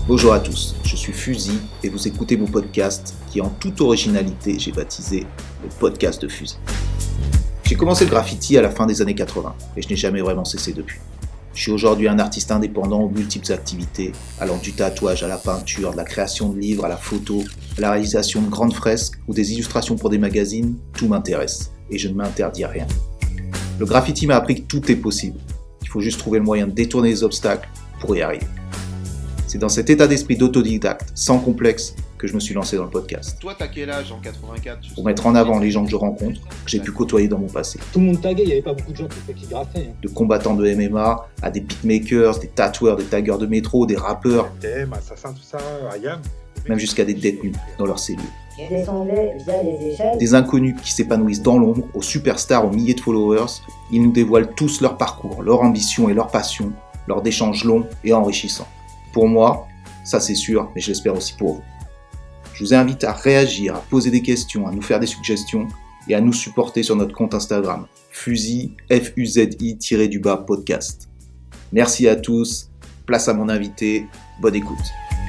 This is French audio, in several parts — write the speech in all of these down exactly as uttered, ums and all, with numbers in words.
Bonjour à tous, je suis Fusil et vous écoutez mon podcast qui en toute originalité j'ai baptisé le podcast de Fusil. J'ai commencé le graffiti à la fin des années quatre-vingts et je n'ai jamais vraiment cessé depuis. Je suis aujourd'hui un artiste indépendant aux multiples activités, allant du tatouage à la peinture, de la création de livres à la photo, à la réalisation de grandes fresques ou des illustrations pour des magazines, tout m'intéresse et je ne m'interdis rien. Le graffiti m'a appris que tout est possible, il faut juste trouver le moyen de détourner les obstacles pour y arriver. C'est dans cet état d'esprit d'autodidacte, sans complexe, que je me suis lancé dans le podcast. Toi, t'as quel âge en quatre-vingt-quatre? Pour mettre en avant les gens que je rencontre, que j'ai pu côtoyer dans mon passé. Tout le monde taguait, il n'y avait pas beaucoup de gens qui, qui graffaient. Hein. De combattants de M M A, à des beatmakers, des tatoueurs, des taggeurs de métro, des rappeurs, T M, Assassin, tout ça, Ayam. même jusqu'à des détenus dans leurs cellules. Je descendais via les échelles. Des inconnus qui s'épanouissent dans l'ombre, aux superstars, aux milliers de followers, ils nous dévoilent tous leur parcours, leur ambition et leur passion, lors d'échanges longs et enrichissants. Pour moi, ça c'est sûr, mais je l'espère aussi pour vous. Je vous invite à réagir, à poser des questions, à nous faire des suggestions et à nous supporter sur notre compte Instagram, Fusil, F U Z I du bas podcast. Merci à tous, place à mon invité, bonne écoute.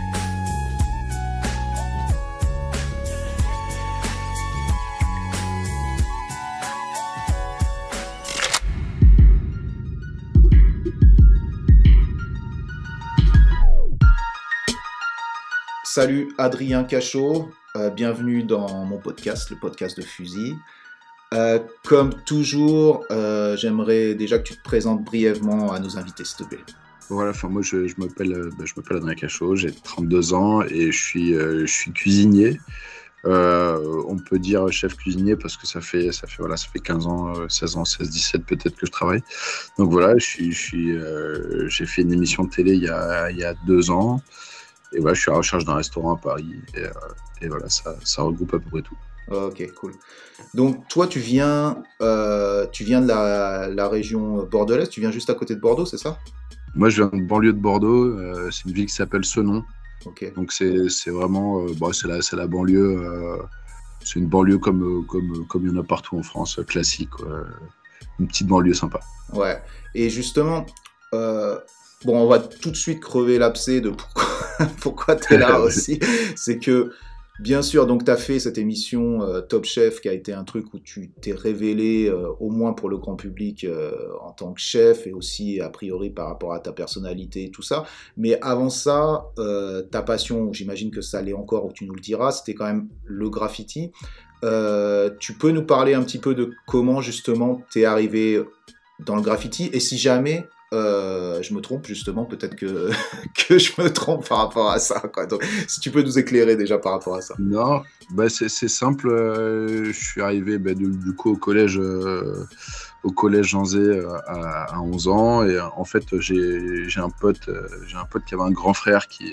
Salut Adrien Cachot, euh, bienvenue dans mon podcast, le podcast de Fusil. Euh, comme toujours, euh, j'aimerais déjà que tu te présentes brièvement à nos invités, s'il te plaît. Voilà, enfin moi je, je m'appelle bah, je m'appelle Adrien Cachot, j'ai trente-deux ans et je suis euh, je suis cuisinier. Euh, on peut dire chef cuisinier parce que ça fait ça fait voilà ça fait quinze ans, seize ans, seize, dix-sept peut-être que je travaille. Donc voilà, je suis je suis euh, j'ai fait une émission de télé il y a il y a deux ans. Et voilà, je suis à la recherche d'un restaurant à Paris. Et, euh, et voilà, ça, ça regroupe à peu près tout. Ok, cool. Donc, toi, tu viens, euh, tu viens de la, la région bordelaise. Tu viens juste à côté de Bordeaux, c'est ça? Moi, je viens de banlieue de Bordeaux. Euh, c'est une ville qui s'appelle Senon. Ok. Donc, c'est, c'est vraiment... Euh, bon, c'est, la, c'est la banlieue... Euh, c'est une banlieue comme, comme, comme il y en a partout en France, classique. Quoi. Une petite banlieue sympa. Ouais. Et justement... Euh... Bon, on va tout de suite crever l'abcès de pourquoi, pourquoi tu es là aussi. C'est que, bien sûr, donc tu as fait cette émission euh, Top Chef qui a été un truc où tu t'es révélé, euh, au moins pour le grand public, euh, en tant que chef et aussi, a priori, par rapport à ta personnalité et tout ça. Mais avant ça, euh, ta passion, j'imagine que ça l'est encore, ou tu nous le diras, c'était quand même le graffiti. Euh, tu peux nous parler un petit peu de comment, justement, tu es arrivé dans le graffiti et si jamais... Euh, je me trompe justement, peut-être que, que je me trompe par rapport à ça, quoi. Donc, si tu peux nous éclairer déjà par rapport à ça. Non, bah c'est, c'est simple. Euh, je suis arrivé bah, du, du coup au collège, euh, au collège Jean Zay euh, à, à onze ans et en fait j'ai, j'ai un pote, euh, j'ai un pote qui avait un grand frère qui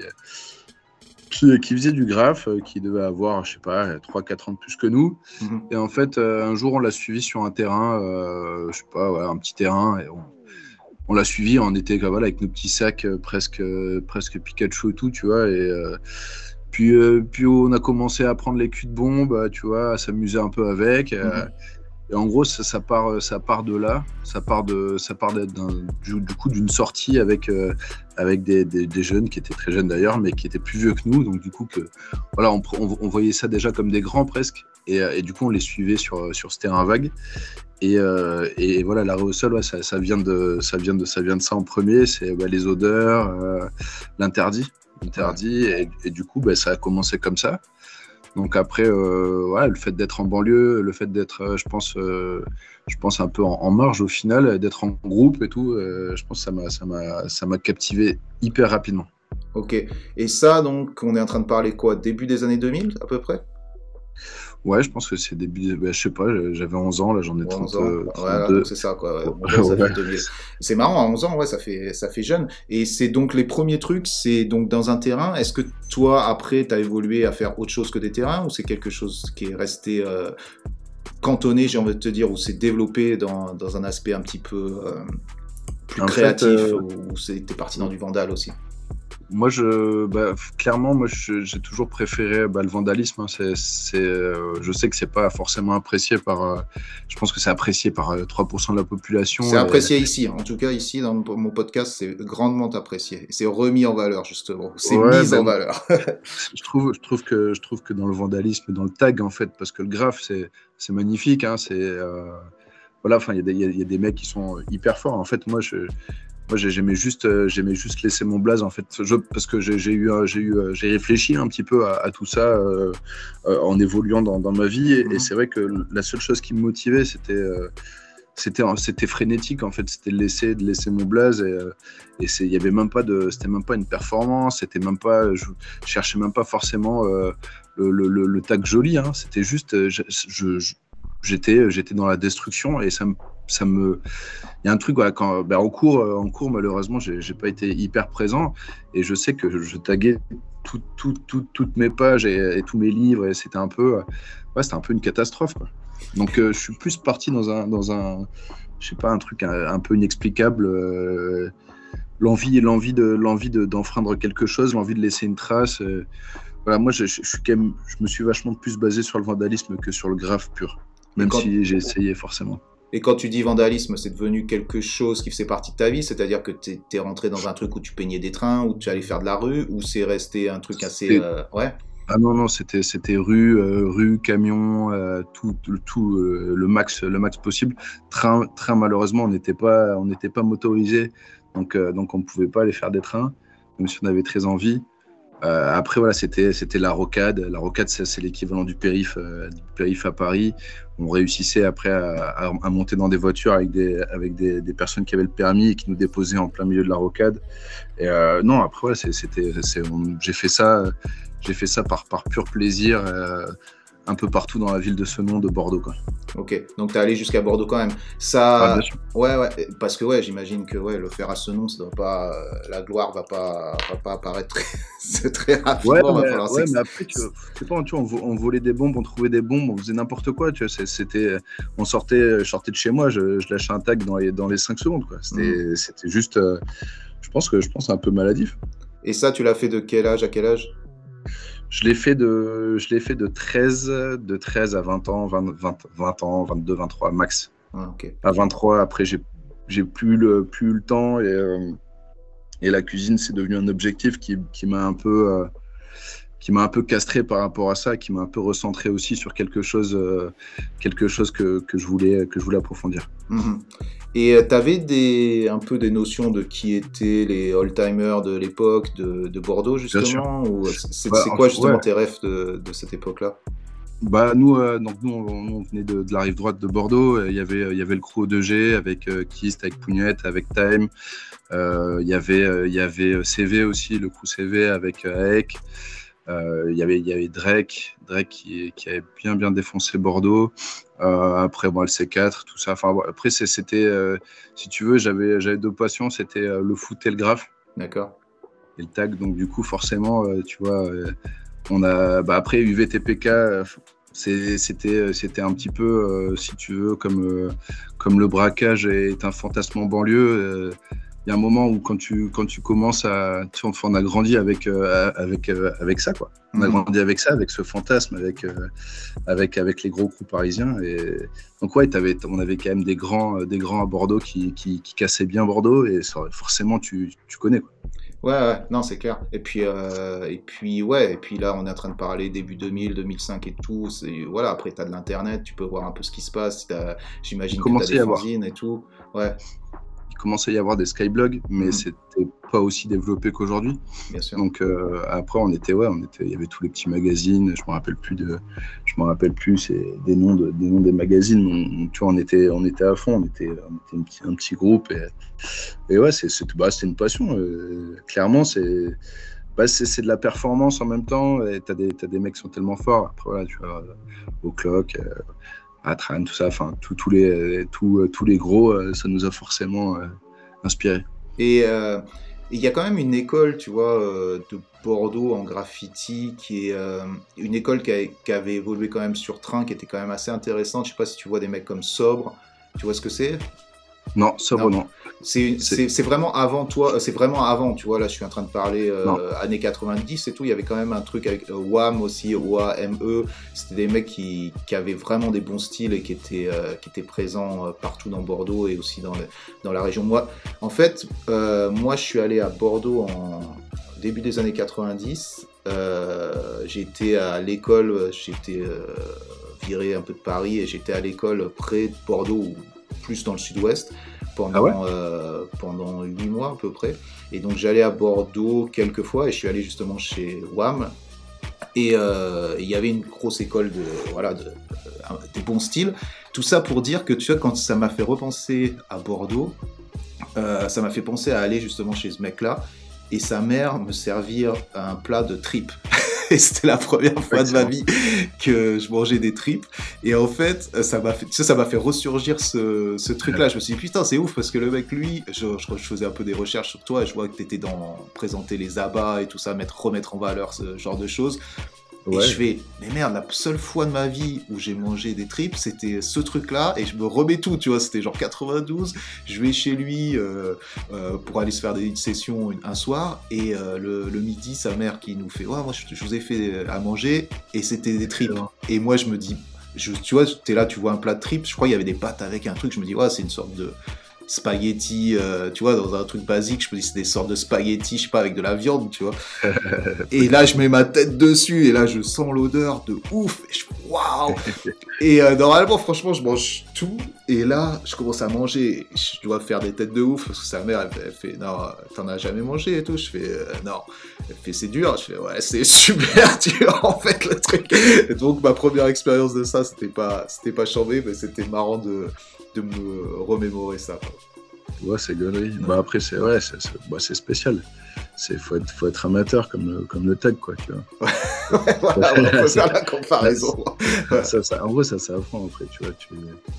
qui, qui faisait du graphe, euh, qui devait avoir je sais pas trois quatre ans de plus que nous. Mm-hmm. Et en fait euh, un jour on l'a suivi sur un terrain, euh, je sais pas, voilà, un petit terrain et on On l'a suivi, on était voilà, avec nos petits sacs euh, presque, euh, presque Pikachu et tout, tu vois. Et, euh, puis, euh, puis on a commencé à prendre les culs de bombe, tu vois, à s'amuser un peu avec. Euh, mm-hmm. Et en gros, ça, ça, part, ça part de là, ça part, de, ça part d'être d'un, du, du coup d'une sortie avec, euh, avec des, des, des jeunes qui étaient très jeunes d'ailleurs, mais qui étaient plus vieux que nous. Donc du coup, que, voilà, on, on, on voyait ça déjà comme des grands presque. Et, et du coup, on les suivait sur, sur ce terrain vague. Et, euh, et voilà, l'arrêt au sol, ouais, ça, ça, vient de, ça, vient de, ça vient de ça en premier, c'est bah, les odeurs, euh, l'interdit, l'interdit et, et du coup, bah, ça a commencé comme ça. Donc après, euh, ouais, le fait d'être en banlieue, le fait d'être, euh, je pense, euh, je pense un peu en, en marge au final, d'être en groupe et tout, euh, je pense que ça m'a, ça m'a, ça m'a captivé hyper rapidement. Ok, et ça donc, on est en train de parler quoi, début des années deux mille à peu près? Ouais, je pense que c'est début, bah, je sais pas, j'avais onze ans, là j'en ai trente, onze ans. trente-deux. Voilà, donc c'est ça quoi. Ouais. Bon, ça ouais. fait deux mille. C'est marrant, à onze ans, ouais, ça fait, ça fait jeune. Et c'est donc les premiers trucs, c'est donc dans un terrain. Est-ce que toi, après, t'as évolué à faire autre chose que des terrains ou c'est quelque chose qui est resté euh, cantonné, j'ai envie de te dire, ou c'est développé dans, dans un aspect un petit peu euh, plus en créatif, fait, euh... ou c'est, t'es parti dans du vandal aussi? Moi, je, bah, f- clairement, moi, je- j'ai toujours préféré bah, le vandalisme. Hein. C'est, c'est, euh, je sais que c'est pas forcément apprécié par. euh, je pense que c'est apprécié par euh, trois pour cent de la C'est population. Et, apprécié ici, hein. En tout cas ici dans mon mon podcast, c'est grandement apprécié. Et c'est remis en valeur justement. C'est ouais, mis en ben, valeur. je trouve, je trouve que, je trouve que dans le vandalisme, dans le tag, en fait, parce que le graphe, c'est, c'est magnifique. Hein, c'est, euh, voilà, enfin, il y, a des- il y a il y a des mecs qui sont hyper forts. En fait, moi, je, moi, j'ai- j'aimais juste, euh, j'aimais juste laisser mon blaze, en fait, je, parce que j'ai j'ai eu, un- j'ai eu, euh, j'ai réfléchi un petit peu à, à tout ça euh, euh, en évoluant dans, dans ma vie, et, et Mhm. c'est vrai que la seule chose qui me motivait, c'était, euh, c'était, c'était frénétique, en fait, c'était de laisser, de laisser mon blaze, et, euh, et c'est, il y avait même pas de, c'était même pas une performance, c'était même pas, je, je cherchais même pas forcément euh, le, le, le, le tag joli, hein, c'était juste, euh, je, je- je- j'étais, j'étais dans la destruction, et ça me, ça me il y a un truc, voilà, quand, ben, en, cours, euh, en cours, malheureusement, j'ai j'ai pas été hyper présent, et je sais que je, je taguais tout, tout, tout, toutes mes pages et, et tous mes livres, et c'était un peu, euh, ouais, c'était un peu une catastrophe, quoi. Donc, euh, je suis plus parti dans un, dans un, je sais pas, un truc un, un peu inexplicable, euh, l'envie, l'envie de, l'envie de, d'enfreindre quelque chose, l'envie de laisser une trace. euh. Voilà, moi, je, je, je suis quand même, je me suis vachement plus basé sur le vandalisme que sur le graphe pur, Et même quand, si j'ai essayé forcément. et quand tu dis vandalisme, c'est devenu quelque chose qui faisait partie de ta vie, c'est-à-dire que t'es t'es rentré dans un truc où tu peignais des trains, où tu allais faire de la rue, ou c'est resté un truc assez... C'est euh, Ouais, Ah non, non, c'était, c'était rue, euh, rue, camion, euh, tout, tout, tout, euh, le max, le max possible. Train, train, malheureusement, on n'était pas, on n'était pas motorisé, donc, euh, donc on ne pouvait pas aller faire des trains, même si on avait très envie. Euh, après, voilà, c'était, c'était la rocade. La rocade, c'est, c'est l'équivalent du périph, euh, du périph à Paris. On réussissait après à, à, à monter dans des voitures avec des, avec des, des personnes qui avaient le permis et qui nous déposaient en plein milieu de la rocade. Et euh, non, après, ouais, c'est, c'était, c'est, on- j'ai fait ça, j'ai fait ça par, par pur plaisir, euh, un peu partout dans la ville de ce nom de Bordeaux, quoi. ok. Donc t'es allé jusqu'à Bordeaux quand même. Ah, bien Ça... sûr. Ouais, ouais, parce que ouais, j'imagine que ouais, le faire à ce nom, ça doit pas... euh, la gloire va pas, va pas apparaître très, c'est très Ouais, rapidement, va mais, falloir ouais, s'ex- mais après, tu vois, je sais pas, tu vois, on, vo- on volait des bombes, on trouvait des bombes, on faisait n'importe quoi, tu vois, c'est- c'était, on sortait, je sortais de chez moi, je, je lâchais un tag dans les, dans les cinq secondes, quoi. C'était, c'était juste, euh, je pense que je pense un peu maladif. Et ça, tu l'as fait de quel âge à quel âge? Je l'ai fait de, je l'ai fait de treize, de treize à vingt ans, vingt, vingt, vingt ans, vingt-deux, vingt-trois max. Ah, ok. À vingt-trois, après, j'ai, j'ai plus eu le, plus eu le temps, et, euh, et la cuisine, c'est devenu un objectif qui, qui m'a un peu, euh, qui m'a un peu castré par rapport à ça, qui m'a un peu recentré aussi sur quelque chose, euh, quelque chose que, que je voulais, que je voulais approfondir. Mhm. Et tu avais des, un peu des notions de qui étaient les old-timers de l'époque de, de Bordeaux, Bien sûr. justement? Ou c'est Bah, c'est en quoi, fait, justement, ouais. tes rêves de, de cette époque-là? Bah, nous, euh, donc, nous, on, on venait de, de la rive droite de Bordeaux. Il y avait, il y avait le crew deux G avec euh, Kist, avec Pougnette, avec Time. Euh, il y avait, euh, il y avait C V aussi, le crew C V avec euh, Aek. Euh, il y avait, il y avait Drake, Drake qui, qui avait bien, bien défoncé Bordeaux. Euh, après, moi, le C quatre, tout ça. Enfin, bon, après, c'est- c'était, euh, si tu veux, j'avais, j'avais deux passions. C'était euh, le foot et le graphe D'accord. et le tag. Donc, du coup, forcément, euh, tu vois, euh, on a, bah, après U V T P K, euh, c'est- c'était, c'était un petit peu, euh, si tu veux, comme, euh, comme le braquage est un fantasme en banlieue. euh, Il y a un moment où quand tu, quand tu commences à... Tu vois, on a grandi avec, euh, avec, euh, avec ça, quoi. On a Mhm. grandi avec ça, avec ce fantasme, avec, euh, avec, avec les gros coups parisiens. Et... Donc, ouais, t'avais, on avait quand même des grands, des grands à Bordeaux qui, qui, qui cassaient bien Bordeaux. Et ça, forcément, tu, tu connais, quoi. Ouais, ouais, non, c'est clair. Et puis, euh, et puis, ouais, et puis là, on est en train de parler début deux mille, deux mille cinq et tout. C'est, voilà, après, tu as de l'internet, tu peux voir un peu ce qui se passe. T'as- Il J'imagine que tu as commençait à des y avoir. fanzines et tout. Ouais, Il commençait à y avoir des skyblogs, mais Mhm. c'était pas aussi développé qu'aujourd'hui. bien sûr. Donc euh, après, on était, ouais, on était, il y avait tous les petits magazines. Je me rappelle plus de, je me rappelle plus c'est des noms de, des noms des magazines. On, tu vois, on était, on était à fond. On était, on était un petit, un petit groupe. Et, et ouais, c'est, c'est, bah, c'était une passion. Euh, clairement, c'est, bah, c'est, c'est de la performance en même temps. Et t'as des, t'as des mecs qui sont tellement forts. Après, voilà, tu vois, au clock. Euh, Atran, tout ça, enfin, tous tous les, tous, tous les gros, euh, ça nous a forcément euh, inspiré. Et euh, il y a quand même une école, tu vois, euh, de Bordeaux en graffiti, qui est euh, une école qui, a- qui avait évolué quand même sur train, qui était quand même assez intéressante. Je sais pas si tu vois des mecs comme Sobre, tu vois ce que c'est? Non, sobre non. C'est, C'est- c'est, c'est vraiment avant toi, c'est vraiment avant, tu vois, là je suis en train de parler euh, Non. années quatre-vingt-dix et tout, il y avait quand même un truc avec euh, W A M aussi, W A M E, c'était des mecs qui, qui avaient vraiment des bons styles et qui étaient, euh, qui étaient présents euh, partout dans Bordeaux et aussi dans, le- dans la région. Moi, en fait, euh, moi je suis allé à Bordeaux en début des années quatre-vingt-dix, euh, j'étais à l'école, j'étais euh, viré un peu de Paris et j'étais à l'école près de Bordeaux, ou plus dans le sud-ouest, pendant, Ah ouais euh, pendant huit mois à peu près. Et donc j'allais à Bordeaux quelques fois et je suis allé justement chez W A M. Et euh, il y avait une grosse école de, voilà, de, euh, des bons styles. Tout ça pour dire que tu vois, quand ça m'a fait repenser à Bordeaux, euh, ça m'a fait penser à aller justement chez ce mec-là et sa mère me servir un plat de tripes. Et c'était la première fois de ma vie que je mangeais des tripes. Et en fait, ça m'a fait, tu sais, ça m'a fait ressurgir ce, ce truc-là. Je me suis dit, putain, c'est ouf, parce que le mec, lui, je, je, je faisais un peu des recherches sur toi et je vois que t'étais dans présenter les abats et tout ça, mettre, remettre en valeur ce genre de choses. Et Ouais. je fais, mais merde, la seule fois de ma vie où j'ai mangé des tripes, c'était ce truc-là, et je me remets tout, tu vois, c'était genre quatre-vingt-douze, je vais chez lui euh, euh, pour aller se faire des sessions une- un soir, et euh, le, le midi, sa mère qui nous fait, ouais, moi je, je vous ai fait à manger, et c'était des tripes. Et moi je me dis, je, tu vois, t'es là, tu vois un plat de tripes, je crois qu'il y avait des pâtes avec un truc, je me dis, ouais, c'est une sorte de spaghetti, euh, tu vois, dans un truc basique, je me dis, c'est des sortes de spaghetti, je sais pas, avec de la viande, tu vois. Et là, je mets ma tête dessus, et là, je sens l'odeur de ouf, et je fais waouh! Et euh, normalement, franchement, je mange tout, et là, je commence à manger, et je dois faire des têtes de ouf, parce que sa mère, elle fait, elle fait non, t'en as jamais mangé et tout, je fais, euh, non, elle fait, c'est dur, je fais, ouais, c'est super dur, en fait, le truc. Et donc, ma première expérience de ça, c'était pas, c'était pas chambé, mais c'était marrant de, de me remémorer ça, quoi. Ouais, c'est gaulerie. Bah après, c'est ouais, c'est, c'est, bah, c'est spécial. C'est faut être, faut être amateur comme le, comme le tag, quoi. Tu vois. Ouais, voilà, on peut faire la comparaison. Ouais. Ça, ça, en vrai, ça, ça apprend après. Tu vois, tu,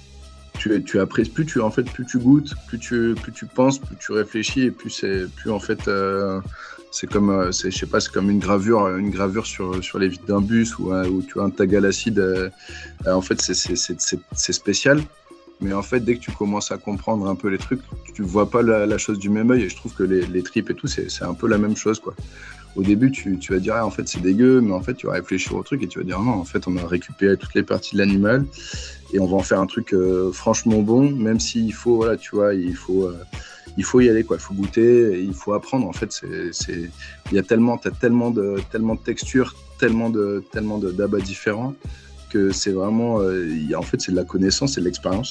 tu, tu apprécies. Plus tu, en fait, plus tu goûtes, plus tu, plus tu penses, plus tu réfléchis, et plus c'est, plus en fait, euh, c'est comme, euh, c'est, je sais pas, c'est comme une gravure, une gravure sur, sur les vitres d'un bus ou, un- ou tu vois un tag à l'acide. euh, euh, en fait, c'est, c'est, c'est, c'est, c'est spécial. Mais en fait, dès que tu commences à comprendre un peu les trucs, tu vois pas la, la chose du même œil. Et je trouve que les, les tripes et tout, c'est, c'est un peu la même chose, quoi. Au début, tu, tu vas dire, ah, en fait, c'est dégueu, mais en fait, tu vas réfléchir au truc et tu vas dire, non, en fait, on a récupéré toutes les parties de l'animal et on va en faire un truc euh, franchement bon, même s'il faut, voilà, tu vois, il faut, euh, il faut y aller, quoi. Il faut goûter, et il faut apprendre. En fait, c'est, c'est, il y a tellement, t'as tellement de, tellement de textures, tellement de, tellement de, d'abats différents que c'est vraiment, euh, il y a- en fait, c'est de la connaissance, c'est de l'expérience.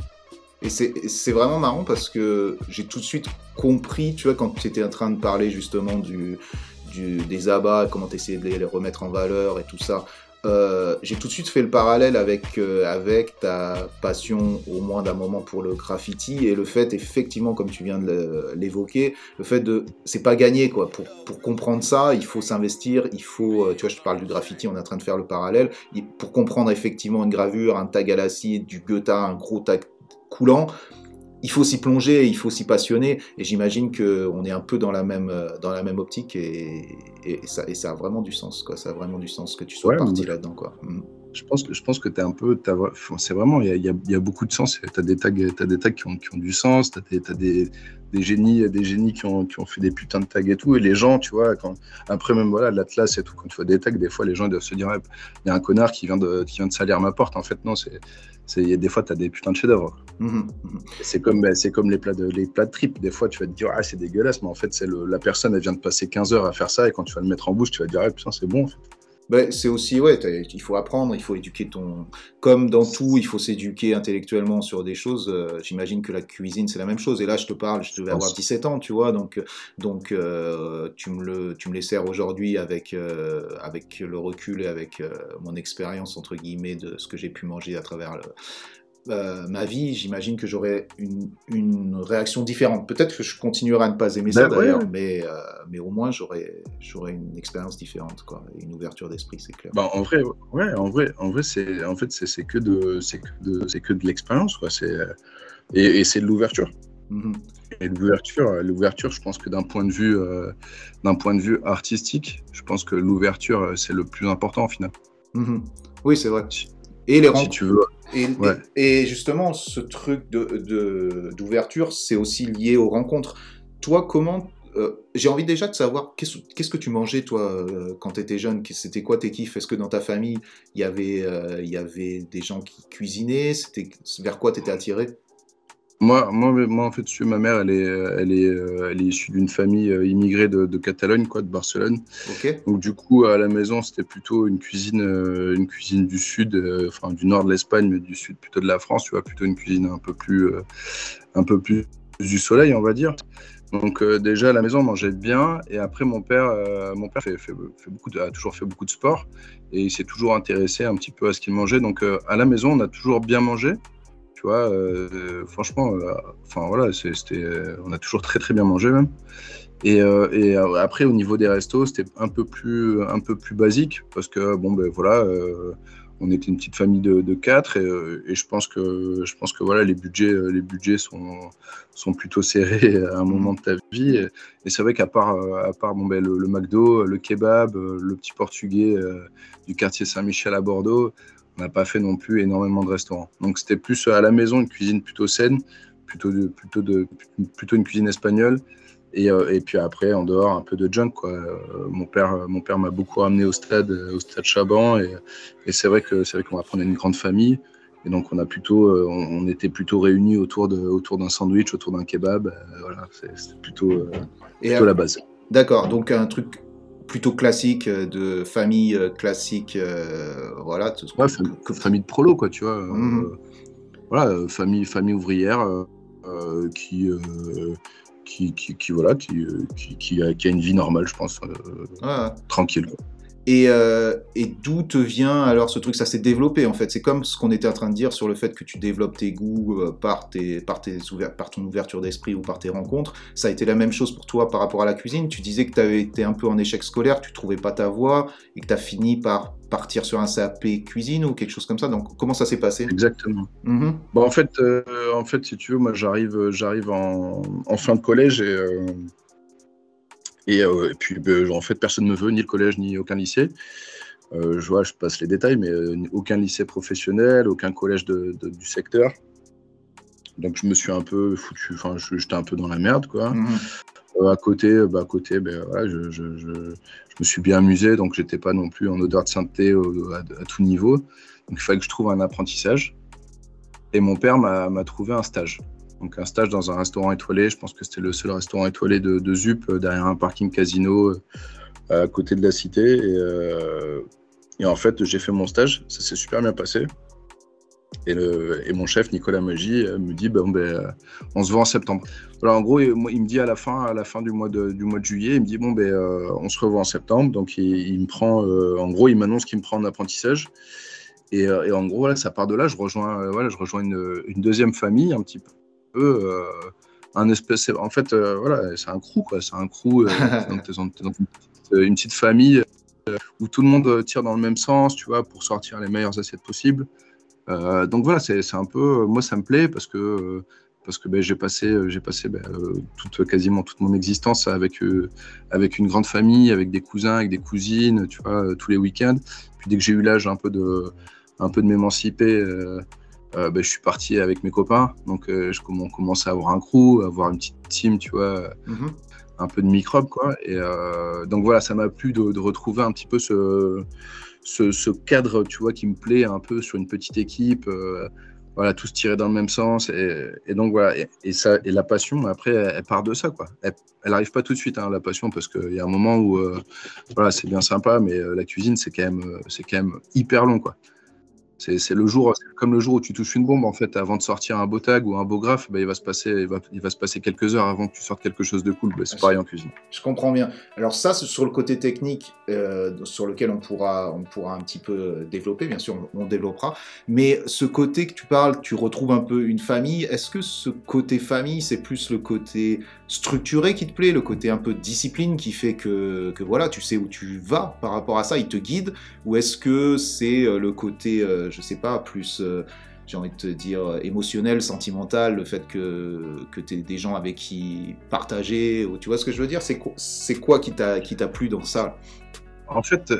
Et c'est, c'est vraiment marrant parce que j'ai tout de suite compris, tu vois, quand tu étais en train de parler justement du, du, des abats, comment tu essayais de les, les remettre en valeur et tout ça, euh, j'ai tout de suite fait le parallèle avec, euh, avec ta passion, au moins d'un moment, pour le graffiti et le fait, effectivement, comme tu viens de le- l'évoquer, le fait de. C'est pas gagné, quoi. Pour, pour comprendre ça, il faut s'investir, il faut. euh, Tu vois, je te parle du graffiti, on est en train de faire le parallèle. Il- Pour comprendre effectivement une gravure, un tag à l'acide, du Goethe, un gros tag coulant, il faut s'y plonger, il faut s'y passionner, et j'imagine qu'on est un peu dans la même, euh, dans la même optique, et, et, et ça, et ça a vraiment du sens, quoi. Ça a vraiment du sens que tu sois Ouais, parti mais- là-dedans, quoi. Mm. Je pense que je pense que t'es un peu, t'as, vra- enfin, c'est vraiment, il y a, il y a- il y a beaucoup de sens. T'as des tags, t'as des tags qui ont, qui ont du sens. T'as des, t'as des, des génies, des génies qui ont, qui ont fait des putains de tags et tout. Et les gens, tu vois, quand après même voilà l'Atlas et tout, quand tu vois des tags, des fois les gens doivent se dire, ouais, il y a un connard qui vient de, qui vient de salir ma porte. En fait, non, c'est, c'est, il y a des fois t'as des putains de chefs-d'œuvre. Mhm, mhm. Et c'est comme, bah, c'est comme les plats de, les plats de tripes. Des fois, tu vas te dire, ah, c'est dégueulasse, mais en fait, c'est le, la personne, elle vient de passer quinze heures à faire ça, et quand tu vas le mettre en bouche, tu vas te dire, ah, putain, c'est bon. En fait. Ben, c'est aussi, ouais, t'as- il faut apprendre, il faut éduquer ton... Comme dans tout, il faut s'éduquer intellectuellement sur des choses. euh, j'imagine que la cuisine, c'est la même chose. Et là, je te parle, je devais avoir dix-sept ans, tu vois, donc, donc euh, tu, me le, tu me les sers aujourd'hui avec, euh, avec le recul et avec euh, mon expérience, entre guillemets, de ce que j'ai pu manger à travers le, euh, ma vie, j'imagine que j'aurais une, une réaction différente. Peut-être que je continuerai à ne pas aimer ça Ben, ouais, d'ailleurs, ouais. mais, euh, mais au moins j'aurais, j'aurais une expérience différente, quoi, et une ouverture d'esprit, c'est clair. Bah, en vrai, ouais, en vrai, en vrai, c'est, en fait, c'est, c'est que de, c'est que de, c'est que de l'expérience, quoi. C'est, euh, et, et c'est de l'ouverture. Mhm. Et l'ouverture, euh, l'ouverture, je pense que d'un point de vue, euh, d'un point de vue artistique, je pense que l'ouverture, euh, c'est le plus important au final. Mhm. Oui, c'est vrai. Si, Et les si rencontres. tu veux, Et, Ouais. et, et justement, ce truc de, de, d'ouverture, c'est aussi lié aux rencontres. Toi, comment... Euh, j'ai envie déjà de savoir, qu'est-ce, qu'est-ce que tu mangeais, toi, euh, quand tu étais jeune? C'était quoi tes kiffs? Est-ce que dans ta famille, il y avait, euh, il y avait des gens qui cuisinaient? C'était, vers quoi tu étais attiré? Moi, moi, moi, en fait, tu sais, ma mère, elle est, elle est, euh, elle est issue d'une famille euh, immigrée de, de Catalogne, quoi, de Barcelone. Ok. Donc, du coup, à la maison, c'était plutôt une cuisine, euh, une cuisine du sud, euh, enfin du nord de l'Espagne, mais du sud plutôt de la France, tu vois, plutôt une cuisine un peu plus, euh, un peu plus du soleil, on va dire. Donc euh, déjà à la maison on mangeait bien et après mon père, euh, mon père fait, fait, fait beaucoup de, a toujours fait beaucoup de sport et il s'est toujours intéressé un petit peu à ce qu'il mangeait. Donc euh, à la maison on a toujours bien mangé, tu vois. Euh, franchement, euh, enfin voilà, c'est, c'était, on a toujours très très bien mangé même. Et, euh, et après au niveau des restos c'était un peu plus un peu plus basique parce que bon ben voilà. Euh, On était une petite famille de, de quatre et, et je pense que je pense que voilà les budgets les budgets sont sont plutôt serrés à un moment de ta vie et, et c'est vrai qu'à part à part bon ben le, le McDo, le kebab, le petit portugais euh, du quartier Saint-Michel à Bordeaux, on n'a pas fait non plus énormément de restaurants. Donc c'était plus à la maison une cuisine plutôt saine, plutôt de plutôt de plutôt une cuisine espagnole. Et, euh, et puis après, en dehors, un peu de junk, quoi. Euh, mon père, mon père m'a beaucoup ramené au stade, au stade Chaban, et, et c'est vrai que c'est vrai qu'on apprenait une grande famille, et donc on a plutôt, euh, on, on était plutôt réunis autour de, autour d'un sandwich, autour d'un kebab. Euh, voilà, c'est, c'est plutôt, euh, Et plutôt euh, la base. D'accord, donc un truc plutôt classique euh, de famille euh, classique, euh, voilà. Tout, Ouais, que, fam- que- famille de prolo, quoi, tu vois. Mhm. Euh, voilà, euh, famille, famille ouvrière euh, euh, qui. Euh, Qui, qui, qui, voilà, qui, qui, qui, a, qui a une vie normale, je pense, euh, Ouais. tranquille. Quoi. Et, euh, et d'où te vient alors ce truc? Ça s'est développé en fait. C'est comme ce qu'on était en train de dire sur le fait que tu développes tes goûts euh, par, tes, par, tes ouver- par ton ouverture d'esprit ou par tes rencontres. Ça a été la même chose pour toi par rapport à la cuisine. Tu disais que tu avais été un peu en échec scolaire, tu trouvais pas ta voie et que tu as fini par partir sur un C A P cuisine ou quelque chose comme ça. Donc comment ça s'est passé? Exactement. Mm-hmm. Bon, en fait, euh, en fait, si tu veux, moi, j'arrive, j'arrive en, en fin de collège et, euh, et, euh, et puis, ben, en fait, personne ne me veut, ni le collège, ni aucun lycée. Euh, je vois, je passe les détails, mais euh, aucun lycée professionnel, aucun collège de, de, du secteur. Donc, je me suis un peu foutu, enfin, j'étais un peu dans la merde, quoi. Mm-hmm. Euh, à côté, bah, à côté, ben, voilà, je, je, je, je me suis bien amusé, donc j'étais pas non plus en odeur de sainteté au, à, à tout niveau. Donc, il fallait que je trouve un apprentissage. Et mon père m'a, m'a trouvé un stage. Donc un stage dans un restaurant étoilé. Je pense que c'était le seul restaurant étoilé de, de Zup, derrière un parking casino à côté de la cité. Et, euh, et en fait, j'ai fait mon stage. Ça s'est super bien passé. Et, le, et mon chef, Nicolas Magy, me dit bah, ben, on se voit en septembre. Alors en gros, il, il me dit à la fin, à la fin du, mois de, du mois de juillet, il me dit bon, ben, euh, on se revoit en septembre. Donc il, il me prend, euh, en gros, il m'annonce qu'il me prend en apprentissage. Et, et en gros, voilà, ça part de là. Je rejoins, euh, voilà, je rejoins une, une deuxième famille, un petit peu. Euh, un espèce, en fait, euh, voilà, c'est un crew, quoi. C'est un crew. Euh, donc, t'es dans, t'es dans une, petite, une petite famille euh, où tout le monde tire dans le même sens, tu vois, pour sortir les meilleures assiettes possibles. Euh, donc voilà, c'est, c'est un peu. Moi, ça me plaît parce que. Euh, parce que ben, j'ai passé, j'ai passé ben, euh, toute, quasiment toute mon existence avec, euh, avec une grande famille, avec des cousins, avec des cousines, tu vois, euh, tous les week-ends. Puis dès que j'ai eu l'âge un peu de, un peu de m'émanciper, euh, euh, ben, je suis parti avec mes copains. Donc euh, je on commençais à avoir un crew, à avoir une petite team, tu vois, mm-hmm. un peu de microbes, quoi. Et euh, donc voilà, ça m'a plu de, de retrouver un petit peu ce, ce, ce cadre, tu vois, qui me plaît un peu sur une petite équipe. Euh, Voilà, tous tirer dans le même sens. Et, et donc, voilà. Et, et, ça, et la passion, après, elle, elle part de ça, quoi. Elle n'arrive pas tout de suite, hein, la passion, parce qu'il y a un moment où, euh, voilà, c'est bien sympa, mais euh, la cuisine, c'est quand même, c'est quand même hyper long, quoi. C'est, c'est le jour, c'est comme le jour où tu touches une bombe, en fait, avant de sortir un beau tag ou un beau graphe, bah, il va se passer, il va, il va se passer quelques heures avant que tu sortes quelque chose de cool. Bah, c'est ah, pareil en cuisine. Je comprends bien. Alors ça, c'est sur le côté technique, euh, sur lequel on pourra, on pourra un petit peu développer, bien sûr, on, on développera. Mais ce côté que tu parles, tu retrouves un peu une famille. Est-ce que ce côté famille, c'est plus le côté structuré qui te plaît, le côté un peu discipline qui fait que, que voilà, tu sais où tu vas par rapport à ça, il te guide, ou est-ce que c'est le côté euh, je sais pas, plus, euh, j'ai envie de te dire, émotionnel, sentimental, le fait que, que tu aies des gens avec qui partager, ou tu vois ce que je veux dire, c'est quoi, c'est quoi qui t'a, qui t'a plu dans ça? En fait,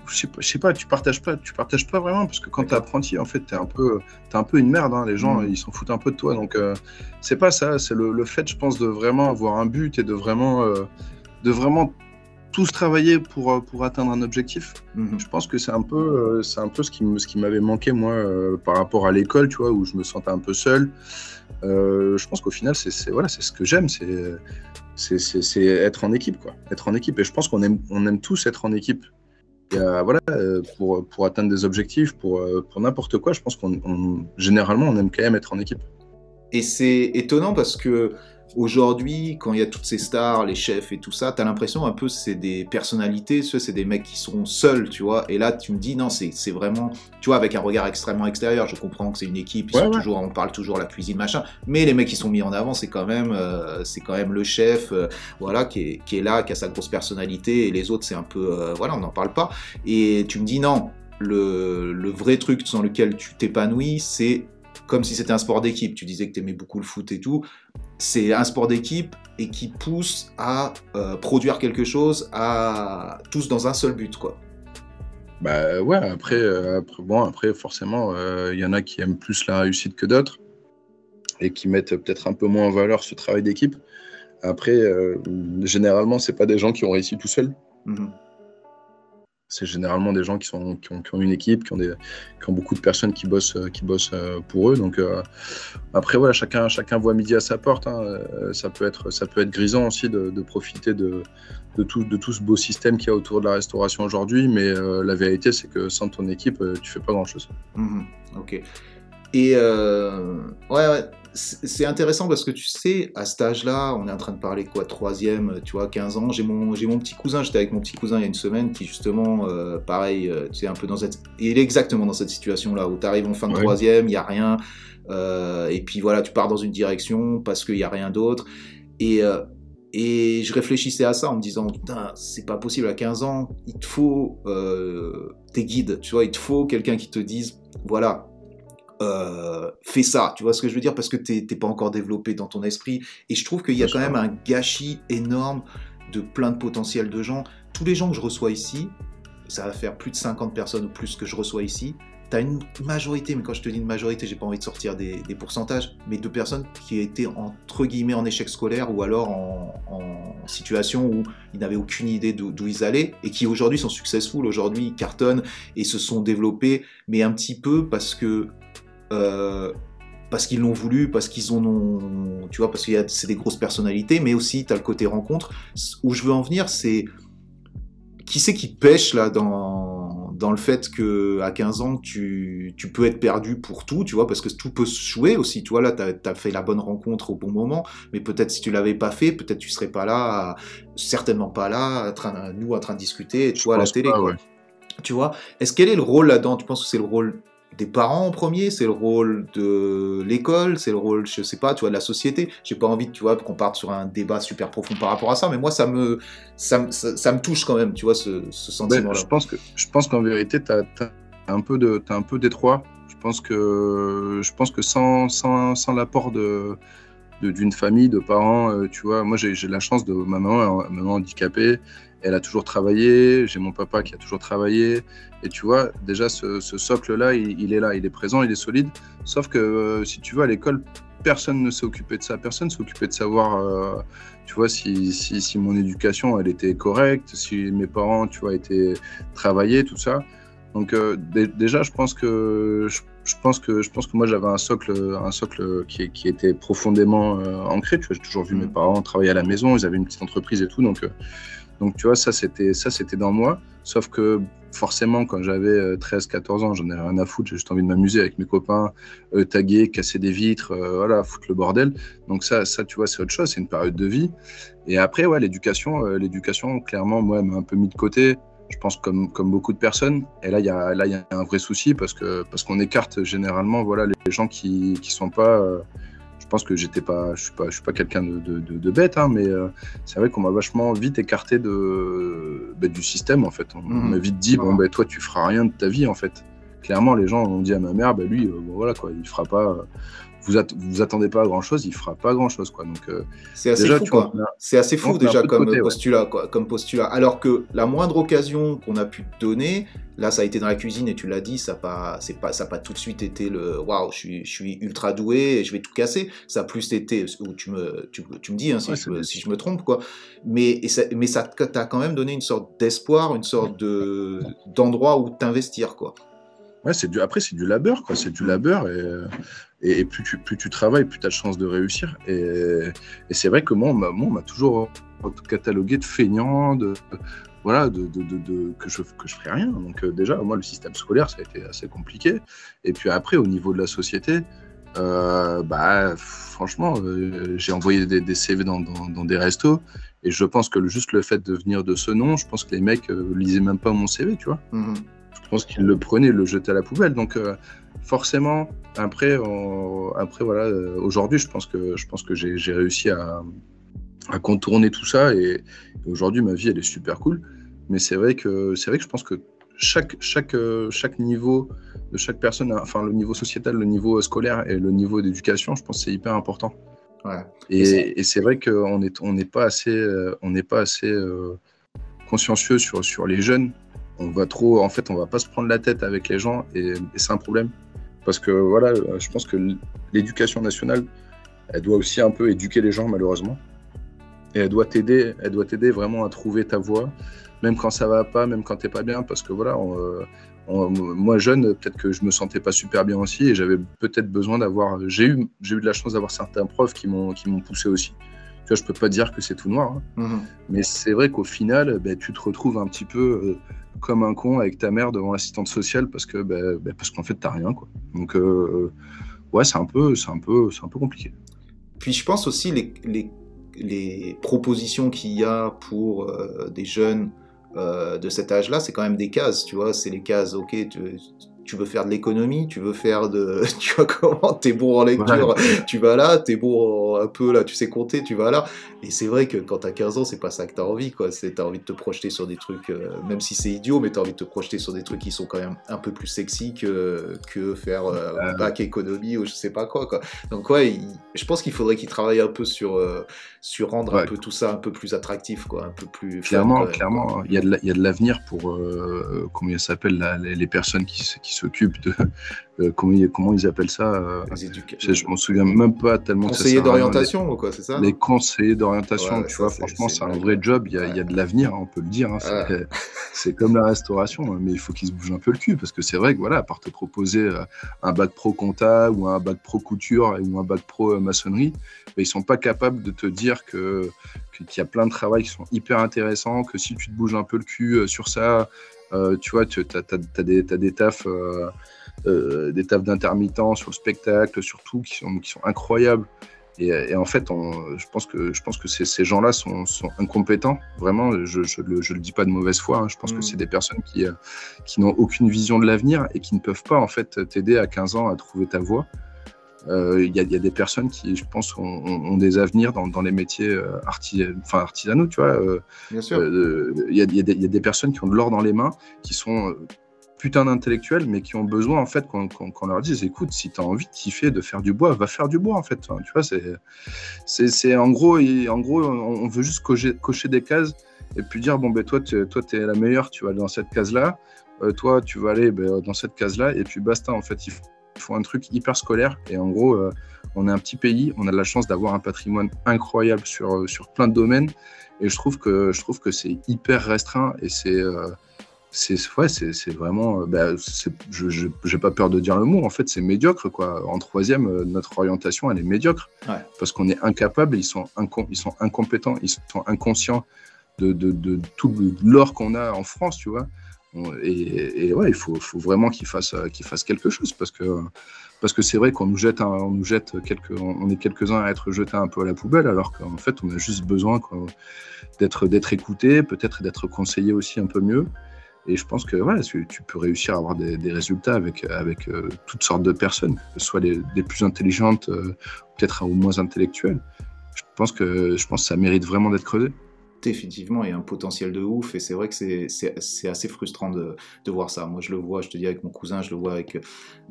je sais pas, je sais pas, tu partages pas, tu partages pas vraiment parce que quand t'es apprenti, en fait, t'es un peu, t'es un peu une merde. Hein, les gens, mmh. ils s'en foutent un peu de toi. Donc, euh, c'est pas ça. C'est le, le fait, je pense, de vraiment avoir un but et de vraiment, euh, de vraiment tous travailler pour pour atteindre un objectif. Mmh. Je pense que c'est un peu, euh, c'est un peu ce qui me, ce qui m'avait manqué moi euh, par rapport à l'école, tu vois, où je me sentais un peu seul. Euh, je pense qu'au final, c'est, c'est voilà, c'est ce que j'aime, c'est C'est, c'est, c'est être en équipe, quoi. Être en équipe. Et je pense qu'on aime, on aime tous être en équipe. Et, euh, voilà, pour, pour atteindre des objectifs, pour, pour n'importe quoi, je pense qu'on, on, généralement, on aime quand même être en équipe. Et c'est étonnant parce que aujourd'hui, quand il y a toutes ces stars, les chefs et tout ça, t'as l'impression un peu c'est des personnalités, c'est des mecs qui sont seuls, tu vois. Et là, tu me dis non, c'est, c'est vraiment, tu vois, avec un regard extrêmement extérieur. Je comprends que c'est une équipe, ils ouais, sont ouais. toujours, on parle toujours la cuisine, machin. Mais les mecs qui sont mis en avant, c'est quand même, euh, c'est quand même le chef, euh, voilà, qui est, qui est là, qui a sa grosse personnalité. Et les autres, c'est un peu, euh, voilà, on n'en parle pas. Et tu me dis non, le, le vrai truc dans lequel tu t'épanouis, c'est comme si c'était un sport d'équipe. Tu disais que tu aimais beaucoup le foot et tout. C'est un sport d'équipe et qui pousse à euh, produire quelque chose, à tous dans un seul but, quoi. Bah ouais, après, euh, après bon, après forcément, il euh, y en a qui aiment plus la réussite que d'autres et qui mettent peut-être un peu moins en valeur ce travail d'équipe. Après, euh, généralement, c'est pas des gens qui ont réussi tout seuls. Mmh. C'est généralement des gens qui, sont, qui, ont, qui ont une équipe, qui ont, des, qui ont beaucoup de personnes qui bossent, qui bossent pour eux. Donc, euh, après, voilà, chacun, chacun voit midi à sa porte. Hein. Ça peut être, ça peut être grisant aussi de, de profiter de, de, tout, de tout ce beau système qu'il y a autour de la restauration aujourd'hui. Mais euh, la vérité, c'est que sans ton équipe, tu fais pas grand-chose. Mmh, ok. Et euh, ouais, ouais. C'est intéressant parce que tu sais, à cet âge-là, on est en train de parler quoi, troisième, tu vois, quinze ans. J'ai mon, j'ai mon petit cousin, j'étais avec mon petit cousin il y a une semaine qui justement, euh, pareil, euh, tu sais, un peu dans cette, il est exactement dans cette situation-là où tu arrives en fin de ouais. troisième, il y a rien, euh, et puis voilà, tu pars dans une direction parce qu'il y a rien d'autre. Et euh, et je réfléchissais à ça en me disant, putain, c'est pas possible à quinze ans, il te faut euh, tes guides, tu vois, il te faut quelqu'un qui te dise, voilà. Euh, fais ça, tu vois ce que je veux dire, parce que t'es, t'es pas encore développé dans ton esprit, et je trouve qu'il y a quand même un gâchis énorme de plein de potentiel de gens. Tous les gens que je reçois ici, ça va faire plus de cinquante personnes ou plus que je reçois ici, t'as une majorité, mais quand je te dis une majorité, j'ai pas envie de sortir des, des pourcentages, mais de personnes qui étaient entre guillemets en échec scolaire ou alors en, en situation où ils n'avaient aucune idée d'où, d'où ils allaient et qui aujourd'hui sont successful, aujourd'hui ils cartonnent et se sont développés, mais un petit peu parce que Euh, parce qu'ils l'ont voulu, parce qu'ils en ont, tu vois, parce que c'est des grosses personnalités, mais aussi tu as le côté rencontre. Où je veux en venir, c'est qui c'est qui pêche là dans, dans le fait qu'à quinze ans, tu, tu peux être perdu pour tout, tu vois, parce que tout peut se jouer aussi, tu vois, là, tu as fait la bonne rencontre au bon moment, mais peut-être si tu l'avais pas fait, peut-être tu serais pas là, certainement pas là, en train, nous en train de discuter, tu vois, à la télé, pas, quoi. Ouais. Tu vois, est-ce quel est le rôle là-dedans? Tu penses que c'est le rôle des parents en premier, c'est le rôle de l'école, c'est le rôle, je sais pas, tu vois, de la société. J'ai pas envie, tu vois, qu'on parte sur un débat super profond par rapport à ça, mais moi, ça me, ça, ça, ça me touche quand même, tu vois, ce, ce sentiment-là. Ben, je pense que, je pense qu'en vérité, t'as, t'as un peu de, t'as un peu des trois. Je pense que, je pense que sans, sans, sans l'apport de, de, d'une famille, de parents, euh, tu vois, moi, j'ai, j'ai la chance de ma maman, ma maman handicapée. Elle a toujours travaillé, j'ai mon papa qui a toujours travaillé, et tu vois, déjà ce, ce socle-là, il, il est là, il est présent, il est solide, sauf que euh, si tu vas à l'école, personne ne s'est occupé de ça, personne ne s'est occupé de savoir, euh, tu vois, si, si, si mon éducation, elle était correcte, si mes parents, tu vois, étaient travaillés, tout ça. Donc euh, d- déjà, je pense que je, je pense que je pense que moi j'avais un socle, un socle qui, qui était profondément euh, ancré. Tu vois, j'ai toujours vu mes parents travailler à la maison, ils avaient une petite entreprise et tout, donc. Euh, Donc, tu vois, ça c'était, ça, c'était dans moi. Sauf que, forcément, quand j'avais treize quatorze ans, j'en avais rien à foutre. J'ai juste envie de m'amuser avec mes copains, euh, taguer, casser des vitres, euh, voilà, foutre le bordel. Donc, ça, ça, tu vois, c'est autre chose. C'est une période de vie. Et après, ouais, l'éducation, euh, l'éducation, clairement, moi, elle m'a un peu mis de côté. Je pense comme, comme beaucoup de personnes. Et là, il y a, là, il y a un vrai souci parce que, parce qu'on écarte généralement, voilà, les gens qui, qui sont pas... Euh, Je pense que j'étais pas, je suis pas, je suis pas quelqu'un de, de, de, de bête, hein, mais euh, c'est vrai qu'on m'a vachement vite écarté de, bah, du système en fait. On, mmh. on m'a vite dit bon bah toi tu feras rien de ta vie en fait. Clairement les gens ont dit à ma mère bah lui euh, bon, voilà quoi, il fera pas, vous, at- vous attendez pas à grand chose, il fera pas grand chose, quoi. Donc, euh, C'est assez déjà, fou, tu quoi. vois, on a- C'est assez fou on a un déjà peu de comme côté, ouais. postulat, quoi, comme postulat. Alors que la moindre occasion qu'on a pu te donner, là, ça a été dans la cuisine et tu l'as dit, ça n'a pas, c'est pas, ça a pas tout de suite été le waouh, je suis, je suis ultra doué et je vais tout casser. Ça a plus été, ou tu me, tu, tu me dis hein, si, Ouais, je, c'est me- bien. si je me trompe, quoi. Mais, et ça, mais ça t'a quand même donné une sorte d'espoir, une sorte de, d'endroit où t'investir, quoi. Ouais, c'est du... Après, c'est du labeur, quoi. C'est du labeur et, euh, et, et plus, tu, plus tu travailles, plus tu as de chances de réussir. Et, et c'est vrai que moi, on m'a, moi, on m'a toujours catalogué de feignant, de, voilà, de, de, de, de- que je que je ferais rien. Donc euh, déjà, moi, le système scolaire, ça a été assez compliqué. Et puis après, au niveau de la société, euh, bah, franchement, euh, j'ai envoyé des, des C V dans, dans, dans des restos. Et je pense que le- juste le fait de venir de ce nom, je pense que les mecs euh, lisaient même pas mon C V, tu vois. Mhm. Je pense qu'ils le prenaient, le jetaient à la poubelle. Donc euh, forcément, après, on- après voilà, euh, aujourd'hui, je pense que je pense que j'ai, j'ai réussi à, à contourner tout ça et, et aujourd'hui, ma vie, elle est super cool. Mais c'est vrai que c'est vrai que je pense que chaque chaque euh, chaque niveau de chaque personne, enfin le niveau sociétal, le niveau scolaire et le niveau d'éducation, je pense que c'est hyper important. Ouais. Et c'est- Et, et c'est vrai qu'on est on n'est pas assez euh, on n'est pas assez euh, consciencieux sur sur les jeunes. On va trop, en fait, on va pas se prendre la tête avec les gens et, et c'est un problème. Parce que voilà, euh, je pense que l- l'éducation nationale, elle doit aussi un peu éduquer les gens, malheureusement. Et elle doit t'aider, elle doit t'aider vraiment à trouver ta voie, même quand ça va pas, même quand t'es pas bien. Parce que voilà, on, euh, on- moi jeune, peut-être que je me sentais pas super bien aussi et j'avais peut-être besoin d'avoir. J'ai eu, j'ai eu de la chance d'avoir certains profs qui m'ont, qui m'ont poussé aussi. Tu vois, je peux pas dire que c'est tout noir, hein. Mhm. Mais c'est vrai qu'au final, ben, tu te retrouves un petit peu euh, comme un con avec ta mère devant l'assistante sociale parce que ben, ben, parce qu'en fait t'as rien, quoi. Donc euh, ouais, c'est un peu c'est un peu c'est un peu compliqué. Puis je pense aussi les, les, les propositions qu'il y a pour euh, des jeunes euh, de cet âge-là, c'est quand même des cases, tu vois, c'est les cases, ok, tu, tu veux faire de l'économie, tu veux faire de... Tu vois comment, t'es bon en lecture, Ouais. tu vas là, t'es bon en- un peu là, tu sais compter, tu vas là. Et c'est vrai que quand t'as quinze ans, c'est pas ça que t'as envie, quoi. C'est, t'as envie de te projeter sur des trucs, euh, même si c'est idiot, mais t'as envie de te projeter sur des trucs qui sont quand même un peu plus sexy que, que faire euh, Euh. bac économie ou je sais pas quoi, quoi. Donc ouais, il- je pense qu'il faudrait qu'il travaille un peu sur, euh, sur rendre un Ouais. peu tout ça un peu plus attractif, quoi, un peu plus fun, Clairement, quand même, clairement, quoi. il y a de la- il y a de l'avenir pour euh, comment ça s'appelle là, les, les personnes qui, s- qui s'occupent de euh, comment, ils- comment ils appellent ça euh, Les éduca- je, je m'en souviens même pas tellement que ça Conseiller sert à rien. d'orientation, ou quoi, c'est ça? Les conseillers d'orientation, Ouais, tu ça, vois, c'est- franchement, c'est c'est un dingue. vrai job. Il y a, Ouais. il y a de l'avenir, on peut le dire, hein. Ouais. C'est, c'est comme la restauration, hein, mais il faut qu'ils se bougent un peu le cul parce que c'est vrai que voilà, à part te proposer euh, un bac pro compta ou un bac pro couture ou un bac pro euh, maçonnerie, ben, ils sont pas capables de te dire que, que- qu'il y a plein de travail qui sont hyper intéressants, que si tu te bouges un peu le cul euh, sur ça, euh, tu vois, tu as, des, t'as des tafs. Euh, euh, des tafs d'intermittents sur le spectacle, surtout, qui sont, qui sont incroyables. Et, et en fait, on, je pense que, je pense que ces, ces gens-là sont, sont incompétents, vraiment, je ne le, je le dis pas de mauvaise foi, hein. Je pense Mm. que c'est des personnes qui, euh, qui n'ont aucune vision de l'avenir et qui ne peuvent pas en fait, t'aider à quinze ans à trouver ta voie. Il euh, y, y a des personnes qui, je pense, ont, ont des avenirs dans, dans les métiers euh, artis, enfin, artisanaux, tu vois. Euh, Bien sûr. Il y, y, y a des personnes qui ont de l'or dans les mains, qui sont... Euh, putain d'intellectuels, mais qui ont besoin en fait qu'on, qu'on, qu'on leur dise écoute, si tu as envie de kiffer, de faire du bois, va faire du bois en fait. Enfin, tu vois, c'est, c'est, c'est en gros, et, en gros, on, on veut juste cocher, cocher des cases et puis dire bon ben toi, tu toi, t'es la meilleure, tu vas aller dans cette case-là, euh, toi, tu vas aller ben, dans cette case-là, et puis basta. En fait, il faut, il faut un truc hyper scolaire. Et en gros, euh, on est un petit pays, on a de la chance d'avoir un patrimoine incroyable sur sur plein de domaines, et je trouve que je trouve que c'est hyper restreint et c'est euh, C'est, ouais, c'est, c'est vraiment. Bah, c'est, je n'ai pas peur de dire le mot, en fait, c'est médiocre, quoi. En troisième, notre orientation, elle est médiocre. Ouais. Parce qu'on est incapable, ils sont, incom- ils sont incompétents, ils sont inconscients de, de, de tout l'or qu'on a en France, tu vois. Et, et ouais, il faut, faut vraiment qu'ils fassent, qu'ils fassent quelque chose parce que, parce que c'est vrai qu'on nous jette, un, on nous jette quelques, on est quelques-uns à être jetés un peu à la poubelle, alors qu'en fait, on a juste besoin quoi, d'être, d'être écouté, peut-être d'être conseillé aussi un peu mieux. Et je pense que ouais, tu, tu peux réussir à avoir des, des résultats avec, avec euh, toutes sortes de personnes, que ce soit les, les plus intelligentes, euh, peut-être aux moins intellectuelles. Je pense, que, je pense que ça mérite vraiment d'être creusé. définitivement, il y a un potentiel de ouf, et c'est vrai que c'est, c'est, c'est assez frustrant de, de voir ça. Moi, je le vois, je te dis, avec mon cousin, je le vois avec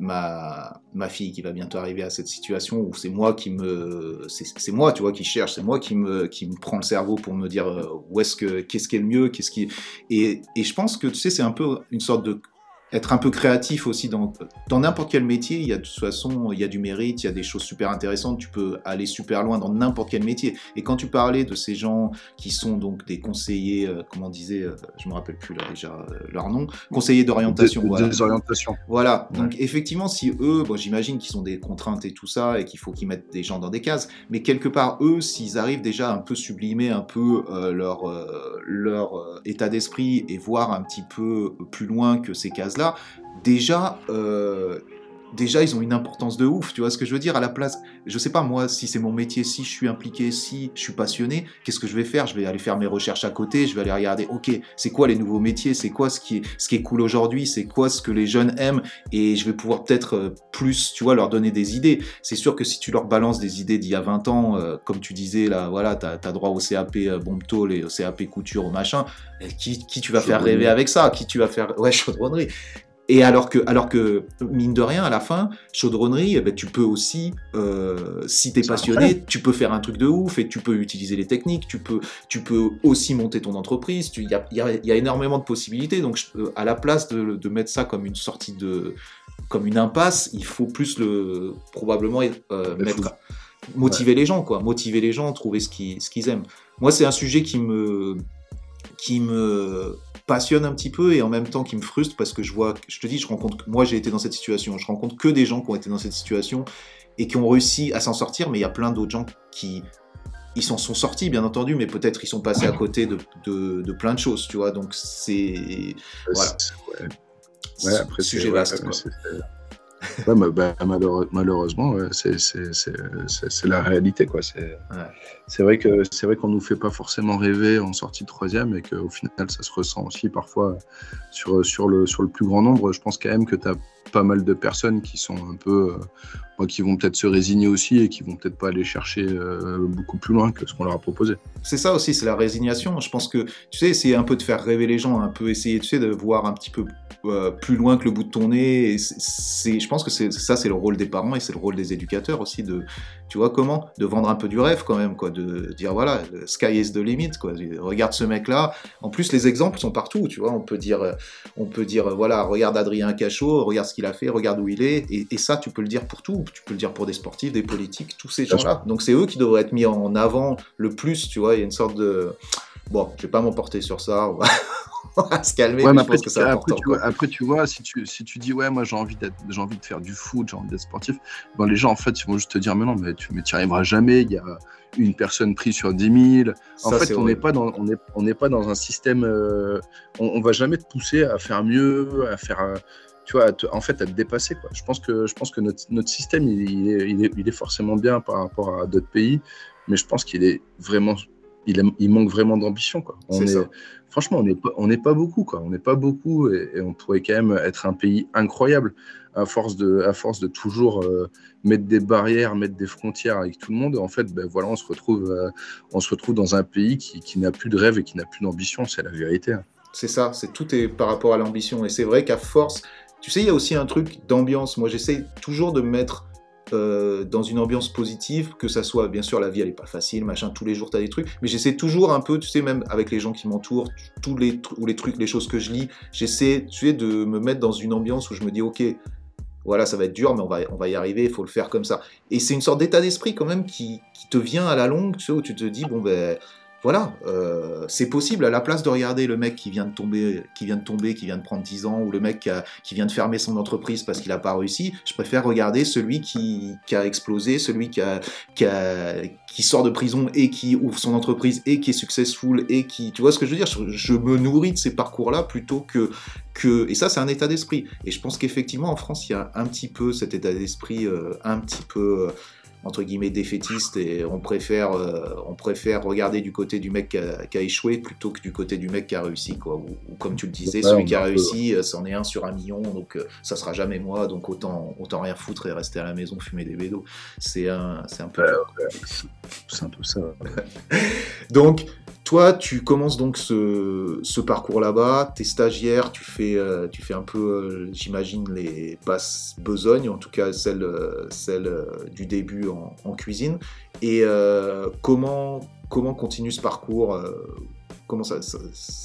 ma, ma fille qui va bientôt arriver à cette situation où c'est moi qui me... C'est, c'est moi, tu vois, qui cherche, c'est moi qui me, qui me prend le cerveau pour me dire euh, où est-ce que, qu'est-ce qui est le mieux, qu'est-ce qui... Et, et je pense que, tu sais, c'est un peu une sorte de... être un peu créatif aussi dans, dans n'importe quel métier. Il y a de toute façon, il y a du mérite, il y a des choses super intéressantes, tu peux aller super loin dans n'importe quel métier. Et quand tu parlais de ces gens qui sont donc des conseillers, euh, comment on disait, euh, je me rappelle plus là déjà euh, leur nom, conseillers d'orientation. Des, voilà. des orientations. Voilà, Ouais. donc effectivement, si eux, bon, j'imagine qu'ils ont des contraintes et tout ça, et qu'il faut qu'ils mettent des gens dans des cases, mais quelque part, eux, s'ils arrivent déjà à un peu sublimer un peu euh, leur, euh, leur euh, état d'esprit et voir un petit peu plus loin que ces cases-là, déjà, euh, déjà, ils ont une importance de ouf, tu vois ce que je veux dire, à la place, je sais pas, moi, si c'est mon métier, si je suis impliqué, si je suis passionné, qu'est-ce que je vais faire? Je vais aller faire mes recherches à côté, je vais aller regarder, ok, c'est quoi les nouveaux métiers, c'est quoi ce qui est, ce qui est cool aujourd'hui, c'est quoi ce que les jeunes aiment, et je vais pouvoir peut-être euh, plus, tu vois, leur donner des idées. C'est sûr que si tu leur balances des idées d'il y a vingt ans, euh, comme tu disais, là, voilà, t'as, t'as droit au C A P euh, bombe tôle et au C A P couture, au machin, et qui, qui tu vas faire rêver avec ça? Qui tu vas faire, ouais, chaudronnerie. Et alors que, alors que, mine de rien, à la fin, chaudronnerie, eh ben, tu peux aussi, euh, si t'es passionné, tu peux faire un truc de ouf et tu peux utiliser les techniques, tu peux, tu peux aussi monter ton entreprise. Il y a, y, a, y a énormément de possibilités. Donc, je, à la place de, de mettre ça comme une sortie de, comme une impasse, il faut plus le, probablement, euh, mettre, motiver ouais. les gens, quoi. Motiver les gens, trouver ce qu'ils, ce qu'ils aiment. Moi, c'est un sujet qui me, qui me passionne un petit peu et en même temps qui me frustre parce que je vois, je te dis, je rencontre, moi j'ai été dans cette situation, je rencontre que des gens qui ont été dans cette situation et qui ont réussi à s'en sortir, mais il y a plein d'autres gens qui, ils s'en sont sortis bien entendu, mais peut-être ils sont passés à côté de, de, de plein de choses, tu vois, donc c'est, voilà. Ouais, ouais après sujet c'est, vaste, ouais, quoi. C'est, ouais, bah, bah, malheureux, malheureusement, ouais, c'est, c'est, c'est, c'est, c'est la réalité, quoi. C'est, ouais. c'est, vrai que, c'est vrai qu'on ne nous fait pas forcément rêver en sortie de troisième et qu'au final, ça se ressent aussi parfois sur, sur, le, sur le plus grand nombre. Je pense quand même que tu as pas mal de personnes qui sont un peu, euh, qui vont peut-être se résigner aussi et qui vont peut-être pas aller chercher euh, beaucoup plus loin que ce qu'on leur a proposé. C'est ça aussi, c'est la résignation. Je pense que, tu sais, essayer un peu de faire rêver les gens, un peu essayer, tu sais, de voir un petit peu euh, plus loin que le bout de ton nez. Et c'est, c'est, je pense que c'est, ça, c'est le rôle des parents et c'est le rôle des éducateurs aussi de, tu vois comment, de vendre un peu du rêve quand même, quoi, de dire voilà, le sky is the limit, quoi. Regarde ce mec-là. En plus, les exemples sont partout, tu vois. On peut dire, on peut dire, voilà, regarde Adrien Cachot, regarde ce qu'il a fait, regarde où il est. Et, et ça, tu peux le dire pour tout. Tu peux le dire pour des sportifs, des politiques, tous ces gens-là. Donc c'est eux qui devraient être mis en avant le plus, tu vois. Il y a une sorte de... Bon, je vais pas m'emporter sur ça, on va, on va se calmer, ouais, mais mais après, je pense que tu, c'est après, important. Tu vois, après, tu vois, si tu, si tu dis, ouais, moi j'ai envie, d'être, j'ai envie de faire du foot, j'ai envie d'être sportif, ben, les gens, en fait, ils vont juste te dire, mais non, mais tu n'y arriveras jamais, il y a une personne prise sur dix mille. En ça, fait, on n'est pas, on est, on est pas dans un système... Euh, on ne va jamais te pousser à faire mieux, à faire... Euh, tu vois, à te, en fait, à te dépasser, quoi. Je pense que, je pense que notre, notre système, il, il, est, il, est, il est forcément bien par rapport à d'autres pays, mais je pense qu'il est vraiment... Il, est, il manque vraiment d'ambition, quoi. On est, est franchement, on n'est pas, on n'est pas beaucoup, quoi. On n'est pas beaucoup et, et on pourrait quand même être un pays incroyable à force de, à force de toujours euh, mettre des barrières, mettre des frontières avec tout le monde. En fait, ben voilà, on se retrouve, euh, on se retrouve dans un pays qui, qui n'a plus de rêve et qui n'a plus d'ambition. C'est la vérité. Hein. C'est ça. C'est tout est par rapport à l'ambition. Et c'est vrai qu'à force, tu sais, il y a aussi un truc d'ambiance. Moi, j'essaie toujours de me mettre Euh, dans une ambiance positive, que ça soit, bien sûr, la vie elle est pas facile, machin, tous les jours t'as des trucs, mais j'essaie toujours un peu, tu sais, même avec les gens qui m'entourent, tous les, ou les trucs, les choses que je lis, j'essaie, tu sais, de me mettre dans une ambiance où je me dis, ok, voilà, ça va être dur, mais on va, on va y arriver, il faut le faire comme ça. Et c'est une sorte d'état d'esprit quand même qui, qui te vient à la longue, tu sais, où tu te dis, bon ben, voilà, euh, c'est possible, à la place de regarder le mec qui vient de tomber, qui vient de tomber, qui vient de prendre dix ans, ou le mec qui, a, qui vient de fermer son entreprise parce qu'il n'a pas réussi, je préfère regarder celui qui, qui a explosé, celui qui, a, qui, a, qui sort de prison et qui ouvre son entreprise et qui est successful et qui, tu vois ce que je veux dire, je, je me nourris de ces parcours-là plutôt que, que, et ça c'est un état d'esprit, et je pense qu'effectivement en France il y a un petit peu cet état d'esprit, euh, un petit peu... Euh, entre guillemets défaitiste, et on préfère, euh, on préfère regarder du côté du mec qui a, qui a échoué plutôt que du côté du mec qui a réussi, quoi. Ou, ou comme tu le disais, ouais, celui qui a réussi, euh, c'en est un sur un million, donc euh, ça sera jamais moi, donc autant, autant rien foutre et rester à la maison fumer des bédos. C'est un, c'est un peu... Ouais, ouais, c'est un peu ça. Ouais. Donc, toi, tu commences donc ce, ce parcours là-bas, t'es stagiaire, tu fais, euh, tu fais un peu, euh, j'imagine, les basses besognes, en tout cas celles, euh, celles euh, du début en, en cuisine. Et euh, comment, comment continue ce parcours euh, Comment ça... ça,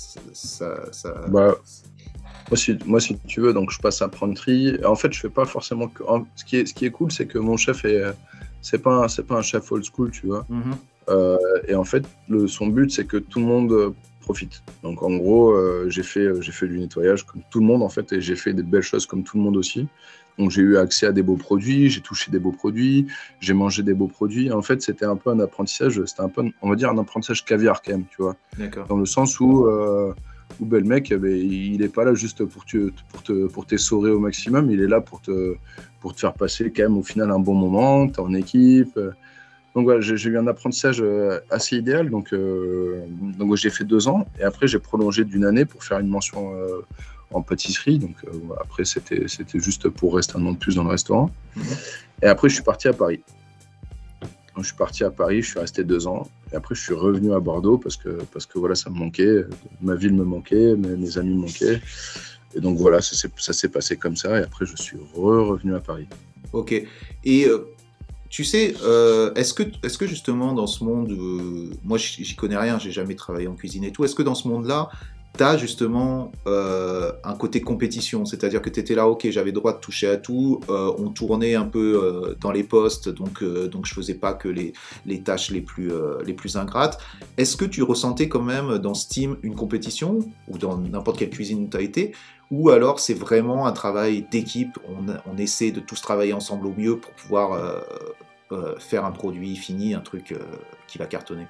ça, ça... Bah, moi, si, moi, si tu veux, donc je passe à apprenti. En fait, je fais pas forcément... Que... Ce, qui est, ce qui est cool, c'est que mon chef, est, c'est pas, un, c'est pas un chef old school, tu vois. Mm-hmm. Euh, et en fait, le, son but, c'est que tout le monde profite. Donc, en gros, euh, j'ai fait, j'ai fait du nettoyage comme tout le monde, en fait, et j'ai fait des belles choses comme tout le monde aussi. Donc, j'ai eu accès à des beaux produits, j'ai touché des beaux produits, j'ai mangé des beaux produits. En fait, c'était un peu un apprentissage, c'était un peu, on va dire, un apprentissage caviar quand même, tu vois. D'accord. Dans le sens où, euh, où ben, le mec, ben, il n'est pas là juste pour, te, pour, te, pour t'essorer au maximum, il est là pour te, pour te faire passer quand même au final un bon moment, t'es en équipe. Donc voilà, j'ai, j'ai eu un apprentissage assez idéal, donc, euh, donc j'ai fait deux ans, et après j'ai prolongé d'une année pour faire une mention euh, en pâtisserie, donc euh, après c'était, c'était juste pour rester un an de plus dans le restaurant. Mmh. Et après je suis parti à Paris. Donc, je suis parti à Paris, je suis resté deux ans, et après je suis revenu à Bordeaux parce que, parce que voilà, ça me manquait, ma ville me manquait, mes, mes amis me manquaient, et donc voilà, ça s'est, ça s'est passé comme ça, et après je suis re- revenu à Paris. Ok, et... Euh... Tu sais, euh, est-ce que, est-ce que justement dans ce monde, euh, moi j'y connais rien, j'ai jamais travaillé en cuisine et tout, est-ce que dans ce monde-là, tu as justement euh, un côté compétition, c'est-à-dire que tu étais là, ok, j'avais droit de toucher à tout, euh, on tournait un peu euh, dans les postes, donc, euh, donc je faisais pas que les, les tâches les plus, euh, les plus ingrates. Est-ce que tu ressentais quand même dans ce team une compétition, ou dans n'importe quelle cuisine où tu as été, ou alors c'est vraiment un travail d'équipe, on, on essaie de tous travailler ensemble au mieux pour pouvoir euh, euh, faire un produit fini, un truc euh, qui va cartonner?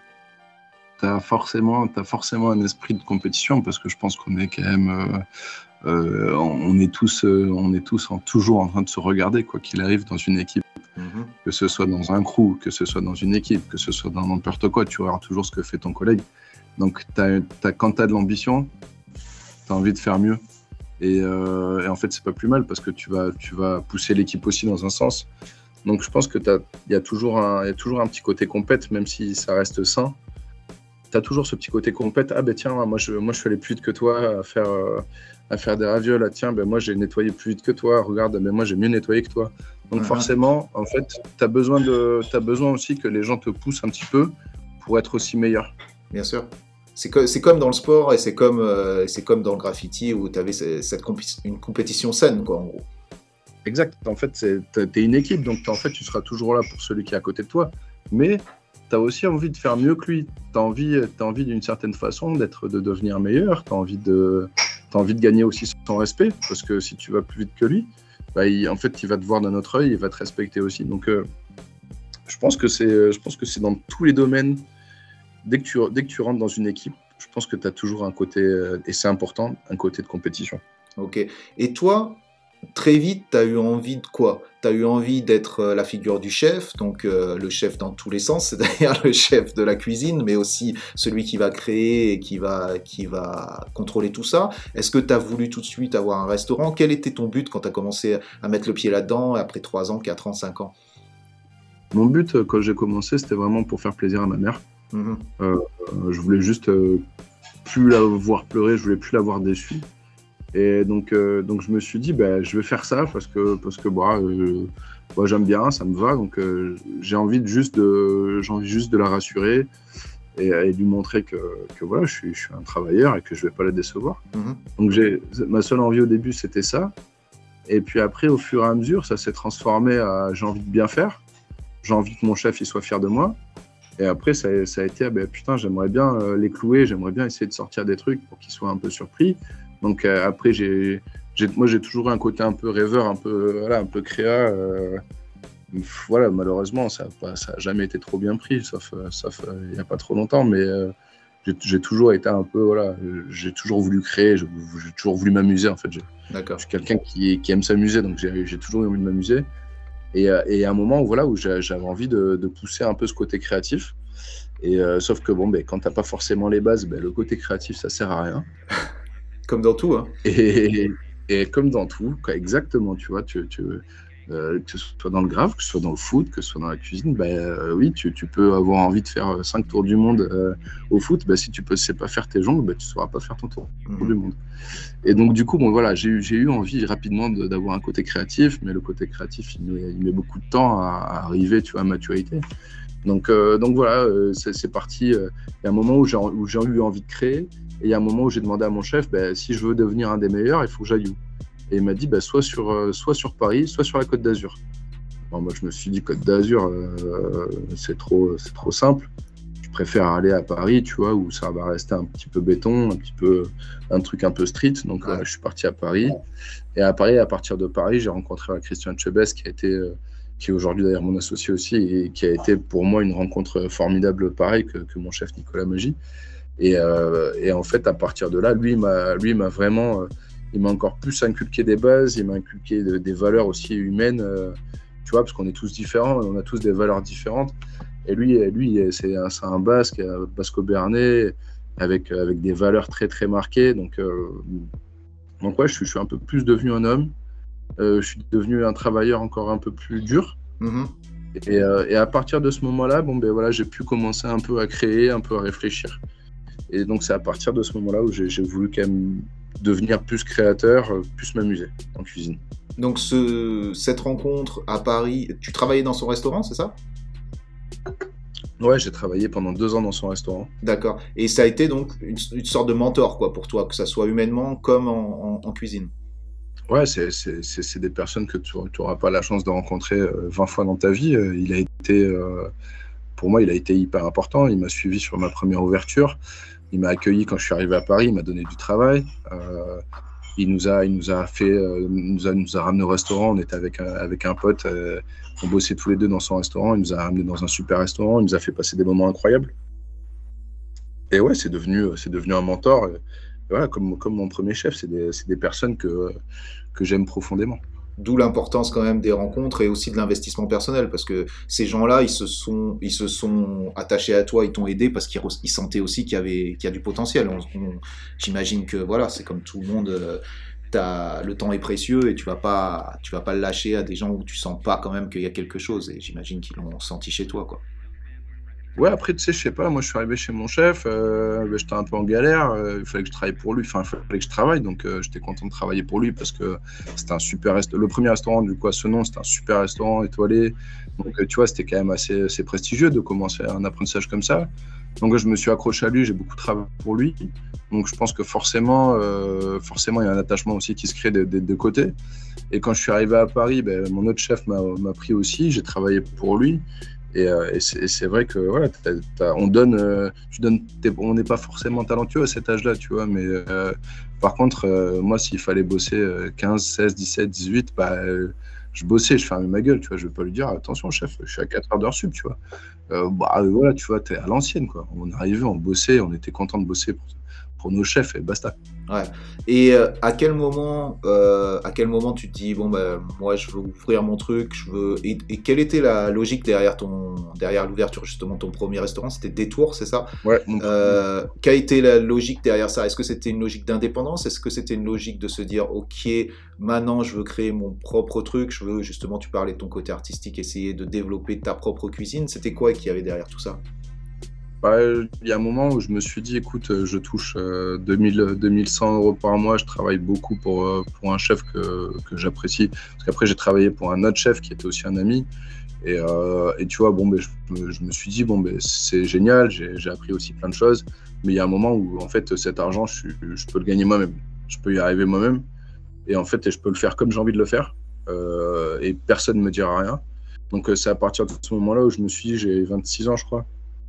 T'as forcément, t'as forcément un esprit de compétition parce que je pense qu'on est quand même, euh, euh, on est tous, euh, on est tous en, toujours en train de se regarder quoi qu'il arrive dans une équipe, mm-hmm. que ce soit dans un crew, que ce soit dans une équipe, que ce soit dans n'importe quoi, tu regardes toujours ce que fait ton collègue. Donc t'as, t'as, quand t'as de l'ambition, t'as envie de faire mieux. Et, euh, et en fait c'est pas plus mal parce que tu vas, tu vas pousser l'équipe aussi dans un sens. Donc je pense que t'as, il y a toujours un, il y a toujours un petit côté compète même si ça reste sain. Tu as toujours ce petit côté compète. Ah ben tiens, moi je, moi je suis allé plus vite que toi à faire, euh, à faire des ravioles. Ah, tiens, ben moi j'ai nettoyé plus vite que toi. Regarde, ben moi j'ai mieux nettoyé que toi. Donc uh-huh. forcément, en fait, tu as besoin, de, t'as besoin aussi que les gens te poussent un petit peu pour être aussi meilleur. Bien sûr. C'est, co- c'est comme dans le sport et c'est comme, euh, c'est comme dans le graffiti où tu avais cette compé- une compétition saine, quoi, en gros. Exact. En fait, c'est, t'es une équipe, donc en fait, tu seras toujours là pour celui qui est à côté de toi. Mais tu as aussi envie de faire mieux que lui. Tu as envie, t'as envie d'une certaine façon d'être, de devenir meilleur. Tu as envie de, t'as envie de gagner aussi son respect. Parce que si tu vas plus vite que lui, bah, il, en fait, il va te voir d'un autre œil, il va te respecter aussi. Donc, euh, je pense que c'est, je pense que c'est dans tous les domaines. Dès que tu, dès que tu rentres dans une équipe, je pense que tu as toujours un côté, et c'est important, un côté de compétition. Ok. Et toi, très vite, tu as eu envie de quoi? Tu as eu envie d'être la figure du chef, donc euh, le chef dans tous les sens, c'est-à-dire le chef de la cuisine, mais aussi celui qui va créer et qui va, qui va contrôler tout ça. Est-ce que tu as voulu tout de suite avoir un restaurant? Quel était ton but quand tu as commencé à mettre le pied là-dedans, après trois ans, quatre ans, cinq ans? Mon but, quand j'ai commencé, c'était vraiment pour faire plaisir à ma mère. Mmh. Euh, je voulais juste euh, plus la voir pleurer, je voulais plus la voir déçue. Et donc, euh, donc je me suis dit, bah, je vais faire ça parce que, parce que bah, euh, bah, j'aime bien, ça me va. Donc euh, j'ai envie de juste de, j'ai envie juste de la rassurer et, et lui montrer que, que voilà, je suis, je suis un travailleur et que je vais pas la décevoir. Mmh. Donc j'ai, ma seule envie au début, c'était ça. Et puis après, au fur et à mesure, ça s'est transformé à j'ai envie de bien faire. J'ai envie que mon chef il soit fier de moi. Et après, ça, ça a été, ah ben, putain, j'aimerais bien euh, les clouer, j'aimerais bien essayer de sortir des trucs pour qu'ils soient un peu surpris. Donc euh, après, j'ai, j'ai, moi, j'ai toujours eu un côté un peu rêveur, un peu, voilà, un peu créa. Euh, voilà, malheureusement, ça n'a jamais été trop bien pris, sauf il n'y a pas trop longtemps. Mais euh, j'ai, j'ai toujours été un peu, voilà, j'ai toujours voulu créer, j'ai, j'ai toujours voulu m'amuser, en fait. J'ai, D'accord. Je suis quelqu'un qui, qui aime s'amuser, donc j'ai, j'ai toujours eu envie de m'amuser. Et, et à un moment où, voilà, où j'avais envie de, de pousser un peu ce côté créatif. Et, euh, sauf que bon, ben, quand tu n'as pas forcément les bases, ben, le côté créatif, ça ne sert à rien. Comme dans tout. Hein. Et, et comme dans tout, quoi, exactement. Tu vois, tu, tu, Euh, que ce soit dans le graphe, que ce soit dans le foot, que ce soit dans la cuisine, bah, euh, oui, tu, tu peux avoir envie de faire cinq tours du monde euh, au foot. Bah, si tu ne sais pas faire tes jongles, bah, tu ne sauras pas faire ton tour Mhm. du monde. Et donc, du coup, bon, voilà, j'ai, eu- j'ai eu envie rapidement de- d'avoir un côté créatif, mais le côté créatif, il met, il met beaucoup de temps à, à arriver, tu vois, à maturité. Donc, euh, donc voilà, euh, c'est, c'est parti. Il euh, y a un moment où j'ai, où j'ai eu envie de créer, et il y a un moment où j'ai demandé à mon chef, bah, si je veux devenir un des meilleurs, il faut que j'aille où? Et il m'a dit, bah, soit, sur, euh, soit sur Paris, soit sur la Côte d'Azur. Bon, moi, je me suis dit, Côte d'Azur, euh, c'est, trop, c'est trop simple. Je préfère aller à Paris, tu vois, où ça va rester un petit peu béton, un petit peu, un truc un peu street. Donc, Ouais. euh, je suis parti à Paris. Et à Paris, à partir de Paris, j'ai rencontré Christian Chebes, qui a été, euh, qui est aujourd'hui d'ailleurs mon associé aussi, et qui a été pour moi une rencontre formidable, pareil que, que mon chef Nicolas Magie. Et, euh, et en fait, à partir de là, lui, m'a, lui, m'a vraiment, euh, il m'a encore plus inculqué des bases, il m'a inculqué de, des valeurs aussi humaines, euh, tu vois, parce qu'on est tous différents, on a tous des valeurs différentes. Et lui, lui c'est, un, c'est un basque, un basco-béarnais, avec, avec des valeurs très, très marquées. Donc, euh, donc ouais, je suis, je suis un peu plus devenu un homme. Euh, je suis devenu un travailleur encore un peu plus dur. Mhm. Et, euh, et à partir de ce moment-là, bon, ben, voilà, j'ai pu commencer un peu à créer, un peu à réfléchir. Et donc, c'est à partir de ce moment-là où j'ai, j'ai voulu quand même devenir plus créateur, plus m'amuser en cuisine. Donc, ce, cette rencontre à Paris, tu travaillais dans son restaurant, c'est ça? Ouais, j'ai travaillé pendant deux ans dans son restaurant. D'accord. Et ça a été donc une, une sorte de mentor, quoi, pour toi, que ça soit humainement comme en, en, en cuisine. Ouais, c'est, c'est, c'est, c'est des personnes que tu n'auras pas la chance de rencontrer euh, vingt fois dans ta vie. Euh, il a été, euh, pour moi, il a été hyper important. Il m'a suivi sur ma première ouverture. Il m'a accueilli quand je suis arrivé à Paris. Il m'a donné du travail. Euh, il nous a, il nous a fait, euh, nous a, nous a ramené au restaurant. On était avec un, avec un pote. Euh, on bossait tous les deux dans son restaurant. Il nous a ramené dans un super restaurant. Il nous a fait passer des moments incroyables. Et ouais, c'est devenu, c'est devenu un mentor. Et voilà, comme, comme mon premier chef, c'est des, c'est des personnes que, que j'aime profondément. D'où l'importance quand même des rencontres et aussi de l'investissement personnel, parce que ces gens-là, ils se sont, ils se sont attachés à toi, ils t'ont aidé parce qu'ils ils sentaient aussi qu'il y avait, qu'il y a du potentiel. On, on, j'imagine que voilà, c'est comme tout le monde, euh, t'as, le temps est précieux et tu vas pas, tu vas pas le lâcher à des gens où tu sens pas quand même qu'il y a quelque chose. Et j'imagine qu'ils l'ont senti chez toi, quoi. Ouais, après, tu sais, je sais pas, moi je suis arrivé chez mon chef, euh, ben, j'étais un peu en galère, euh, il fallait que je travaille pour lui, enfin, il fallait que je travaille, donc euh, j'étais content de travailler pour lui parce que c'était un super restaurant. Le premier restaurant du Poissonnon, c'était un super restaurant étoilé, donc euh, tu vois, c'était quand même assez, assez prestigieux de commencer un apprentissage comme ça. Donc je me suis accroché à lui, j'ai beaucoup travaillé pour lui, donc je pense que forcément, euh, forcément, il y a un attachement aussi qui se crée des deux côtés. Et quand je suis arrivé à Paris, ben, mon autre chef m'a, m'a pris aussi, j'ai travaillé pour lui. Et, euh, et, c'est, et c'est vrai que voilà, t'as, t'as, on donne, euh, tu donnes, on n'est pas forcément talentueux à cet âge-là, tu vois. Mais euh, par contre, euh, moi, s'il fallait bosser quinze, seize, dix-sept, dix-huit, bah, euh, je bossais, je fermais ma gueule, tu vois. Je vais pas lui dire attention, chef, je suis à quatre heures d'heure sup, tu vois. Euh, bah voilà, tu vois, t'es à l'ancienne, quoi. On arrivait, on bossait, on était content de bosser pour, pour nos chefs et basta. Ouais. Et euh, à quel moment, euh, à quel moment tu te dis bon ben moi je veux ouvrir mon truc, je veux et, et quelle était la logique derrière ton derrière l'ouverture justement de ton premier restaurant? C'était Détour, c'est ça? Ouais. Mon euh, quelle était la logique derrière ça? Est-ce que c'était une logique d'indépendance? Est-ce que c'était une logique de se dire ok maintenant je veux créer mon propre truc, je veux justement, tu parlais de ton côté artistique, essayer de développer ta propre cuisine? C'était quoi qu'il y avait derrière tout ça? Bah, il y a un moment où je me suis dit, écoute, je touche euh, deux mille, deux mille cent euros par mois, je travaille beaucoup pour, euh, pour un chef que, que j'apprécie. Parce qu'après, j'ai travaillé pour un autre chef qui était aussi un ami. Et, euh, et tu vois, bon, ben, je, me, je me suis dit, bon, ben, c'est génial, j'ai, j'ai appris aussi plein de choses. Mais il y a un moment où, en fait, cet argent, je, je peux le gagner moi-même. Je peux y arriver moi-même. Et en fait, je peux le faire comme j'ai envie de le faire. Euh, et personne ne me dira rien. Donc, c'est à partir de ce moment-là où je me suis dit, j'ai vingt-six ans, je crois.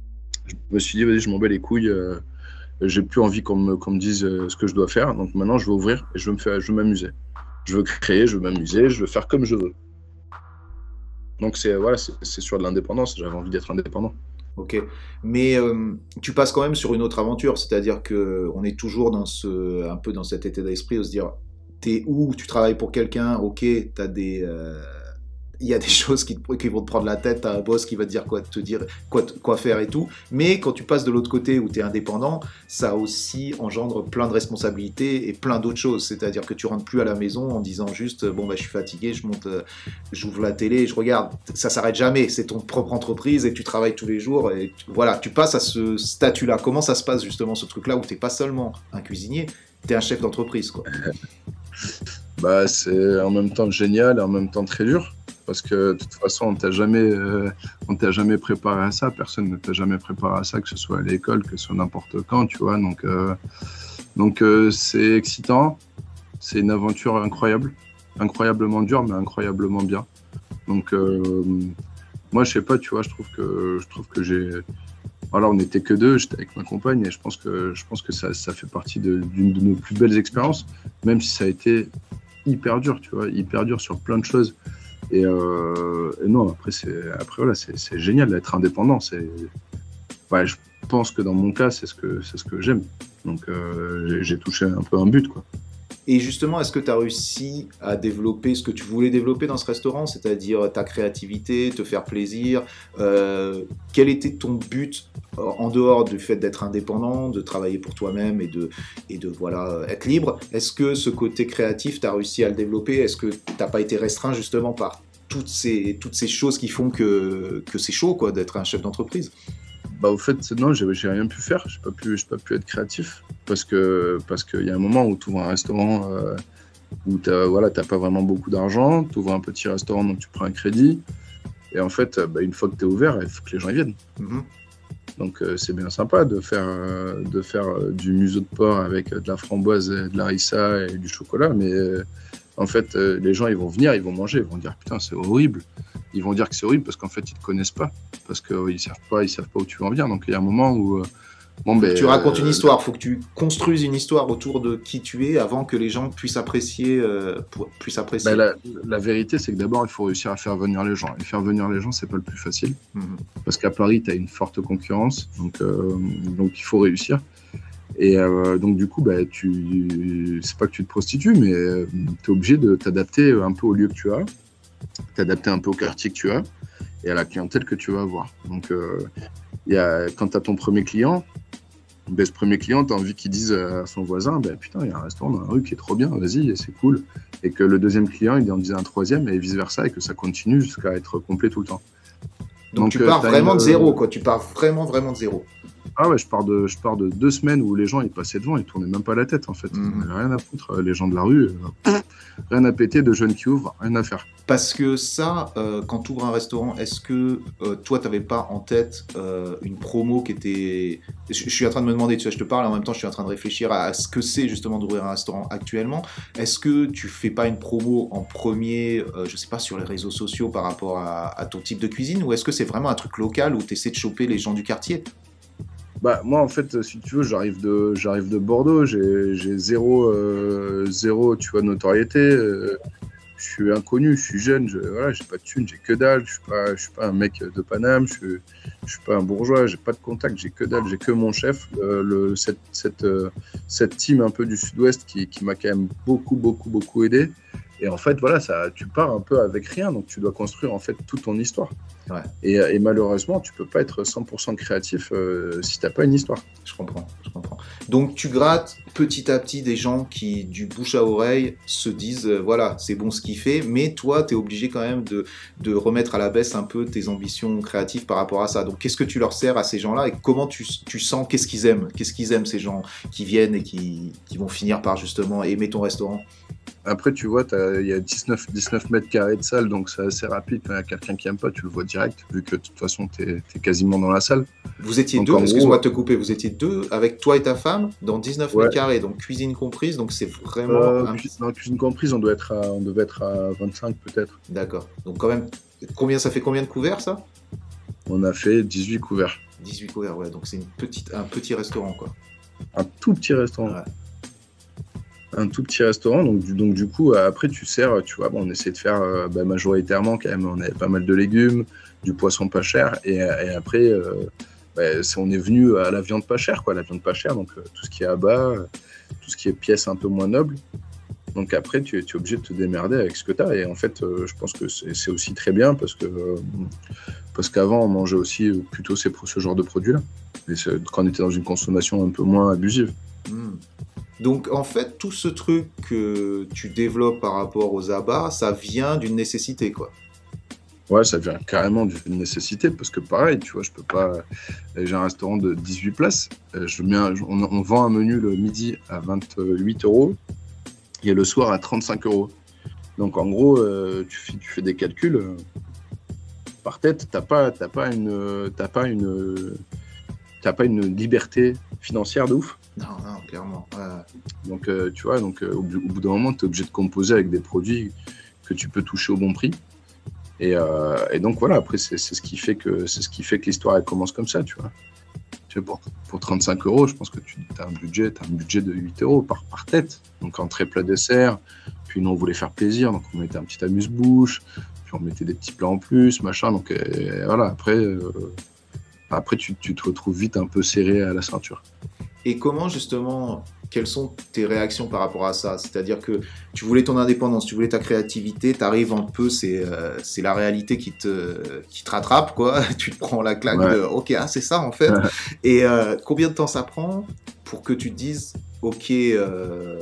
Je me suis dit, vas-y, je m'en bats les couilles, euh, j'ai plus envie qu'on me, qu'on me dise euh, ce que je dois faire. Donc maintenant, je veux ouvrir et je veux, me faire, je veux m'amuser. Je veux créer, je veux m'amuser, je veux faire comme je veux. Donc c'est, voilà, c'est, c'est sur de l'indépendance, j'avais envie d'être indépendant. Ok, mais euh, tu passes quand même sur une autre aventure, c'est-à-dire qu'on est toujours dans ce, un peu dans cet état d'esprit de se dire, t'es où, tu travailles pour quelqu'un, ok, t'as des... Euh... il y a des choses qui, te, qui vont te prendre la tête, t'as un boss qui va te dire quoi, te dire quoi, quoi faire et tout, mais quand tu passes de l'autre côté où tu es indépendant, ça aussi engendre plein de responsabilités et plein d'autres choses, c'est-à-dire que tu rentres plus à la maison en disant juste, bon bah je suis fatigué, je monte, euh, j'ouvre la télé, je regarde, ça s'arrête jamais, c'est ton propre entreprise et tu travailles tous les jours, et tu, voilà, tu passes à ce statut-là. Comment ça se passe justement ce truc-là où tu n'es pas seulement un cuisinier, tu es un chef d'entreprise quoi. Bah, c'est en même temps génial et en même temps très dur. Parce que de toute façon, on t'a jamais, euh, on t'a jamais préparé à ça. Personne ne t'a jamais préparé à ça, que ce soit à l'école, que ce soit n'importe quand, tu vois. Donc, euh, donc euh, c'est excitant. C'est une aventure incroyable, incroyablement dure, mais incroyablement bien. Donc, euh, moi, je sais pas, tu vois, je trouve que, je trouve que j'ai. Voilà, on n'était que deux, j'étais avec ma compagne, et je pense que, je pense que ça, ça fait partie de, d'une de nos plus belles expériences, même si ça a été hyper dur, tu vois, hyper dur sur plein de choses. Et, euh, et non, après, c'est, après voilà, c'est, c'est génial d'être indépendant. C'est, ouais, je pense que dans mon cas, c'est ce que, c'est ce que j'aime. Donc, euh, j'ai, j'ai touché un peu un but, quoi. Et justement, est-ce que tu as réussi à développer ce que tu voulais développer dans ce restaurant, c'est-à-dire ta créativité, te faire plaisir euh, quel était ton but en dehors du fait d'être indépendant, de travailler pour toi-même et de, et de voilà, être libre? Est-ce que ce côté créatif, tu as réussi à le développer? Est-ce que tu n'as pas été restreint justement par toutes ces, toutes ces choses qui font que, que c'est chaud quoi, d'être un chef d'entreprise? Bah, au fait, non, j'ai, j'ai rien pu faire. J'ai pas pu, j'ai pas pu être créatif parce que parce qu'il y a un moment où tu ouvres un restaurant euh, où t'as, voilà, t'as pas vraiment beaucoup d'argent. Tu ouvres un petit restaurant donc tu prends un crédit. Et en fait, bah, une fois que tu es ouvert, il faut que les gens y viennent. Mm-hmm. Donc euh, c'est bien sympa de faire euh, de faire euh, du museau de porc avec de la framboise, et de la harissa et du chocolat, mais euh, en fait, euh, les gens, ils vont venir, ils vont manger, ils vont dire putain, c'est horrible. Ils vont dire que c'est horrible parce qu'en fait, ils te connaissent pas, parce qu'ils euh, savent pas, ils savent pas où tu veux en venir. Donc il y a un moment où euh, bon, ben, tu racontes une histoire, il faut que tu construises une histoire autour de qui tu es avant que les gens puissent apprécier. Euh, puissent apprécier. Ben, la, la vérité, c'est que d'abord, il faut réussir à faire venir les gens. Et faire venir les gens, c'est pas le plus facile, mmh. parce qu'à Paris, tu as une forte concurrence, donc euh, donc il faut réussir. Et euh, donc du coup, bah, tu, c'est pas que tu te prostitues, mais euh, tu es obligé de t'adapter un peu au lieu que tu as, t'adapter un peu au quartier que tu as et à la clientèle que tu vas avoir. Donc, euh, y a, quand tu as ton premier client, ben, ce premier client, tu as envie qu'il dise à son voisin, ben, putain, il y a un restaurant dans la rue qui est trop bien, vas-y, c'est cool. Et que le deuxième client, il en dise un troisième et vice-versa, et que ça continue jusqu'à être complet tout le temps. Donc, Donc tu pars vraiment une... de zéro, quoi. Tu pars vraiment, vraiment de zéro. Ah ouais, je pars de, je pars de deux semaines où les gens ils passaient devant, ils tournaient même pas la tête en fait. Mmh. Ils n'avaient rien à foutre, les gens de la rue, euh, rien à péter, de jeunes qui ouvrent, rien à faire. Parce que ça, euh, quand tu ouvres un restaurant, est-ce que euh, toi tu n'avais pas en tête euh, une promo qui était. Je, je suis en train de me demander, tu vois, je te parle en même temps, je suis en train de réfléchir à, à ce que c'est justement d'ouvrir un restaurant actuellement. Est-ce que tu fais pas une promo en premier, euh, je sais pas, sur les réseaux sociaux par rapport à, à ton type de cuisine, ou est-ce que c'est vraiment un truc local où tu essaies de choper les gens du quartier? Bah, moi, en fait, si tu veux, j'arrive de, j'arrive de Bordeaux, j'ai, j'ai zéro, euh, zéro, tu vois, notoriété. Euh, je suis inconnu, je suis jeune, je, voilà, j'ai pas de thunes, j'ai que dalle. Je suis pas, je suis pas un mec de Paname, je, suis, je suis pas un bourgeois, j'ai pas de contact, j'ai que dalle, j'ai que mon chef, euh, le, cette, cette, euh, cette team un peu du Sud-Ouest qui, qui m'a quand même beaucoup, beaucoup, beaucoup aidé. Et en fait, voilà, ça, tu pars un peu avec rien, donc tu dois construire en fait toute ton histoire. Ouais. Et, et malheureusement, tu peux pas être cent pour cent créatif euh, si t'as pas une histoire. Je comprends, je comprends. Donc tu grattes petit à petit des gens qui, du bouche à oreille, se disent euh, voilà, c'est bon ce qu'il fait, mais toi, tu es obligé quand même de, de remettre à la baisse un peu tes ambitions créatives par rapport à ça. Donc qu'est-ce que tu leur sers à ces gens-là et comment tu, tu sens, qu'est-ce qu'ils aiment, qu'est-ce qu'ils aiment ces gens qui viennent et qui, qui vont finir par justement aimer ton restaurant? Après, tu vois, il y a dix-neuf, dix-neuf mètres carrés de salle, donc c'est assez rapide. Quand il y a quelqu'un qui n'aime pas, tu le vois direct, vu que de toute façon, tu es quasiment dans la salle. Vous étiez donc, deux, excuse-moi de te couper, vous étiez deux avec toi et ta femme dans dix-neuf ouais. mètres carrés, donc cuisine comprise, donc c'est vraiment... Euh, un... Dans cuisine comprise, on, doit être à, on devait être à vingt-cinq peut-être. D'accord, donc quand même, combien, ça fait combien de couverts ça? On a fait dix-huit couverts. dix-huit couverts, ouais, donc c'est une petite, un petit restaurant, quoi. Un tout petit restaurant. Ouais. Un tout petit restaurant, donc du, donc du coup après tu sers, tu vois, bon, on essaie de faire euh, bah, majoritairement quand même, on avait pas mal de légumes, du poisson pas cher, et, et après euh, bah, c'est, on est venu à la viande pas chère, quoi, la viande pas chère, donc euh, tout ce qui est abat, tout ce qui est pièces un peu moins nobles, Donc après, tu, tu es obligé de te démerder avec ce que tu as. Et en fait, euh, je pense que c'est, c'est aussi très bien parce que euh, parce qu'avant, on mangeait aussi plutôt ces, ce genre de produits-là. Et c'est, quand on était dans une consommation un peu moins abusive. Mmh. Donc en fait, tout ce truc que tu développes par rapport aux abats, ça vient d'une nécessité, quoi. Ouais, ça vient carrément d'une nécessité parce que pareil, tu vois, je peux pas. J'ai un restaurant de dix-huit places. Je mets un- on, on vend un menu le midi à vingt-huit euros et le soir à trente-cinq euros. Donc en gros, euh, tu, fais, tu fais des calculs euh, par tête. T'as pas, t'as pas une, t'as pas une, t'as pas une liberté financière de ouf. Non, non, clairement. Ouais. Donc euh, tu vois, donc euh, au, bout- au bout d'un moment, tu es obligé de composer avec des produits que tu peux toucher au bon prix. Et, euh, et donc voilà, après c'est, c'est ce qui fait que c'est ce qui fait que l'histoire elle commence comme ça, tu vois. Tu vois, pour, pour trente-cinq euros, je pense que tu as un budget, t'as un budget de huit euros par, par tête. Donc entrée, plat, dessert. Puis nous on voulait faire plaisir, donc on mettait un petit amuse-bouche. Puis on mettait des petits plats en plus, machin. Donc euh, voilà, après, euh, après tu, tu te retrouves vite un peu serré à la ceinture. Et comment justement, quelles sont tes réactions par rapport à ça? C'est-à-dire que tu voulais ton indépendance, tu voulais ta créativité, t'arrives un peu, c'est euh, c'est la réalité qui te, qui te rattrape, quoi. Tu te prends la claque Ouais. de OK, ah, c'est ça en fait. Et euh, combien de temps ça prend pour que tu te dises OK, euh,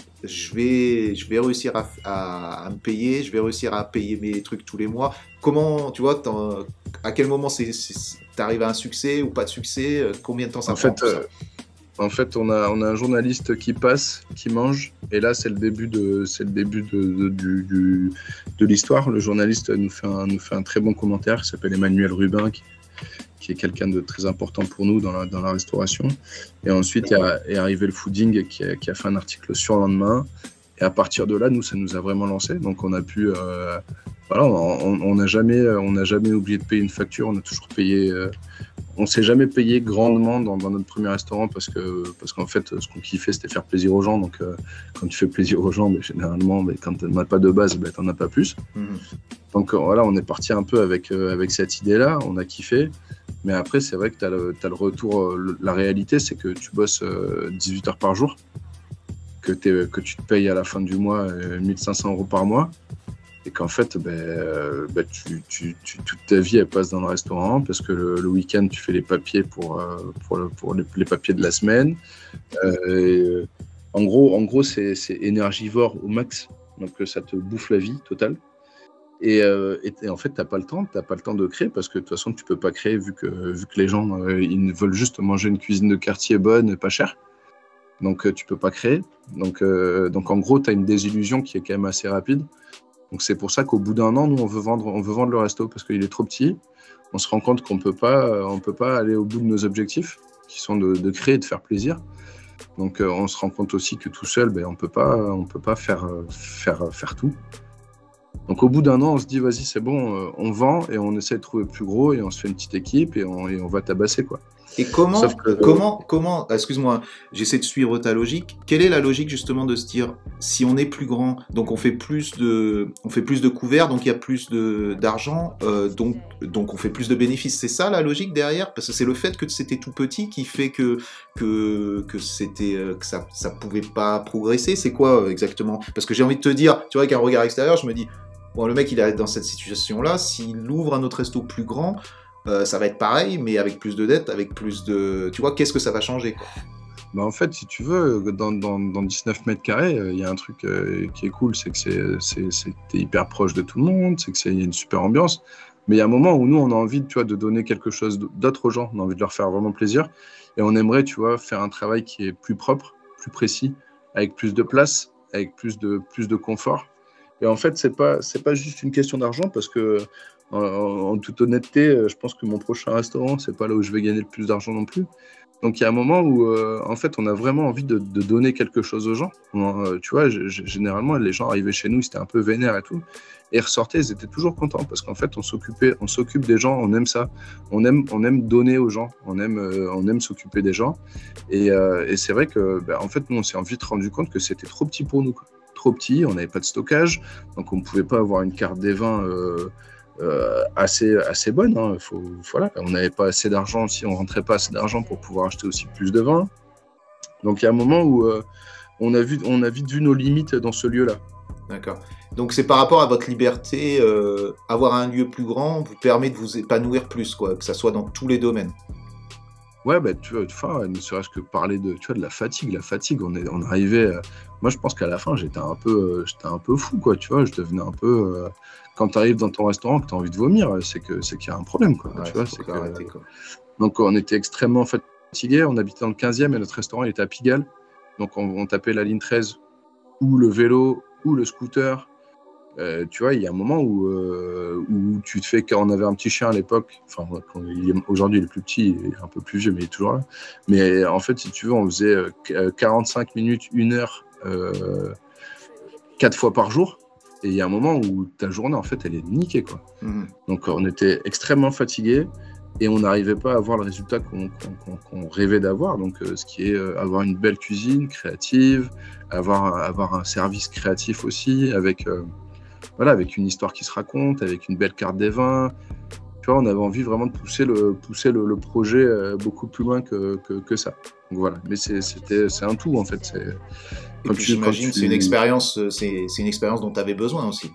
je vais, je vais réussir à, à, à me payer, je vais réussir à payer mes trucs tous les mois. Comment, tu vois, t'en- à quel moment c'est, c'est, t'arrives à un succès ou pas de succès? euh, Combien de temps ça En prend fait, tout ça? euh, En fait, on a, on a un journaliste qui passe, qui mange, et là, c'est le début de, c'est le début de, de, du, du- de l'histoire. Le journaliste nous fait, un, nous fait un très bon commentaire, qui s'appelle Emmanuel Rubin, qui, qui est quelqu'un de très important pour nous dans la, dans la restauration. Et ensuite, il y a, est arrivé le fooding, qui a, qui a fait un article sur le lendemain. Et à partir de là, nous, ça nous a vraiment lancé. Donc, on a pu... euh, voilà, on n'a jamais, on n'a jamais oublié de payer une facture, on a toujours payé... euh, on s'est jamais payé grandement dans, dans notre premier restaurant parce que parce qu'en fait ce qu'on kiffait c'était faire plaisir aux gens, donc euh, quand tu fais plaisir aux gens, mais généralement mais quand tu n'en as pas de base, ben, tu n'en as pas plus. Mhm. Donc euh, voilà, on est parti un peu avec, euh, avec cette idée là, on a kiffé, mais après c'est vrai que tu as le, t'as le retour, euh, le- la réalité c'est que tu bosses euh, dix-huit heures par jour, que, t'es- que tu te payes à la fin du mois euh, mille cinq cents euros par mois. Et qu'en fait, ben, euh, ben, tu, tu, tu, toute ta vie, elle passe dans le restaurant parce que le, le week-end, tu fais les papiers pour, euh, pour, le- pour les, les papiers de la semaine. Euh, et, euh, en gros, en gros c'est, c'est énergivore au max. Donc, euh, ça te bouffe la vie totale. Et, euh, et, et en fait, tu n'as pas le temps. Tu n'as pas le temps de créer parce que de toute façon, tu ne peux pas créer vu que, vu que les gens, euh, ils veulent juste manger une cuisine de quartier bonne et pas chère. Donc, euh, tu ne peux pas créer. Donc, euh, donc en gros, tu as une désillusion qui est quand même assez rapide. Donc c'est pour ça qu'au bout d'un an, nous, on veut vendre, on veut vendre le resto parce qu'il est trop petit. On se rend compte qu'on peut pas, on peut pas aller au bout de nos objectifs, qui sont de, de créer et de faire plaisir. Donc euh, on se rend compte aussi que tout seul, ben, on peut pas, on peut pas faire, euh, faire, faire tout. Donc au bout d'un an, on se dit vas-y, c'est bon, euh, on vend et on essaie de trouver plus gros et on se fait une petite équipe et on, et on va tabasser quoi. Et comment, Sauf que- comment, comment, excuse-moi, j'essaie de suivre ta logique. Quelle est la logique justement de se dire, si on est plus grand, donc on fait plus de, on fait plus de couverts, donc il y a plus de d'argent, euh, donc donc on fait plus de bénéfices. C'est ça la logique derrière, parce que c'est le fait que c'était tout petit qui fait que que que c'était euh, que ça ça pouvait pas progresser. C'est quoi euh, exactement? Parce que j'ai envie de te dire, tu vois, avec un regard extérieur, je me dis, bon, le mec il est dans cette situation-là, s'il ouvre un autre resto plus grand. Euh, ça va être pareil, mais avec plus de dettes, avec plus de... Tu vois, qu'est-ce que ça va changer, quoi? Bah en fait, si tu veux, dans, dans, dans dix-neuf mètres carrés, il euh, y a un truc euh, qui est cool, c'est que c'est, c'est, c'est que t'es hyper proche de tout le monde, c'est qu'il y a une super ambiance. Mais il y a un moment où nous, on a envie, tu vois, de donner quelque chose d'autre aux gens, on a envie de leur faire vraiment plaisir. Et on aimerait, tu vois, faire un travail qui est plus propre, plus précis, avec plus de place, avec plus de, plus de confort. Et en fait, c'est pas, c'est pas juste une question d'argent, parce que En, en toute honnêteté, je pense que mon prochain restaurant, c'est pas là où je vais gagner le plus d'argent non plus. Donc il y a un moment où, euh, en fait, on a vraiment envie de, de donner quelque chose aux gens. On, euh, tu vois, je, je, généralement, les gens arrivaient chez nous, ils étaient un peu vénères et tout, et ils ressortaient, ils étaient toujours contents parce qu'en fait, on s'occupait, on s'occupe des gens, on aime ça, on aime, on aime donner aux gens, on aime, euh, on aime s'occuper des gens. Et, euh, et c'est vrai que, ben, en fait, nous, on s'est vite rendu compte que c'était trop petit pour nous, quoi. Trop petit, on n'avait pas de stockage, donc on ne pouvait pas avoir une carte des vins. Euh, Euh, assez, assez bonne. Hein. Faut, voilà. On n'avait pas assez d'argent, si on rentrait pas assez d'argent pour pouvoir acheter aussi plus de vin. Donc il y a un moment où, euh, on a, vu, on a vite vu nos limites dans ce lieu-là. D'accord. Donc c'est par rapport à votre liberté, euh, avoir un lieu plus grand vous permet de vous épanouir plus, quoi, que ça soit dans tous les domaines. Ouais, bah, tu vois, enfin, ne serait-ce que parler de, tu vois, de la fatigue. La fatigue, on, est, on arrivait. Euh, moi, je pense qu'à la fin, j'étais un peu, euh, j'étais un peu fou, quoi. Tu vois, je devenais un peu. Euh, quand tu arrives dans ton restaurant, que tu as envie de vomir, c'est que, c'est qu'il y a un problème, quoi. Ouais, tu vois, faut c'est que, arrêter, quoi. Donc, on était extrêmement fatigués. On habitait dans le quinzième et notre restaurant il était à Pigalle. Donc, on, on tapait la ligne treize ou le vélo ou le scooter. Euh, tu vois, il y a un moment où, euh, où tu te fais, quand on avait un petit chien à l'époque, enfin, quand il est, aujourd'hui il est plus petit, il est un peu plus vieux, mais il est toujours là. Mais en fait, si tu veux, on faisait quarante-cinq minutes, une heure, euh, quatre fois par jour. Et il y a un moment où ta journée, en fait, elle est niquée, quoi. Mmh. Donc, on était extrêmement fatigués et on n'arrivait pas à avoir le résultat qu'on, qu'on, qu'on rêvait d'avoir. Donc, euh, ce qui est euh, avoir une belle cuisine créative, avoir, avoir un service créatif aussi, avec... Euh, Voilà, avec une histoire qui se raconte, avec une belle carte des vins. Tu vois, on avait envie vraiment de pousser le, pousser le, le projet euh, beaucoup plus loin que, que, que ça. Donc voilà, mais c'est, c'était, c'est un tout en fait. C'est, Et puis tu, j'imagine que tu... c'est une expérience, c'est, c'est une expérience dont tu avais besoin aussi.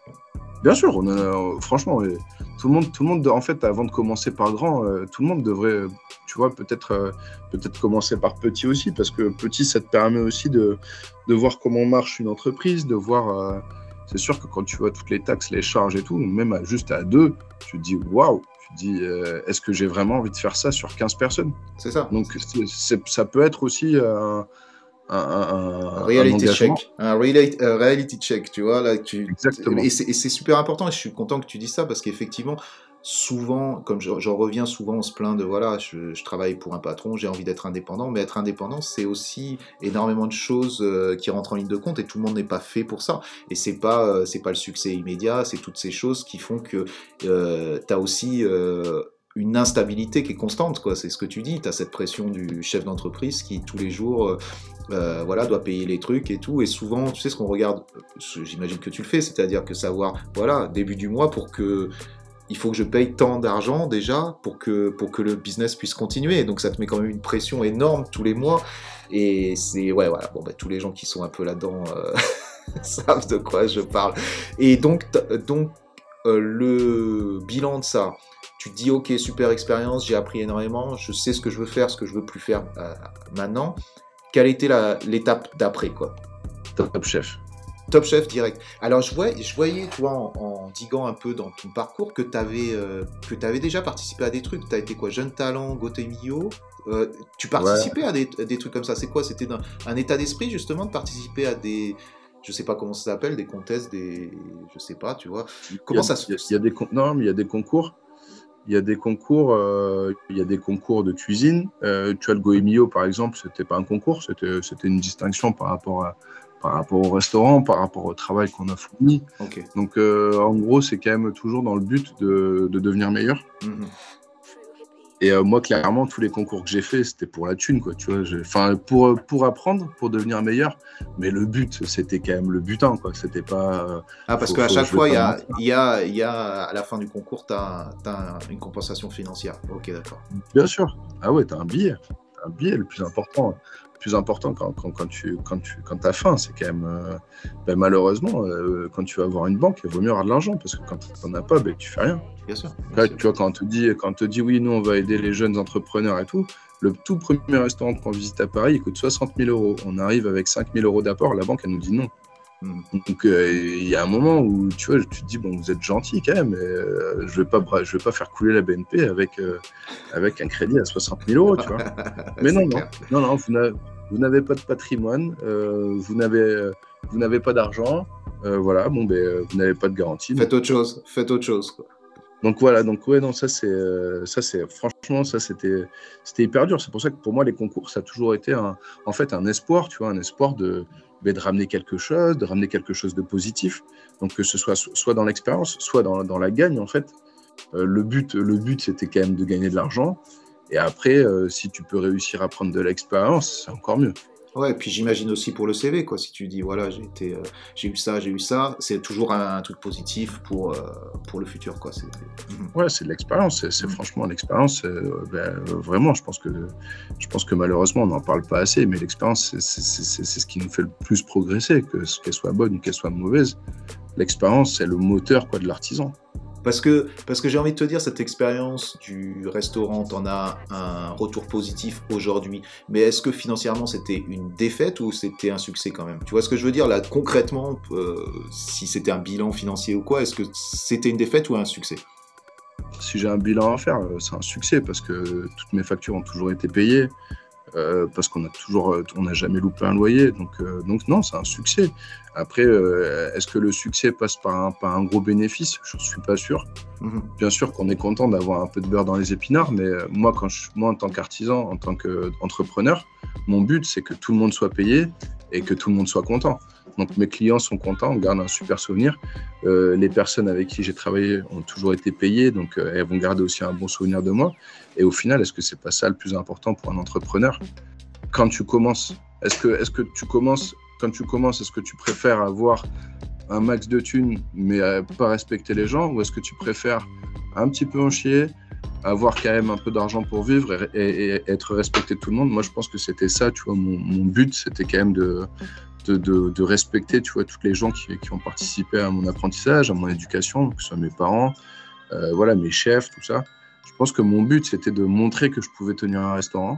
Bien sûr, on a, franchement, tout le monde, tout le monde, en fait, avant de commencer par grand, euh, tout le monde devrait, tu vois, peut-être, euh, peut-être commencer par petit aussi, parce que petit, ça te permet aussi de, de voir comment marche une entreprise, de voir. Euh, C'est sûr que quand tu vois toutes les taxes, les charges et tout, même à, juste à deux, tu te dis waouh, tu te dis euh, est-ce que j'ai vraiment envie de faire ça sur quinze personnes ? C'est ça. Donc c'est, c'est, ça peut être aussi un, un, un, un reality un check, un reality, uh, reality check, tu vois là. Tu, Exactement. Et c'est, et c'est super important. Et je suis content que tu dises ça parce qu'effectivement. Souvent, comme j'en reviens souvent, on se plaint de voilà, je, je travaille pour un patron, j'ai envie d'être indépendant, mais être indépendant, c'est aussi énormément de choses euh, qui rentrent en ligne de compte et tout le monde n'est pas fait pour ça. Et c'est pas, euh, c'est pas le succès immédiat, c'est toutes ces choses qui font que euh, tu as aussi euh, une instabilité qui est constante, quoi. C'est ce que tu dis, tu as cette pression du chef d'entreprise qui tous les jours euh, euh, voilà, doit payer les trucs et tout. Et souvent, tu sais ce qu'on regarde, j'imagine que tu le fais, c'est-à-dire que savoir, voilà, début du mois pour que il faut que je paye tant d'argent déjà pour que, pour que le business puisse continuer. Donc ça te met quand même une pression énorme tous les mois. Et c'est, ouais, voilà, bon, bah, tous les gens qui sont un peu là-dedans euh, savent de quoi je parle. Et donc, donc euh, le bilan de ça, tu te dis, ok, super expérience, j'ai appris énormément, je sais ce que je veux faire, ce que je veux plus faire euh, maintenant. Quelle était la, l'étape d'après, quoi ? Top chef. Top Chef direct. Alors je voyais, je voyais toi, en, en diguant un peu dans ton parcours, que tu avais euh, que tu avais déjà participé à des trucs. Tu as été quoi, Jeune Talent, Gotemio euh, Tu participais ouais. à, des, à des trucs comme ça. C'est quoi ? C'était un, un état d'esprit justement de participer à des, je sais pas comment ça s'appelle, des contests, des, je sais pas, tu vois. Comment a, ça se fait ? Il y a des con... non, mais il y a des concours. Il y a des concours, euh, il y a des concours de cuisine. Euh, tu as le Goemio par exemple, c'était pas un concours, c'était c'était une distinction par rapport à par rapport au restaurant, par rapport au travail qu'on a fourni. Okay. Donc, euh, en gros, c'est quand même toujours dans le but de, de devenir meilleur. Mm-hmm. Et euh, moi, clairement, tous les concours que j'ai faits, c'était pour la thune, quoi. Tu vois, enfin, pour pour apprendre, pour devenir meilleur. Mais le but, c'était quand même le butin, quoi. C'était pas. Euh, ah, parce faut, qu'à faut, chaque fois, il y a, il y a, il y a, à la fin du concours, t'as, t'as une compensation financière. Ok, d'accord. Bien sûr. Ah ouais, t'as un billet, t'as un billet, le plus important. Plus important quand, quand, quand tu quand tu quand as faim, c'est quand même euh, ben malheureusement euh, quand tu vas avoir une banque, il vaut mieux avoir de l'argent parce que quand tu n'en as pas, ben tu fais rien. Bien sûr. Bien Là, sûr. Tu vois, quand on te dit quand on te dit oui, nous on va aider les jeunes entrepreneurs et tout, le tout premier restaurant qu'on visite à Paris, il coûte soixante mille euros. On arrive avec cinq mille euros d'apport, la banque elle nous dit non. Mmh. Donc il euh, y a un moment où tu vois, tu te dis bon, vous êtes gentil quand même, mais, euh, je vais pas je vais pas faire couler la B N P avec euh, avec un crédit à soixante mille euros, tu vois. Mais non, non, non, non, vous n'avez, vous n'avez pas de patrimoine, euh, vous n'avez euh, vous n'avez pas d'argent, euh, voilà, bon ben vous n'avez pas de garantie. Faites donc... autre chose, faites autre chose. Quoi. Donc voilà, donc ouais, non, ça c'est, euh, ça c'est, franchement, ça c'était, c'était hyper dur. C'est pour ça que pour moi les concours, ça a toujours été un, en fait un espoir, tu vois, un espoir de, de ramener quelque chose, de ramener quelque chose de positif. Donc que ce soit soit dans l'expérience, soit dans, dans la gagne en fait. Euh, le but, le but c'était quand même de gagner de l'argent. Et après, euh, si tu peux réussir à prendre de l'expérience, c'est encore mieux. Ouais, puis j'imagine aussi pour le C V, quoi. Si tu dis, voilà, j'ai été, euh, j'ai eu ça, j'ai eu ça, c'est toujours un, un truc positif pour, euh, pour le futur, quoi. C'est... Ouais, c'est de l'expérience. C'est, c'est franchement l'expérience. C'est, euh, ben, euh, vraiment, je pense que, je pense que malheureusement, on n'en parle pas assez. Mais l'expérience, c'est, c'est, c'est, c'est ce qui nous fait le plus progresser, que qu'elle soit bonne ou qu'elle soit mauvaise. L'expérience, c'est le moteur, quoi, de l'artisan. Parce que, parce que j'ai envie de te dire, cette expérience du restaurant, t'en as un retour positif aujourd'hui. Mais est-ce que financièrement, c'était une défaite ou c'était un succès quand même? Tu vois ce que je veux dire là, concrètement, euh, si c'était un bilan financier ou quoi, est-ce que c'était une défaite ou un succès? Si j'ai un bilan à faire, c'est un succès parce que toutes mes factures ont toujours été payées. Euh, parce qu'on a toujours, on n'a jamais loupé un loyer, donc, euh, donc non, c'est un succès. Après, euh, est-ce que le succès passe par un, par un gros bénéfice? Je ne suis pas sûr. Mmh. Bien sûr qu'on est content d'avoir un peu de beurre dans les épinards, mais moi, quand je, moi en tant qu'artisan, en tant qu'entrepreneur, mon but, c'est que tout le monde soit payé et que tout le monde soit content. Donc mes clients sont contents, on garde un super souvenir. Euh, les personnes avec qui j'ai travaillé ont toujours été payées, donc euh, elles vont garder aussi un bon souvenir de moi. Et au final, est-ce que c'est pas ça le plus important pour un entrepreneur? Quand tu commences, est-ce que, est-ce que tu commences, quand tu commences, est-ce que tu préfères avoir un max de thunes mais euh, pas respecter les gens, ou est-ce que tu préfères un petit peu en chier, avoir quand même un peu d'argent pour vivre et, et, et être respecté de tout le monde? Moi, je pense que c'était ça, tu vois, mon, mon but, c'était quand même de De, de, de respecter, tu vois, toutes les gens qui, qui ont participé à mon apprentissage, à mon éducation, que ce soit mes parents, euh, voilà, mes chefs, tout ça. Je pense que mon but, c'était de montrer que je pouvais tenir un restaurant.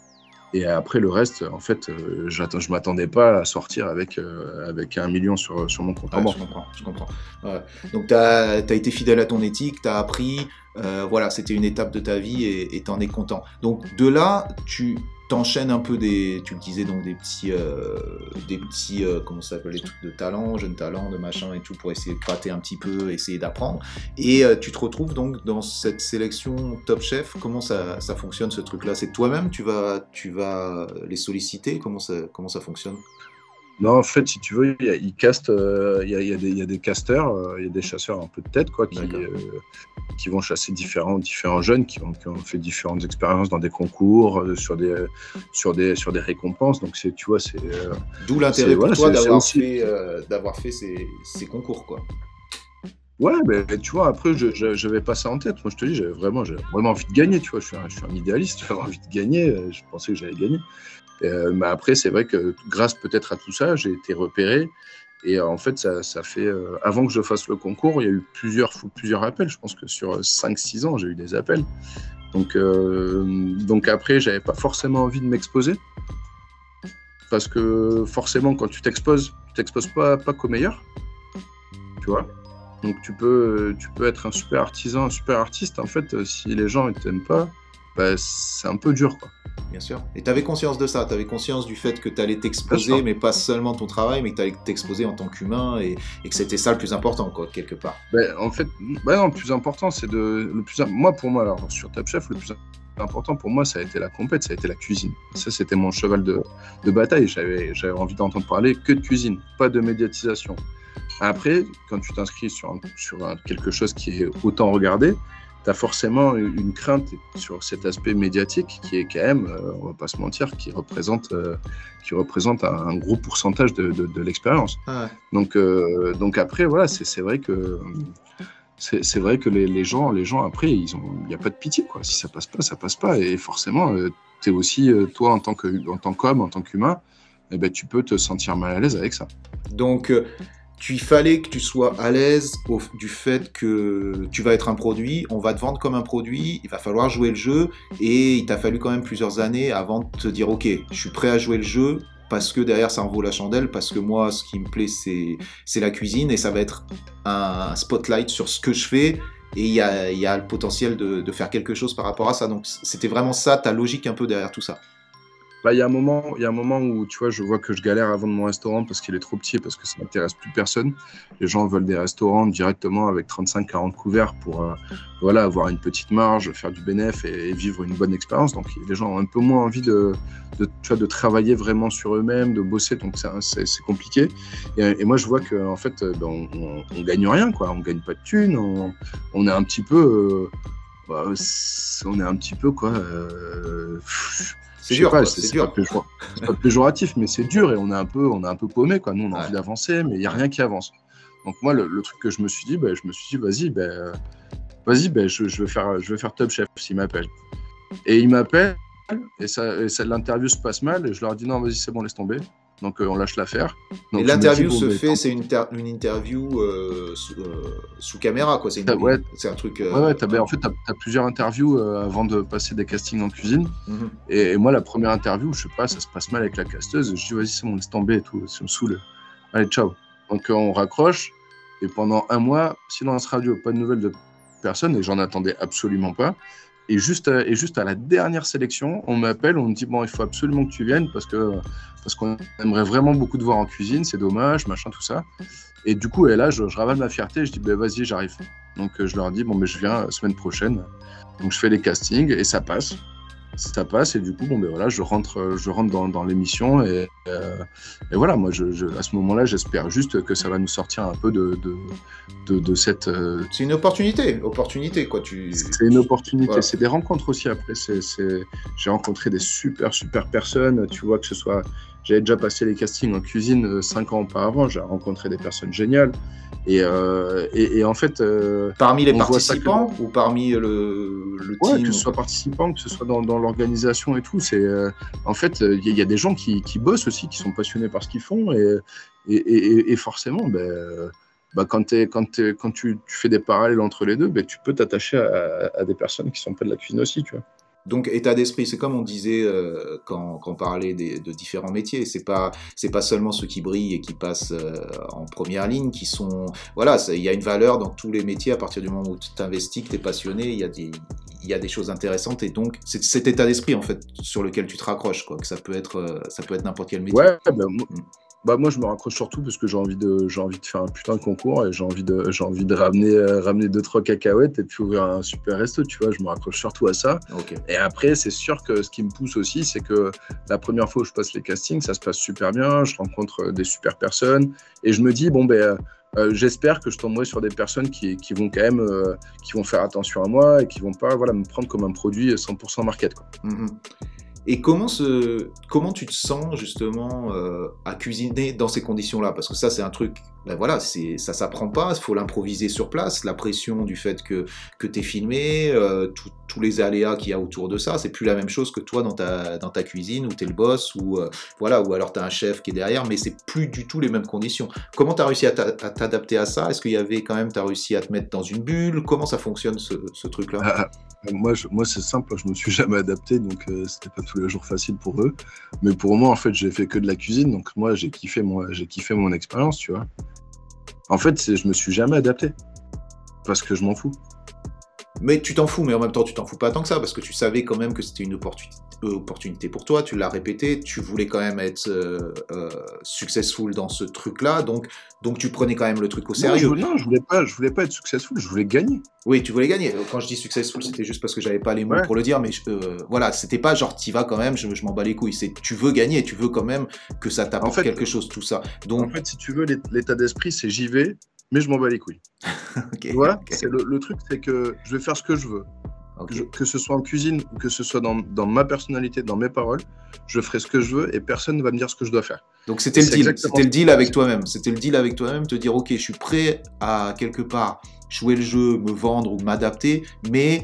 Et après, le reste, en fait, euh, je ne m'attendais pas à sortir avec, euh, avec un million sur, sur mon compte en ouais, banque. Je comprends, je comprends. Ouais. Donc, tu as été fidèle à ton éthique, tu as appris, euh, voilà, c'était une étape de ta vie et tu en es content. Donc, de là, tu t'enchaînes un peu des, tu le disais, donc des petits, euh, des petits euh, comment ça s'appelle, les trucs de talent, jeunes talents, de machin et tout, pour essayer de gratter un petit peu, essayer d'apprendre. Et euh, tu te retrouves donc dans cette sélection Top Chef. Comment ça, ça fonctionne, ce truc-là? C'est toi-même, tu vas, tu vas les solliciter? Comment ça, comment ça fonctionne? Non, en fait, si tu veux, il y a, ils castent, euh, il y a, il y a des, il y a des casteurs, euh, il y a des chasseurs un peu de tête, quoi, qui, euh, qui vont chasser différents, différents jeunes qui ont, qui ont fait différentes expériences dans des concours, euh, sur des, sur des, sur des récompenses. Donc, c'est, tu vois, c'est. Euh, D'où l'intérêt pour voilà, toi d'avoir aussi... fait, euh, d'avoir fait ces, ces concours, quoi. Ouais, mais tu vois, après, je n'avais pas ça en tête. Moi, je te dis, j'avais vraiment, j'avais vraiment envie de gagner, tu vois. Je suis un, je suis un idéaliste, j'avais envie de gagner. Je pensais que j'allais gagner. Euh, mais après, c'est vrai que grâce peut-être à tout ça, j'ai été repéré. Et euh, en fait, ça, ça fait. Euh, avant que je fasse le concours, il y a eu plusieurs, plusieurs appels. Je pense que sur cinq six ans, j'ai eu des appels. Donc, euh, donc après, j'avais pas forcément envie de m'exposer. Parce que forcément, quand tu t'exposes, tu t'exposes pas, pas qu'au meilleur. Tu vois? Donc, tu peux, tu peux être un super artisan, un super artiste. En fait, si les gens ne t'aiment pas, bah, c'est un peu dur, quoi. Bien sûr. Et tu avais conscience de ça, tu avais conscience du fait que tu allais t'exposer, mais pas seulement ton travail, mais que tu allais t'exposer en tant qu'humain et, et que c'était ça le plus important, quoi, quelque part. Ben, en fait, ben non, le plus important, c'est de. Le plus, moi, pour moi, alors, sur Top Chef, le plus important pour moi, ça a été la compète, ça a été la cuisine. Ça, c'était mon cheval de, de bataille. J'avais, j'avais envie d'entendre parler que de cuisine, pas de médiatisation. Après, quand tu t'inscris sur, un, sur un, quelque chose qui est autant regardé, tu as forcément une crainte sur cet aspect médiatique qui est quand même, euh, on va pas se mentir, qui représente, euh, qui représente un, un gros pourcentage de, de, de l'expérience. Ah ouais. Donc, euh, donc après, voilà, c'est, c'est vrai que, c'est, c'est vrai que les, les, gens, les gens, après, il n'y a pas de pitié, quoi. Si ça passe pas, ça passe pas. Et forcément, euh, tu es aussi, euh, toi, en tant, que, en tant qu'homme, en tant qu'humain, eh ben, tu peux te sentir mal à l'aise avec ça. Donc, euh... tu, il fallait que tu sois à l'aise au, du fait que tu vas être un produit, on va te vendre comme un produit, il va falloir jouer le jeu, et il t'a fallu quand même plusieurs années avant de te dire ok, je suis prêt à jouer le jeu, parce que derrière ça en vaut la chandelle, parce que moi ce qui me plaît c'est, c'est la cuisine, et ça va être un spotlight sur ce que je fais, et il y a, y a le potentiel de, de faire quelque chose par rapport à ça. Donc c'était vraiment ça, ta logique un peu derrière tout ça. Bah, il y a un moment, il y a un moment où tu vois, je vois que je galère à vendre mon restaurant parce qu'il est trop petit, parce que ça n'intéresse plus personne. Les gens veulent des restaurants directement avec trente-cinq à quarante couverts pour euh, voilà, avoir une petite marge, faire du bénéf et, et vivre une bonne expérience. Donc les gens ont un peu moins envie de, de, tu vois, de travailler vraiment sur eux-mêmes, de bosser. Donc c'est, c'est, c'est compliqué. Et, et moi je vois que en fait, ben, on, on, on gagne rien, quoi. On gagne pas de thunes. On, on est un petit peu euh, bah, on est un petit peu quoi. Euh... C'est dur, pas, quoi, c'est, c'est c'est dur. Pas péjor... c'est pas péjoratif, mais c'est dur et on est un peu, on est un peu paumé quoi. Nous, on a Ouais. envie d'avancer, mais il y a rien qui avance. Donc moi, le, le truc que je me suis dit, bah, je me suis dit, vas-y, bah, vas-y, bah, je, je vais faire, je vais faire Top Chef s'il m'appelle. Et il m'appelle et ça, et ça, l'interview se passe mal et je leur dis non, vas-y, c'est bon, laisse tomber. Donc euh, on lâche l'affaire. Donc, Et je me l'interview dis, bon, se mais fait, tant- c'est une, ter- une interview euh, sous, euh, sous caméra, quoi. C'est, une, Ah, ouais. c'est un truc. euh, Ouais, ouais, t'as, ben, en fait, tu as plusieurs interviews euh, avant de passer des castings en cuisine. mhm. Et, et moi, la première interview, je sais pas, ça se passe mal avec la casteuse. Je dis, vas-y, c'est bon, laisse tomber et tout, ça me saoule. Allez, ciao. Donc, euh, on raccroche. Et pendant un mois, silence radio, pas de nouvelles de personne. Et j'en attendais absolument pas. Et juste, à, et juste à la dernière sélection, on m'appelle, on me dit, bon, il faut absolument que tu viennes parce, que, parce qu'on aimerait vraiment beaucoup te voir en cuisine, c'est dommage, machin, tout ça. Et du coup, et là, je, je ravale ma fierté, je dis, ben vas-y, j'arrive. Donc, euh, je leur dis, bon, ben je viens la semaine prochaine. Donc, je fais les castings et ça passe. Ça passe et du coup, bon, ben voilà, je rentre, je rentre dans, dans l'émission et, euh, et voilà, moi, je, je, à ce moment-là, j'espère juste que ça va nous sortir un peu de, de, de, de cette. Euh... C'est une opportunité, opportunité, quoi. Tu... C'est une opportunité, Voilà. C'est des rencontres aussi après. C'est, c'est... J'ai rencontré des super, super personnes, tu vois, que ce soit. J'avais déjà passé les castings en cuisine euh, cinq ans auparavant, j'ai rencontré des personnes géniales. Et, euh, et, et en fait. Euh, Parmi les on voit ça participants que- ou parmi le, le Ouais, team que ce soit participant, que ce soit dans, dans l'organisation et tout. C'est, euh, en fait, il y, y a des gens qui, qui bossent aussi, qui sont passionnés par ce qu'ils font. Et, et, et, et forcément, ben, euh, bah, quand, t'es, quand, t'es, quand tu, tu fais des parallèles entre les deux, ben, tu peux t'attacher à, à des personnes qui sont pas de la cuisine aussi. Tu vois. Donc, état d'esprit, c'est comme on disait euh, quand, quand on parlait des, de différents métiers. C'est pas, c'est pas seulement ceux qui brillent et qui passent euh, en première ligne qui sont. Voilà, ça- il y a une valeur dans tous les métiers à partir du moment où tu t'investis, que tu es passionné. Il y a des, il y a des choses intéressantes et donc c'est cet état d'esprit en fait sur lequel tu te raccroches, quoi. Que ça peut être, euh, ça peut être n'importe quel métier. Ouais, ben, moi, Mm. bah, moi, je me raccroche surtout parce que j'ai envie de, j'ai envie de faire un putain de concours et j'ai envie de, j'ai envie de ramener, euh, ramener deux, trois cacahuètes et puis ouvrir un super resto. Tu vois, je me raccroche surtout à ça. Ok. Et après, c'est sûr que ce qui me pousse aussi, c'est que la première fois où je passe les castings, ça se passe super bien, je rencontre des super personnes, et je me dis, bon, ben, euh, j'espère que je tomberai sur des personnes qui, qui vont quand même, euh, qui vont faire attention à moi et qui vont pas, voilà, me prendre comme un produit cent pour cent market, quoi. Mhm. Et comment, ce, comment tu te sens justement euh, à cuisiner dans ces conditions-là? Parce que ça, c'est un truc, ben voilà, c'est, ça s'apprend pas, il faut l'improviser sur place, la pression du fait que, que tu es filmé, euh, tout- tous les aléas qu'il y a autour de ça, c'est plus la même chose que toi dans ta, dans ta cuisine où tu es le boss, ou, euh, voilà, ou alors tu as un chef qui est derrière, mais c'est plus du tout les mêmes conditions. Comment tu as réussi à, t'a- à t'adapter à ça? Est-ce qu'il y avait quand même, tu as réussi à te mettre dans une bulle? Comment ça fonctionne ce, ce truc-là? Ah, Moi, je- moi, c'est simple, je me suis jamais adapté, donc euh, c'était pas tous les jours facile pour eux. Mais pour moi, en fait, j'ai fait que de la cuisine, donc moi, j'ai kiffé mon, j'ai kiffé mon expérience, tu vois. En fait, c'est, je me suis jamais adapté parce que je m'en fous. Mais tu t'en fous, mais en même temps, tu t'en fous pas tant que ça, parce que tu savais quand même que c'était une opportunité, euh, opportunité pour toi, tu l'as répété, tu voulais quand même être euh, euh, successful dans ce truc-là, donc, donc tu prenais quand même le truc au sérieux. Non, je, non, je voulais pas, je voulais pas être successful, je voulais gagner. Oui, tu voulais gagner. Quand je dis successful, c'était juste parce que j'avais pas les mots Ouais. pour le dire, mais je- euh, voilà, c'était pas genre t'y vas quand même, je, je m'en bats les couilles, c'est tu veux gagner, tu veux quand même que ça t'apporte En fait, quelque chose, tout ça. En Donc, fait, si tu veux, l'é- l'état d'esprit, c'est j'y vais, mais je m'en bats les couilles. ok, Tu vois, ok, c'est le, le truc, c'est que je vais faire ce que je veux. ok. Je- que ce soit en cuisine ou que ce soit dans, dans ma personnalité, dans mes paroles, je ferai ce que je veux et personne ne va me dire ce que je dois faire. Donc c'était le C'est deal, exactement c'était le ce deal que avec c'est. toi-même, c'était le deal avec toi-même, te dire ok, je suis prêt à quelque part jouer le jeu, me vendre ou m'adapter, mais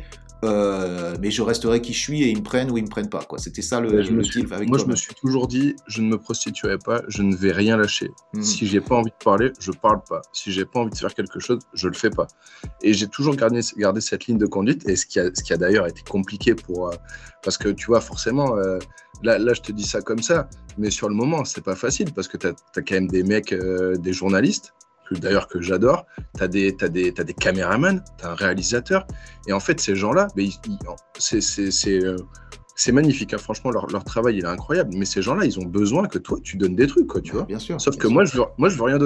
euh, mais je resterai qui je suis et ils me prennent ou ils me prennent pas, quoi. C'était ça le, Et je me le suis- deal avec moi, je toi-même. me suis toujours dit, je ne me prostituerai pas, je ne vais rien lâcher. Mhm. Si j'ai pas envie de parler, je parle pas. Si j'ai pas envie de faire quelque chose, je le fais pas. Et j'ai toujours gardé, gardé cette ligne de conduite, et ce qui a, ce qui a d'ailleurs été compliqué pour, euh, parce que tu vois, forcément, euh, là, là, je te dis ça comme ça, mais sur le moment, c'est pas facile parce que t'as, t'as quand même des mecs, euh, des journalistes, que- d'ailleurs que j'adore, t'as des, t'as des, t'as des caméramans, t'as un réalisateur, et en fait, ces gens-là, mais ils- ils- c'est, c'est, c'est, euh, c'est magnifique, hein. Franchement, leur, leur travail, il est incroyable, mais ces gens-là, ils ont besoin que toi, tu donnes des trucs, quoi, tu Ouais, vois. bien sûr. Sauf bien que sûr. moi, je veux, moi, je veux rien donner.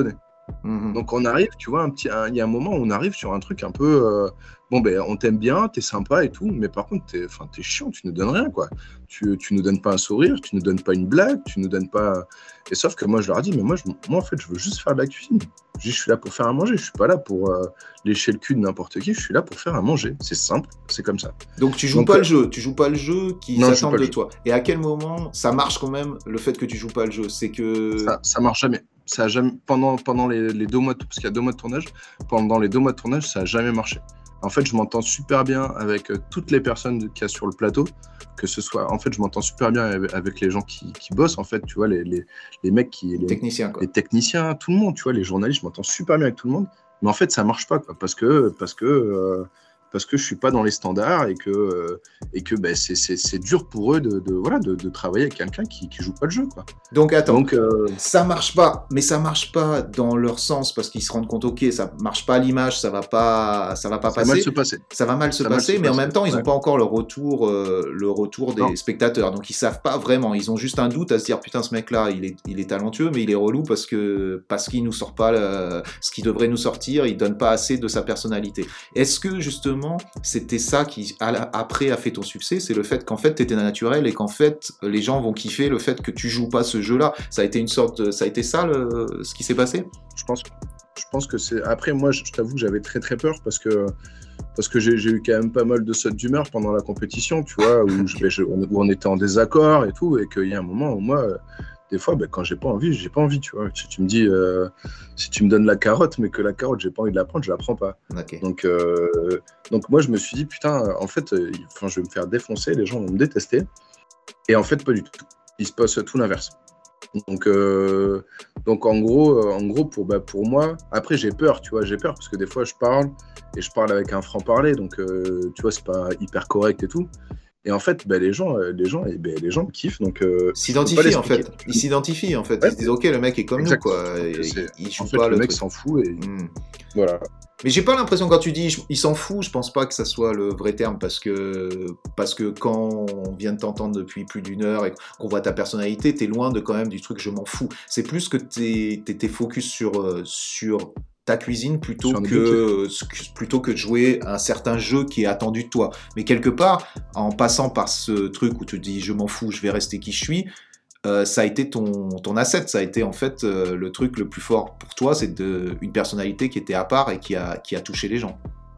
Mhm. Donc on arrive, tu vois, un petit, un- il y a un moment où on arrive sur un truc un peu, euh, bon ben on t'aime bien, t'es sympa et tout, mais par contre t'es, enfin t'es chiant, tu nous donnes rien quoi. Tu, tu nous donnes pas un sourire, tu nous donnes pas une blague, tu nous donnes pas. Et sauf que moi je leur dis, mais moi, je, moi en fait je veux juste faire de la cuisine. Je dis, je suis là pour faire à manger, je suis pas là pour euh, lécher le cul de n'importe qui, je suis là pour faire à manger. C'est simple, c'est comme ça. Donc tu joues Donc, pas euh, le jeu, tu joues pas le jeu qui Non, je joue s'attendent pas le de jeu. toi. Et à quel moment ça marche quand même le fait que tu joues pas le jeu? C'est que Ça, ça marche jamais. Ça a jamais pendant, pendant les, les deux mois, de, parce qu'il y a deux mois de tournage, pendant les deux mois de tournage, ça a jamais marché. En fait, je m'entends super bien avec euh, toutes les personnes qu'il y a sur le plateau, que ce soit. En fait, je m'entends super bien avec, avec les gens qui, qui bossent. En fait, tu vois, les, les, les mecs qui, les, technicien quoi. les techniciens, tout le monde, tu vois, les journalistes, je m'entends super bien avec tout le monde. Mais en fait, ça marche pas, quoi, parce que parce que euh, parce que je suis pas dans les standards et que euh, et que ben c'est, c'est, c'est dur pour eux de, de voilà de, de travailler avec quelqu'un qui, qui joue pas le jeu, quoi. Donc attends, Donc euh, ça marche pas, mais ça marche pas dans leur sens parce qu'ils se rendent compte, ok, ça marche pas à l'image, ça va pas, ça va pas ça va mal passer, se passer. ça va mal se Ça va mal passer, se mais en passer, même temps, ils ont ouais. pas encore le retour, euh, le retour des Non. spectateurs, donc ils savent pas vraiment, ils ont juste un doute à se dire, putain, ce mec-là, il est, il est talentueux, mais il est relou parce que parce qu'il nous sort pas le- ce qu'il devrait nous sortir, il donne pas assez de sa personnalité. Est-ce que justement, c'était ça qui à la- après a fait ton succès, c'est le fait qu'en fait, t'étais naturel et qu'en fait, les gens vont kiffer le fait que tu joues pas ce jeu-là. Ça a été une sorte, de- ça a été ça le, ce qui s'est passé? Je pense, je pense que c'est. Après, moi, je, je t'avoue que j'avais très très peur parce que parce que j'ai, j'ai eu quand même pas mal de sautes d'humeur pendant la compétition, tu vois, où, je, je- où on était en désaccord et tout, et qu'il y a un moment où moi, euh, des fois, ben, quand j'ai pas envie, j'ai pas envie, tu vois. Si tu me dis, euh, si tu me donnes la carotte, mais que la carotte, j'ai pas envie de la prendre, je la prends pas. Ok. Donc, euh, donc moi, je me suis dit, putain, en fait, euh, il- enfin, je vais me faire défoncer, les gens vont me détester. Et en fait, pas du tout. Il se passe tout l'inverse. Donc, euh, donc en gros, euh, en gros pour, bah, pour moi, après j'ai peur, tu vois, j'ai peur parce que des fois je parle et je parle avec un franc-parler, donc euh, tu vois, c'est pas hyper correct et tout. Et en fait, bah, les gens, euh, les gens, eh ben, les gens me kiffent, donc euh, je peux pas S'identifie en l'expliquer. fait. Ils s'identifient en fait. Ouais. Ils se disent ok, le mec est comme Exact. nous quoi. Donc, Et c'est- il, il joue En fait, pas le le mec truc. s'en fout et Hmm. voilà. Mais j'ai pas l'impression quand tu dis je- il s'en fout, je pense pas que ça soit le vrai terme parce que parce que quand on vient de t'entendre depuis plus d'une heure et qu'on voit ta personnalité, t'es loin de quand même du truc je m'en fous. C'est plus que t'es t'es, t'es focus sur euh, sur ta cuisine plutôt Sur un que plutôt que de jouer un certain jeu qui est attendu de toi. Mais quelque part, en passant par ce truc où tu te dis je m'en fous, je vais rester qui je suis. Euh, ça a été ton, ton asset, ça a été en fait euh, le truc le plus fort pour toi, c'est de, une personnalité qui était à part et qui a, qui a touché les gens.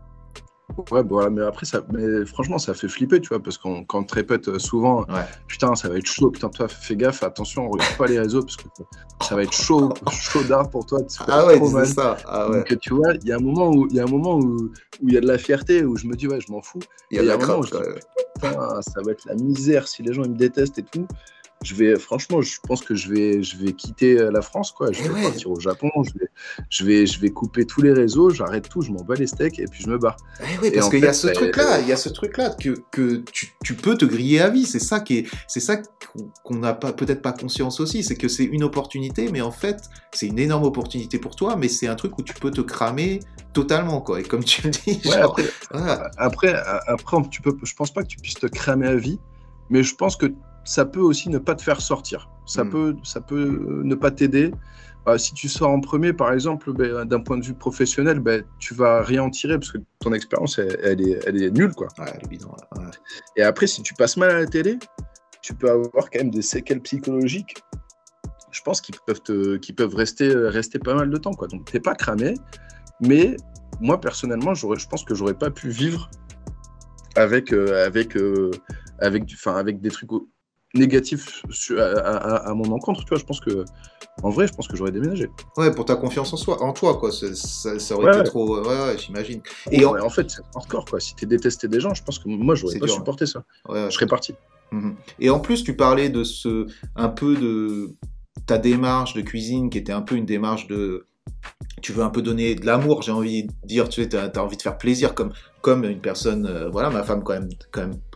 Ouais, bon, voilà, mais après, ça, mais franchement, ça fait flipper, tu vois, parce qu'on quand on te répète euh, souvent, Ouais. putain, ça va être chaud, putain, toi, fais gaffe, attention, regarde pas les réseaux, parce que ça va être chaud, chaud d'art pour toi, tu Ah ouais, trop c'est mal. ça. Ah ouais. Donc, tu vois, il y a un moment où il y a un moment où où il y a de la fierté, où je me dis, ouais, je m'en fous. Il y a Et de la un moment où crotte. je dis, Ouais. putain, ça va être la misère si les gens ils me détestent et tout. Je vais, franchement, je pense que je vais, je vais quitter euh, la France, quoi. Je Eh vais ouais. partir au Japon, je vais, je vais, je vais couper tous les réseaux, j'arrête tout, je m'en bats les steaks et puis je me barre. Eh oui, Et parce en qu'il y a fait, ce bah, truc-là, il y a ce truc-là que, que tu, tu peux te griller à vie. C'est ça qui est, c'est ça qu'on qu'on n'a pas, peut-être pas conscience aussi, c'est que c'est une opportunité, mais en fait, c'est une énorme opportunité pour toi, mais c'est un truc où tu peux te cramer totalement, quoi. Et comme tu le dis, Ouais, genre, après, voilà. après, après, tu peux, je pense pas que tu puisses te cramer à vie, mais je pense que ça peut aussi ne pas te faire sortir. Ça Mm. peut, ça peut euh, ne pas t'aider. Euh, si tu sors en premier, par exemple, ben, d'un point de vue professionnel, ben, tu vas rien en tirer parce que ton expérience, elle, elle est, elle est nulle, quoi. Ouais, le bidon, là. Ouais. Et après, si tu passes mal à la télé, tu peux avoir quand même des séquelles psychologiques. Je pense qu'ils peuvent te, qu'ils peuvent rester, rester pas mal de temps, quoi. Donc, t'es pas cramé, mais moi personnellement, j'aurais, je pense que j'aurais pas pu vivre avec, euh, avec, euh, avec, du, enfin, avec des trucs négatifs sur, à, à, à mon encontre. Tu vois, je pense que, en vrai, je pense que j'aurais déménagé. Ouais, pour ta confiance en soi, en toi, quoi. Ça, ça, ça aurait Ouais, été ouais. trop. Ouais, ouais, j'imagine. Et Et en... en... en fait, c'est hardcore, quoi. Si t'es détesté des gens, je pense que moi, j'aurais C'est pas dur, supporté ça. ouais, ouais. Je serais parti. Mhm. Et en plus, tu parlais de ce, un peu de ta démarche de cuisine qui était un peu une démarche de, tu veux un peu donner de l'amour, j'ai envie de dire, tu sais, t'as, t'as envie de faire plaisir comme, comme une personne, euh, voilà, ma femme quand même, quand même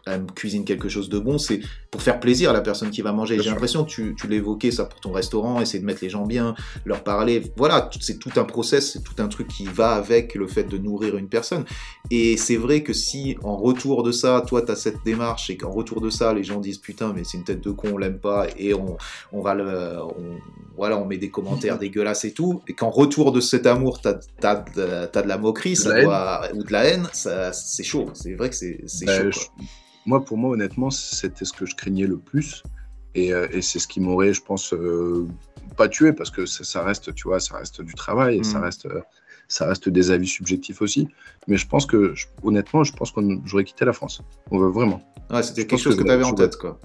elle me cuisine quelque chose de bon, c'est pour faire plaisir à la personne qui va manger. Bien J'ai sûr. l'impression, tu, tu l'évoquais ça pour ton restaurant, essayer de mettre les gens bien, leur parler. Voilà, c'est tout un process, c'est tout un truc qui va avec le fait de nourrir une personne. Et c'est vrai que si en retour de ça, toi tu as cette démarche et qu'en retour de ça, les gens disent putain, mais c'est une tête de con, on l'aime pas et on, on va le. On, voilà, on met des commentaires dégueulasses et tout, et qu'en retour de cet amour, t'as, t'as, de, t'as de la moquerie, ça la doit, ou de la haine, ça, c'est chaud. C'est vrai que c'est, c'est Bah, chaud. je- Quoi. Moi, pour moi, honnêtement, c'était ce que je craignais le plus. Et, euh, et c'est ce qui m'aurait, je pense, euh, pas tué, parce que ça, ça reste, tu vois, ça reste du travail, et ça Mm. reste, euh, ça reste des avis subjectifs aussi. Mais je pense que, je- honnêtement, je pense qu'on j'aurais quitté la France. On va vraiment. Ouais, c'était je quelque pense chose que que tu avais en j'aurais- tête, quoi.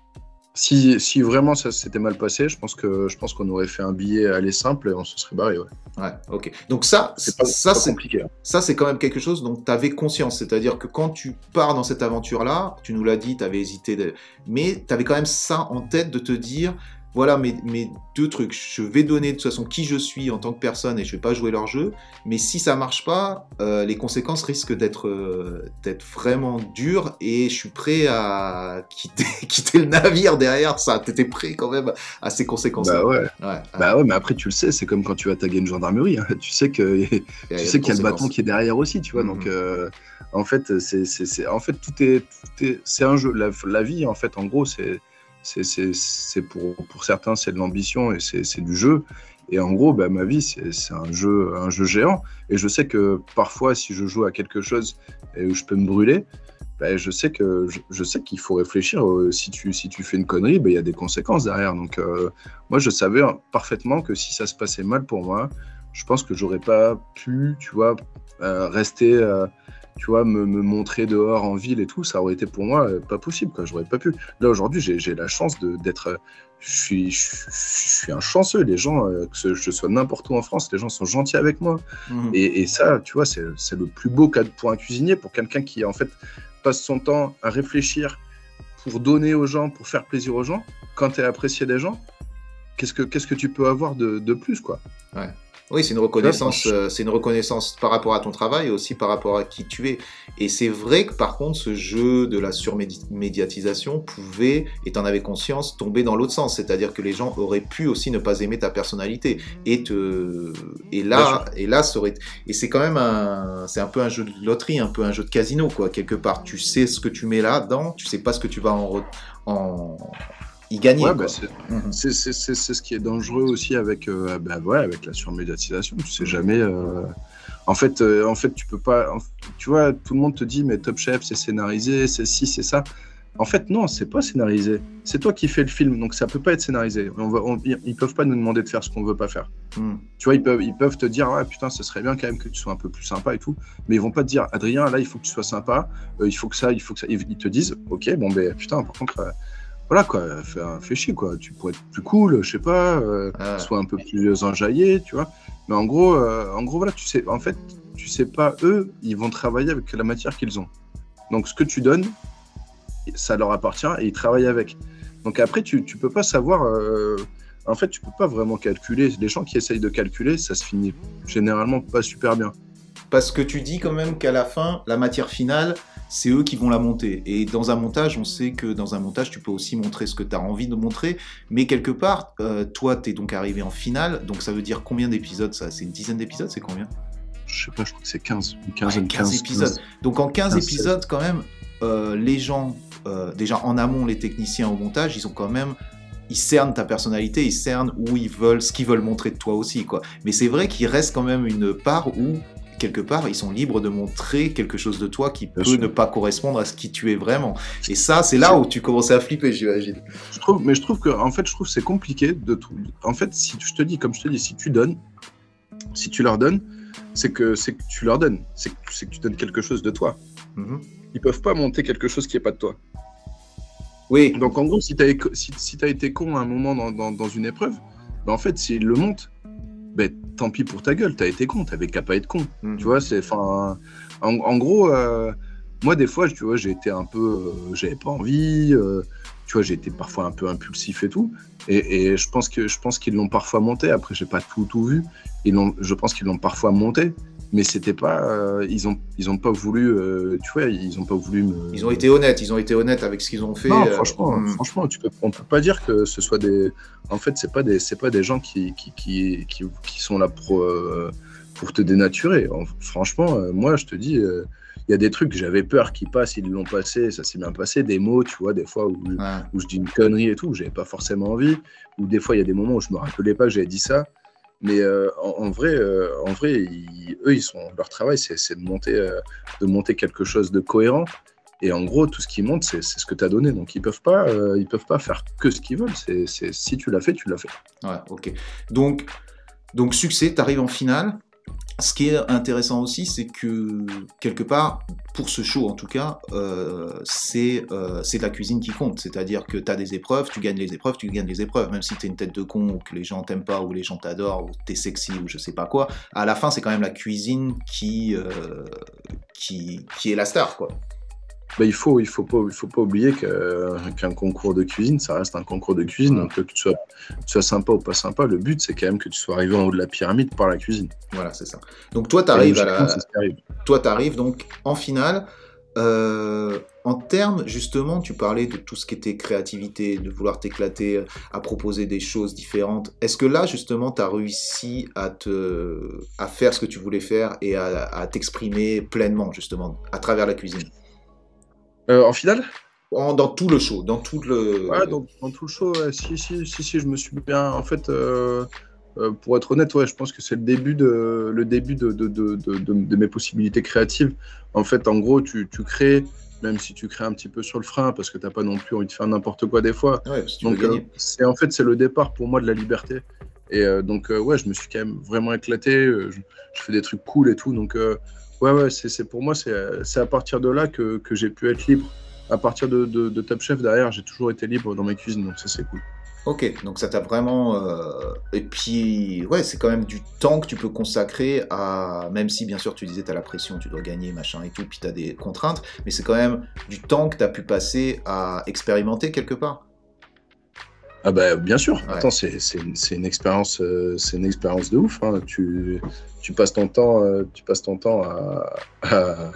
Si, si vraiment ça s'était mal passé, je pense que je pense qu'on aurait fait un billet aller simple et on se serait barré. Ouais. Ouais, ok. Donc ça, C'est pas, ça, pas c'est, compliqué. hein. ça, c'est quand même quelque chose dont tu avais conscience. C'est-à-dire que quand tu pars dans cette aventure-là, tu nous l'as dit, tu avais hésité, de... mais tu avais quand même ça en tête de te dire, voilà mes, mes deux trucs. Je vais donner de toute façon qui je suis en tant que personne et je vais pas jouer leur jeu. Mais si ça marche pas, euh, les conséquences risquent d'être, euh, d'être vraiment dures et je suis prêt à quitter, quitter le navire derrière ça. T'étais prêt quand même à ces conséquences-là. Bah ouais. Ouais, ouais. Bah ouais, mais après tu le sais, c'est comme quand tu vas taguer une gendarmerie. hein. Tu sais que Il y a- tu il y a sais des qu'il y a le bâton conséquences. qui est derrière aussi, tu vois. Mhm. Donc euh, en fait, c'est, c'est, c'est, en fait tout est, tout est, c'est un jeu. La, la vie, en fait, en gros, c'est, c'est, c'est, c'est pour, pour certains, c'est de l'ambition et c'est, c'est du jeu. Et en gros, bah, ma vie, c'est, c'est un jeu, un jeu géant. Et je sais que parfois, si je joue à quelque chose et où je peux me brûler, bah, je sais que je, je sais qu'il faut réfléchir. euh, si tu si tu fais une connerie, bah, il y a des conséquences derrière. Donc euh, moi, je savais parfaitement que si ça se passait mal pour moi, je pense que j'aurais pas pu, tu vois, euh, rester, euh, tu vois, me, me montrer dehors en ville et tout. Ça aurait été pour moi euh, pas possible, quoi. J'aurais pas pu. Là aujourd'hui, j'ai, j'ai la chance de, d'être. euh, Je suis, je, je- je suis un chanceux. Les gens, euh, que ce- je sois n'importe où en France, les gens sont gentils avec moi. Mhm. Et, et ça, tu vois, c'est, c'est le plus beau cas pour un cuisinier, pour quelqu'un qui en fait passe son temps à réfléchir pour donner aux gens, pour faire plaisir aux gens. Quand tu es apprécié des gens, qu'est-ce que, qu'est-ce que tu peux avoir de, de plus, quoi? Oui, c'est une reconnaissance, Ouais, euh, c'est une reconnaissance par rapport à ton travail et aussi par rapport à qui tu es. Et c'est vrai que par contre, ce jeu de la surmédiatisation pouvait, et t'en avais conscience, tomber dans l'autre sens. C'est-à-dire que les gens auraient pu aussi ne pas aimer ta personnalité. Et te, et Bien là, et là, ça aurait, et c'est quand même un, c'est un peu un jeu de loterie, un peu un jeu de casino, quoi. Quelque part, tu sais ce que tu mets là-dedans, tu sais pas ce que tu vas en, re- en y gagner. Ouais, quoi. bah, c'est, Mhm. c'est, c'est, c'est, c'est ce qui est dangereux aussi avec, euh, bah, ouais, avec la surmédiatisation. Tu sais jamais. euh, En fait, euh, en fait, tu peux pas. en- Tu vois, tout le monde te dit, mais Top Chef, c'est scénarisé, c'est ci, c'est ça. En fait, non, c'est pas scénarisé. C'est toi qui fais le film, donc ça peut pas être scénarisé. On va, on- ils peuvent pas nous demander de faire ce qu'on veut pas faire. Mhm. Tu vois, ils peuvent, ils peuvent te dire, ouais, putain, ce serait bien quand même que tu sois un peu plus sympa et tout. Mais ils vont pas te dire, Adrien, là, il faut que tu sois sympa, euh, il faut que ça, il faut que ça. Ils ils te disent, ok, bon, ben, putain, par contre, euh, voilà, quoi, fais, fais chier, quoi. Tu pourrais être plus cool, je sais pas, euh, Ah. sois un peu plus enjaillé, tu vois. Mais en gros, euh, en gros, voilà, tu sais, en fait, tu sais pas, eux, ils vont travailler avec la matière qu'ils ont. Donc, ce que tu donnes, ça leur appartient et ils travaillent avec. Donc après, tu, tu peux pas savoir. euh, En fait, tu peux pas vraiment calculer. Les gens qui essayent de calculer, ça se finit généralement pas super bien. Parce que tu dis quand même qu'à la fin, la matière finale, c'est eux qui vont la monter. Et dans un montage, on sait que dans un montage, tu peux aussi montrer ce que tu as envie de montrer. Mais quelque part, euh, toi, tu es donc arrivé en finale. Donc ça veut dire combien d'épisodes ça? C'est une dizaine d'épisodes? C'est combien? Je sais pas, je crois que c'est quinze. Une Ouais, quinzaine, quinze quinze épisodes. quinze. Donc en quinze quinze, épisodes, quand même, euh, les gens, euh, déjà en amont, les techniciens au montage, ils ont quand même... Ils cernent ta personnalité, ils cernent où ils veulent, ce qu'ils veulent montrer de toi aussi, quoi. Mais c'est vrai qu'il reste quand même une part où, quelque part, ils sont libres de montrer quelque chose de toi qui peut sûr. ne pas correspondre à ce qui tu es vraiment. Et ça, c'est là où tu commençais à flipper, j'imagine. Je trouve, mais je trouve que, en fait, je trouve que c'est compliqué de tout. En fait, si tu- je te dis, comme je te dis, si tu donnes, si tu leur donnes, c'est que c'est que tu leur donnes, c'est que, c'est que tu donnes quelque chose de toi. Mhm. Ils peuvent pas monter quelque chose qui est pas de toi. Oui, Donc en gros, si tu as si, si t'as été con à un moment dans, dans, dans une épreuve, ben en fait, s'ils le montent, ben, tant pis pour ta gueule, t'as été con, t'avais qu'à pas être con. Mhm. Tu vois, c'est, enfin, en, en gros, euh, moi des fois, tu vois, j'ai été un peu, euh, j'avais pas envie, euh, tu vois, j'ai été parfois un peu impulsif et tout, et, et je pense que je pense qu'ils l'ont parfois monté. Après, j'ai pas tout tout vu, ils l'ont, je pense qu'ils l'ont parfois monté, mais c'était pas, euh, ils ont, ils ont pas voulu, euh, tu vois, ils ont pas voulu me. Ils ont été honnêtes, ils ont été honnêtes avec ce qu'ils ont fait. Non, euh, franchement, hmm. franchement, tu peux, on peut pas dire que ce soit des. En fait, c'est pas des, c'est pas des gens qui, qui, qui, qui, qui sont là pour, euh, pour te dénaturer. En- franchement, euh, moi, je te dis, euh, il y a des trucs que j'avais peur qu'ils passent, ils l'ont passé, ça s'est bien passé. Des mots, tu vois, des fois où, Ouais. où je dis une connerie et tout, où j'avais pas forcément envie. Ou des fois, il y a des moments où je me rappelais pas que j'avais dit ça. Mais euh, en, en vrai, euh, en vrai, ils- eux, ils sont, leur travail, c'est, c'est de monter, euh, de monter quelque chose de cohérent. Et en gros, tout ce qu'ils montent, c'est, c'est ce que tu as donné. Donc, ils peuvent pas, euh, ils peuvent pas faire que ce qu'ils veulent. C'est, c'est, si tu l'as fait, tu l'as fait. Ouais, ok. Donc, donc succès, tu arrives en finale. Ce qui est intéressant aussi, c'est que quelque part, pour ce show en tout cas, euh, c'est, euh, c'est la cuisine qui compte. C'est-à-dire que tu as des épreuves, tu gagnes les épreuves, tu gagnes les épreuves. Même si tu es une tête de con, ou que les gens t'aiment pas, ou les gens t'adorent, ou tu es sexy, ou je sais pas quoi, à la fin, c'est quand même la cuisine qui, euh, qui, qui est la star, quoi. Bah, il faut, il faut pas, il faut pas oublier que, qu'un concours de cuisine, ça reste un concours de cuisine. Donc, que tu sois, tu sois sympa ou pas sympa, le but, c'est quand même que tu sois arrivé en haut de la pyramide par la cuisine. Voilà, c'est ça. Donc toi, tu Et arrives à logiquement, la... c'est ce qui arrive. Toi, tu arrives donc en finale. Euh, en termes, justement, tu parlais de tout ce qui était créativité, de vouloir t'éclater, à proposer des choses différentes. Est-ce que là, justement, tu as réussi à, te, à faire ce que tu voulais faire et à, à t'exprimer pleinement, justement, à travers la cuisine? Euh, en finale? En- Dans tout le show, dans tout le... Ouais, donc dans tout le show, ouais, si, si, si, si, je me suis bien. En fait, euh, euh, pour être honnête, ouais, je pense que c'est le début de, le début de, de, de, de, de- de mes possibilités créatives. En fait, en gros, tu, tu crées, même si tu crées un petit peu sur le frein, parce que t'as pas non plus envie de faire n'importe quoi des fois. Ouais, parce que tu veux Donc, euh, gagner. c'est en fait, c'est le départ pour moi de la liberté. Et euh, donc, euh, ouais, je me suis quand même vraiment éclaté. euh, Je, je fais des trucs cool et tout. Donc, euh, ouais, ouais, c'est, c'est pour moi, c'est, c'est à partir de là que, que j'ai pu être libre. À partir de, de, de Top Chef, derrière, j'ai toujours été libre dans mes cuisines. Donc, ça, c'est cool. Ok, donc ça t'a vraiment... euh, Et puis, ouais, c'est quand même du temps que tu peux consacrer à... Même si, bien sûr, tu disais, t'as la pression, tu dois gagner, machin et tout, puis t'as des contraintes, mais c'est quand même du temps que t'as pu passer à expérimenter quelque part. Ah bah bien sûr. Ouais. Attends, c'est, c'est, une, c'est une expérience, euh, c'est une expérience de ouf. Hein. Tu, tu passes ton temps, euh, tu passes ton temps à, à,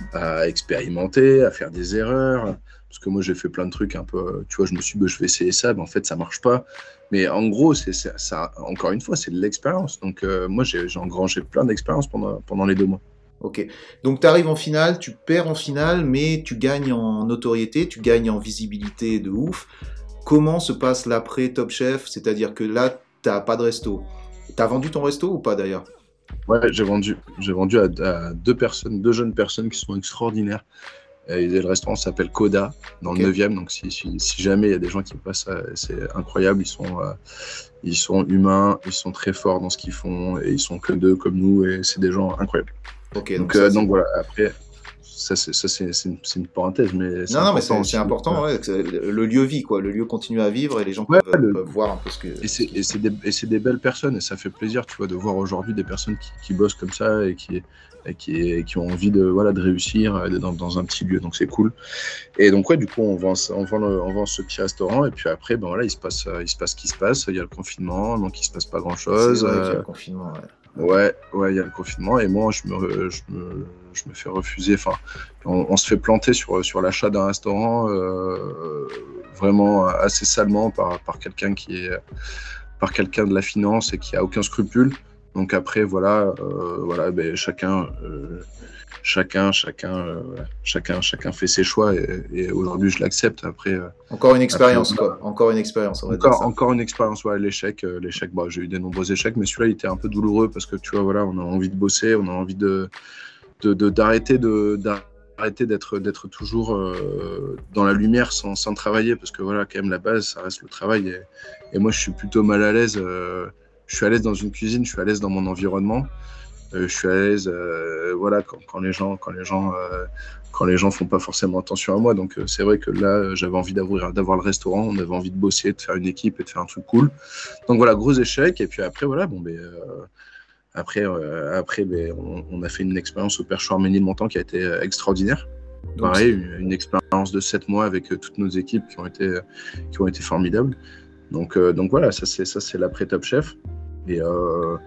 à expérimenter, à faire des erreurs. Parce que moi j'ai fait plein de trucs un peu. Tu vois, je me suis dit, bah, je vais essayer ça, mais en fait ça marche pas. Mais en gros, c'est, c'est ça. Encore une fois, c'est de l'expérience. Donc euh, moi j'ai, j'ai engrangé plein d'expériences pendant pendant les deux mois. Ok, donc tu arrives en finale, tu perds en finale, mais tu gagnes en notoriété, tu gagnes en visibilité de ouf. Comment se passe l'après Top Chef? C'est-à-dire que là, t'as pas de resto. T'as vendu ton resto ou pas d'ailleurs? Ouais, j'ai vendu, j'ai vendu à, à deux personnes, deux jeunes personnes qui sont extraordinaires. Et le restaurant s'appelle Coda, dans Ok. le neuvième. Donc, si, si, si jamais il y a des gens qui passent, euh, c'est incroyable. Ils sont, euh, ils sont humains, ils sont très forts dans ce qu'ils font. Et ils sont que deux comme nous. Et c'est des gens incroyables. Ok, Donc, donc, ça, euh, c'est- donc voilà, après, ça, c'est, ça, c'est, c'est, une, c'est une parenthèse. Mais c'est Non, non, mais important c'est aussi. c'est important, ouais, que c'est- le lieu vit, quoi. Le lieu continue à vivre et les gens Ouais, peuvent, le- peuvent voir un peu ce que... Et c'est, et, c'est des, et c'est des belles personnes. Et ça fait plaisir, tu vois, de voir aujourd'hui des personnes qui, qui bossent comme ça et qui, et qui, et qui ont envie de, voilà, de réussir euh, dans, dans un petit lieu. Donc, c'est cool. Et donc, ouais, du coup, on vend, on vend, le- on vend ce petit restaurant. Et puis après, ben voilà, il se passe, euh, il se passe ce qui se passe. Il y a le confinement, donc il se passe pas grand C'est chose. vrai qu'il y a le confinement, ouais. Ouais, ouais, il y a le confinement. Et moi, je me, je me, je me fais refuser. Enfin, on, on se fait planter sur, sur l'achat d'un restaurant euh, vraiment assez salement par, par quelqu'un qui est, par quelqu'un de la finance et qui a aucun scrupule. Donc après, voilà, euh, voilà, ben, chacun, euh, chacun, chacun, euh, voilà, chacun, chacun fait ses choix. Et, et aujourd'hui, je l'accepte. Après, euh, Encore une expérience, Après, quoi. Encore une expérience, on va dire encore, ça. encore une expérience, ouais, l'échec, euh, l'échec. Bah, j'ai eu des nombreux échecs, mais celui-là, il était un peu douloureux parce que tu vois, voilà, on a envie de bosser, on a envie de, de, de- d'arrêter de, d'arrêter d'être, d'être toujours euh, dans la lumière sans, sans travailler, parce que voilà, quand même, la base, ça reste le travail. Et, et moi, je suis plutôt mal à l'aise. euh, je suis à l'aise dans une cuisine, je suis à l'aise dans mon environnement. Euh, je suis à l'aise, euh, voilà, quand, quand les gens, quand les gens, euh, quand les gens font pas forcément attention à moi. Donc euh, c'est vrai que là, euh, j'avais envie d'avoir, d'avoir le restaurant, on avait envie de bosser, de faire une équipe et de faire un truc cool. Donc voilà, gros échec. Et puis après, voilà, bon, ben, euh, après, euh, après, ben, on, on a fait une expérience au Perchoir Ménilmontant qui a été euh, extraordinaire. Donc, Pareil, une, une expérience de sept mois avec euh, toutes nos équipes qui ont été, euh, qui ont été formidables. Donc, euh, donc voilà, ça c'est, ça c'est l'après Top Chef. Et, euh,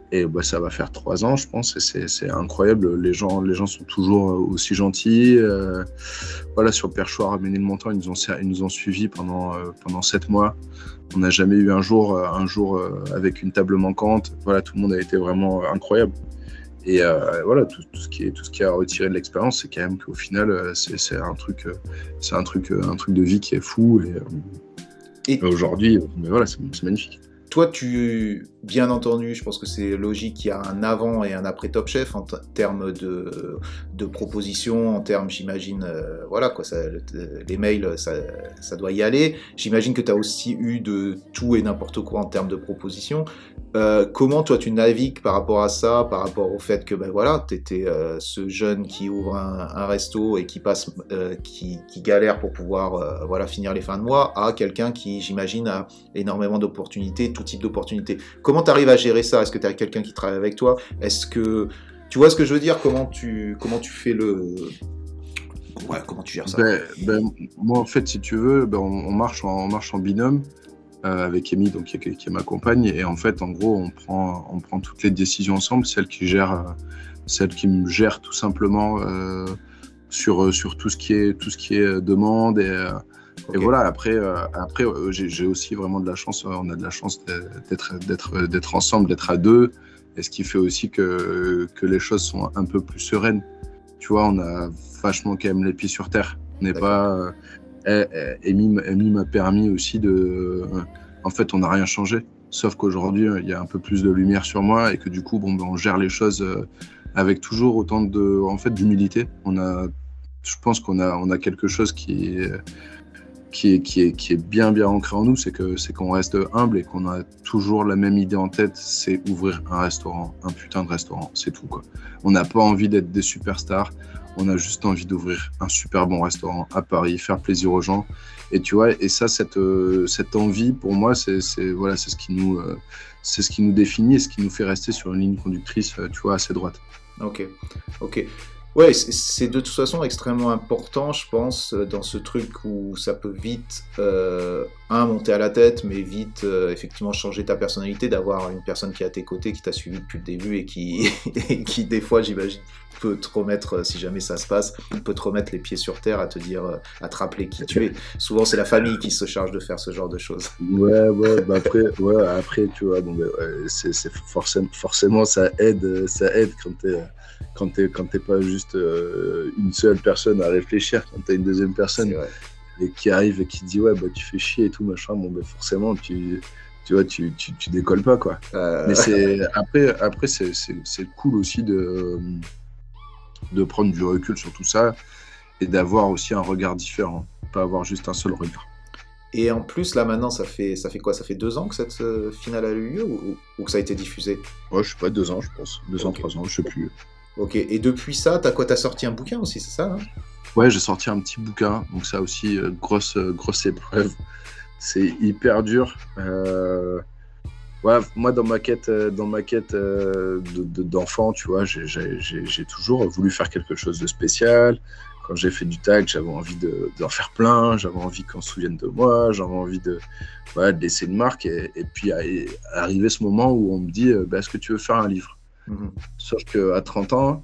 Et bah, ça va faire trois ans, je pense, et c'est, c'est incroyable. Les gens, les gens sont toujours aussi gentils. Euh, voilà, sur le perchoir à Ménilmontant, ils nous ont, ils nous ont suivis pendant, euh, pendant sept mois. On n'a jamais eu un jour, un jour euh, avec une table manquante. Voilà, tout le monde a été vraiment incroyable. Et euh, voilà, tout, tout ce qui est, tout ce qui a retiré de l'expérience, c'est quand même qu'au final, c'est, c'est un truc, c'est un truc, un truc de vie qui est fou. Et, et aujourd'hui, mais voilà, c'est, c'est magnifique. Toi, tu, bien entendu, je pense que c'est logique qu'il y a un avant et un après Top Chef en t- termes de, de propositions, en termes, j'imagine, euh, voilà, quoi, ça, le, les mails, ça, ça doit y aller. J'imagine que tu as aussi eu de tout et n'importe quoi en termes de propositions. Euh, comment, toi, tu navigues par rapport à ça, par rapport au fait que, ben voilà, tu étais euh, ce jeune qui ouvre un, un resto et qui passe, euh, qui, qui galère pour pouvoir, euh, voilà, finir les fins de mois, à quelqu'un qui, j'imagine, a énormément d'opportunités, tout type d'opportunités. Comment tu arrives à gérer ça? Est-ce que tu as quelqu'un qui travaille avec toi? Est-ce que tu vois ce que je veux dire? Comment tu comment tu fais le ouais, comment tu gères ça? Ben, ben, moi, en fait, si tu veux, ben, on, on marche en on marche en binôme euh, avec Amy, donc qui, qui est ma compagne, et en fait, en gros, on prend on prend toutes les décisions ensemble. Celle qui gère euh, celle qui me gère tout simplement euh, sur sur tout ce qui est tout ce qui est demande et euh, Okay. Et voilà, après, euh, après euh, j'ai, j'ai aussi vraiment de la chance, euh, on a de la chance d'être, d'être, d'être ensemble, d'être à deux, et ce qui fait aussi que, que les choses sont un peu plus sereines. Tu vois, on a vachement quand même les pieds sur terre. On n'est pas... Euh, Amy, Amy m'a permis aussi de... Euh, en fait, on n'a rien changé, sauf qu'aujourd'hui, il y a un peu plus de lumière sur moi, et que du coup, bon, ben, on gère les choses euh, avec toujours autant de, en fait, d'humilité. On a, je pense qu'on a, on a quelque chose qui est... Qui est, qui, est, qui est bien bien ancré en nous, c'est, que, c'est qu'on reste humble et qu'on a toujours la même idée en tête, c'est ouvrir un restaurant, un putain de restaurant, c'est tout quoi. On n'a pas envie d'être des superstars, on a juste envie d'ouvrir un super bon restaurant à Paris, faire plaisir aux gens. Et tu vois, et ça, cette, euh, cette envie, pour moi, c'est, c'est, voilà, c'est, ce qui nous, euh, c'est ce qui nous définit et ce qui nous fait rester sur une ligne conductrice, euh, tu vois, assez droite. Ok, ok. Ouais, c'est de toute façon extrêmement important, je pense, dans ce truc où ça peut vite, euh, un, monter à la tête, mais vite, euh, effectivement, changer ta personnalité, d'avoir une personne qui est à tes côtés, qui t'a suivi depuis le début et qui, et qui des fois, j'imagine, peut te remettre, si jamais ça se passe, peut te remettre les pieds sur terre, à te dire, à te rappeler qui tu es. Souvent, c'est la famille qui se charge de faire ce genre de choses. Ouais, ouais, bah après, ouais, après, tu vois, bon, bah, ouais, c'est, c'est forcément, forcément, ça aide, ça aide quand t'es... quand t'es, quand t'es pas juste euh, une seule personne à réfléchir, quand t'as une deuxième personne et qui arrive et qui dit ouais bah tu fais chier et tout machin, bon bah forcément tu tu vois tu tu, tu décolles pas quoi. Euh... Mais c'est après après c'est, c'est c'est cool aussi de de prendre du recul sur tout ça et d'avoir aussi un regard différent, pas avoir juste un seul regard. Et en plus, là, maintenant, ça fait, ça fait quoi? Ça fait deux ans que cette euh, finale a eu lieu ou, ou que ça a été diffusé? Ouais, je sais pas, deux ans, je pense. Deux okay. ans, trois ans, je sais plus. Ok, et depuis ça, t'as quoi? T'as sorti un bouquin aussi, c'est ça hein? Ouais, j'ai sorti un petit bouquin, donc ça aussi, euh, grosse, euh, grosse épreuve. C'est hyper dur. Euh... Ouais, moi, dans ma quête, dans ma quête euh, de, de, d'enfant, tu vois, j'ai, j'ai, j'ai toujours voulu faire quelque chose de spécial. Quand j'ai fait du tag, j'avais envie de, d'en faire plein, j'avais envie qu'on se souvienne de moi, j'avais envie de, ouais, de laisser une marque. Et, et puis, arrivé ce moment où on me dit, bah, est-ce que tu veux faire un livre? Mmh. Sauf qu'à trente ans,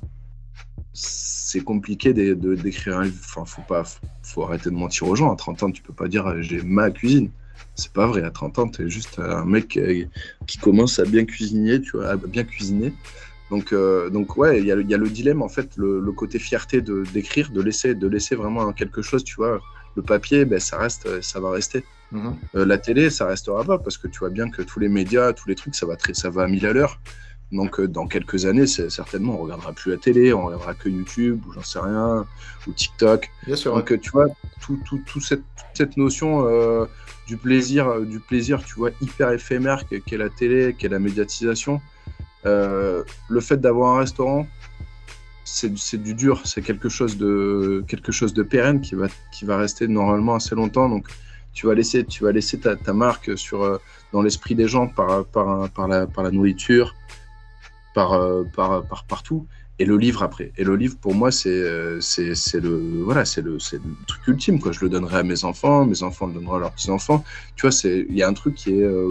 c'est compliqué de, de, d'écrire un livre. Enfin, faut pas, faut, faut arrêter de mentir aux gens. À trente ans, tu peux pas dire j'ai ma cuisine. C'est pas vrai. À trente ans, t'es juste un mec qui, qui commence à bien cuisiner, tu vois, à bien cuisiner. Donc, euh, donc ouais, il y, y a le dilemme en fait, le, le côté fierté de d'écrire, de laisser, de laisser vraiment quelque chose, tu vois. Le papier, ben ça reste, ça va rester. Mmh. Euh, la télé, ça restera pas parce que tu vois bien que tous les médias, tous les trucs, ça va très, ça va à mille à l'heure. Donc, euh, dans quelques années, c'est, certainement, on regardera plus la télé, on regardera que YouTube, ou j'en sais rien, ou TikTok. Bien sûr. Donc, ouais. tu vois, tout, tout, tout cette, toute cette notion euh, du plaisir, euh, du plaisir, tu vois, hyper éphémère qu'est, qu'est la télé, qu'est la médiatisation. Euh, le fait d'avoir un restaurant, c'est, c'est du dur, c'est quelque chose de, quelque chose de pérenne qui va, qui va rester normalement assez longtemps. Donc, tu vas laisser, tu vas laisser ta, ta marque sur, euh, dans l'esprit des gens par, par, par, la, par la nourriture. Par, par, par partout, et le livre après. Et le livre, pour moi, c'est, c'est, c'est, le, voilà, c'est, le, c'est le truc ultime, quoi. Je le donnerai à mes enfants, mes enfants le donneront à leurs petits-enfants. Tu vois, il y a un truc qui est, euh,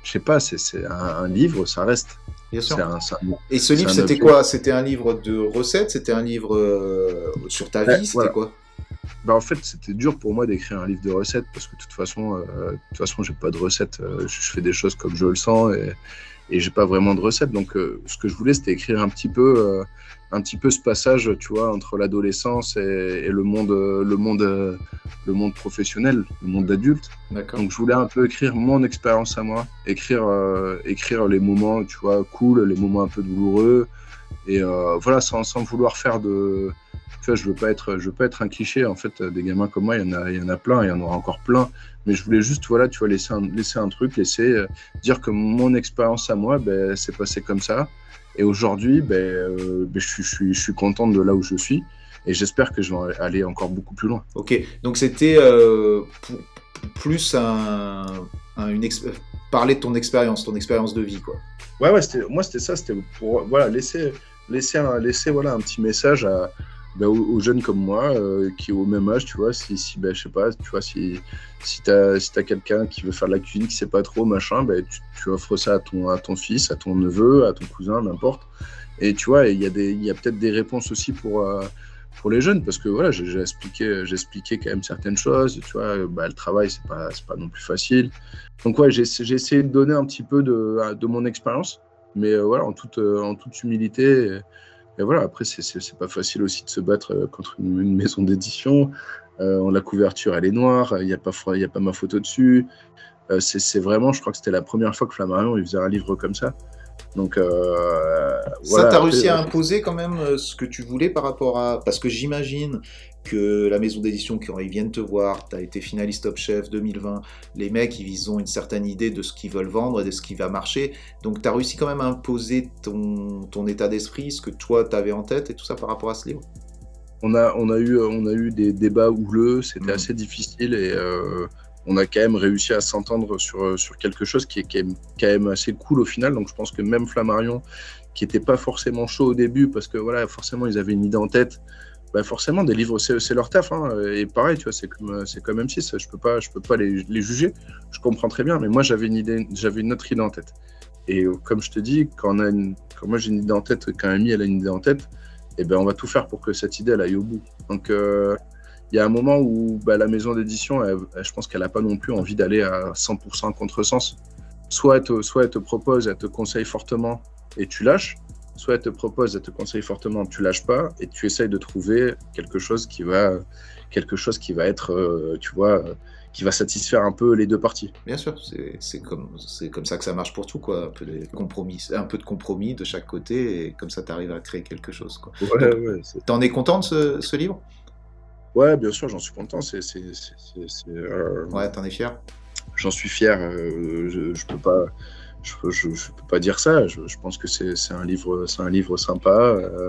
je sais pas, c'est, c'est un, un livre, ça reste. Bien sûr. C'est un, c'est un- Et ce c'est livre, un c'était objet. quoi? C'était un livre de recettes? C'était un livre euh, sur ta vie? Ouais, C'était voilà. quoi? Bah, en fait, c'était dur pour moi d'écrire un livre de recettes parce que de toute façon, euh, de toute façon, j'ai pas de recettes. euh, je, je fais des choses comme je le sens et, et j'ai pas vraiment de recettes. Donc, euh, ce que je voulais, c'était écrire un petit peu, euh, un petit peu ce passage, tu vois, entre l'adolescence et, et le monde, euh, le monde, euh, le monde professionnel, le monde d'adulte. D'accord. Donc, je voulais un peu écrire mon expérience à moi, écrire, euh, écrire les moments, tu vois, cool, les moments un peu douloureux, et euh, voilà, sans, sans vouloir faire de, tu vois, je veux pas être, je veux pas être un cliché. En fait, des gamins comme moi, il y en a, il y en a plein, il y en aura encore plein. Mais je voulais juste, voilà, tu vois, laisser un, laisser un truc, laisser euh, dire que mon expérience à moi, ben, c'est passé comme ça. Et aujourd'hui, ben, euh, ben, je suis, je suis, je suis content de là où je suis, et j'espère que je vais aller encore beaucoup plus loin. Ok, donc c'était euh, pour- plus un, un- une ex- parler de ton expérience, ton expérience de vie, quoi. Ouais, ouais, c'était, moi c'était ça, c'était pour voilà, laisser, laisser, un, laisser voilà, un petit message à, bah, aux, aux jeunes comme moi, euh, qui au même âge, tu vois, si, si bah, je sais pas, tu vois, si, si t'as si t'as quelqu'un qui veut faire de la cuisine, qui sait pas trop, machin, bah, tu, tu offres ça à ton, à ton fils, à ton neveu, à ton cousin, n'importe. Et tu vois, il y a des, il y a peut-être des réponses aussi pour, euh, pour les jeunes, parce que voilà, j'ai, j'ai expliqué, j'ai expliqué quand même certaines choses, tu vois, bah, le travail, c'est pas, c'est pas non plus facile. Donc ouais, j'ai, j'ai essayé de donner un petit peu de, de mon expérience, mais euh, voilà, en toute, euh, en toute humilité. Et, et voilà, après, c'est, c'est, c'est pas facile aussi de se battre euh, contre une, une maison d'édition. Euh, la couverture, elle est noire, il n'y a, pas, y a pas ma photo dessus. Euh, c'est, c'est vraiment, je crois que c'était la première fois que Flammarion il faisait un livre comme ça. Donc euh, Ça, voilà. t'as Après, réussi à euh, imposer quand même euh, ce que tu voulais par rapport à... Parce que j'imagine que la maison d'édition, quand ils viennent te voir, t'as été finaliste Top Chef deux mille vingt, les mecs, ils ont une certaine idée de ce qu'ils veulent vendre et de ce qui va marcher. Donc t'as réussi quand même à imposer ton, ton état d'esprit, ce que toi t'avais en tête et tout ça par rapport à ce livre. on a, on a eu, on a eu des débats houleux, c'était Mhm. assez difficile et euh, on a quand même réussi à s'entendre sur, sur quelque chose qui est quand même, quand même assez cool au final. Donc je pense que même Flammarion, qui n'était pas forcément chaud au début, parce que voilà, forcément ils avaient une idée en tête, bah forcément des livres c'est, c'est leur taf, hein. Et pareil, tu vois, c'est comme, c'est comme M six, je peux pas, je peux pas les, les juger, je comprends très bien, mais moi j'avais une idée, j'avais une autre idée en tête. Et euh, comme je te dis, quand, on a une, quand moi j'ai une idée en tête, quand Amy elle a une idée en tête, eh ben, on va tout faire pour que cette idée elle aille au bout. Donc, il euh, y a un moment où bah, la maison d'édition, elle, elle, je pense qu'elle n'a pas non plus envie d'aller à cent pour cent contresens. Soit elle, te, soit elle te propose, elle te conseille fortement et tu lâches, soit elle te propose, elle te conseille fortement, tu lâches pas et tu essayes de trouver quelque chose qui va, quelque chose qui va être, euh, tu vois, euh, qui va satisfaire un peu les deux parties. Bien sûr, c'est, c'est, comme, c'est comme ça que ça marche pour tout, quoi. Un peu de compromis, un peu de compromis de chaque côté, et comme ça, tu arrives à créer quelque chose, quoi. Ouais, Donc, ouais, c'est... T'en es content de ce, ce livre? ouais, bien sûr, j'en suis content. C'est, c'est, c'est, c'est, c'est, euh... Ouais, t'en es fier? J'en suis fier. Euh, je, je peux pas, je, je, je peux pas dire ça. Je, je pense que c'est, c'est un livre, c'est un livre sympa. Euh,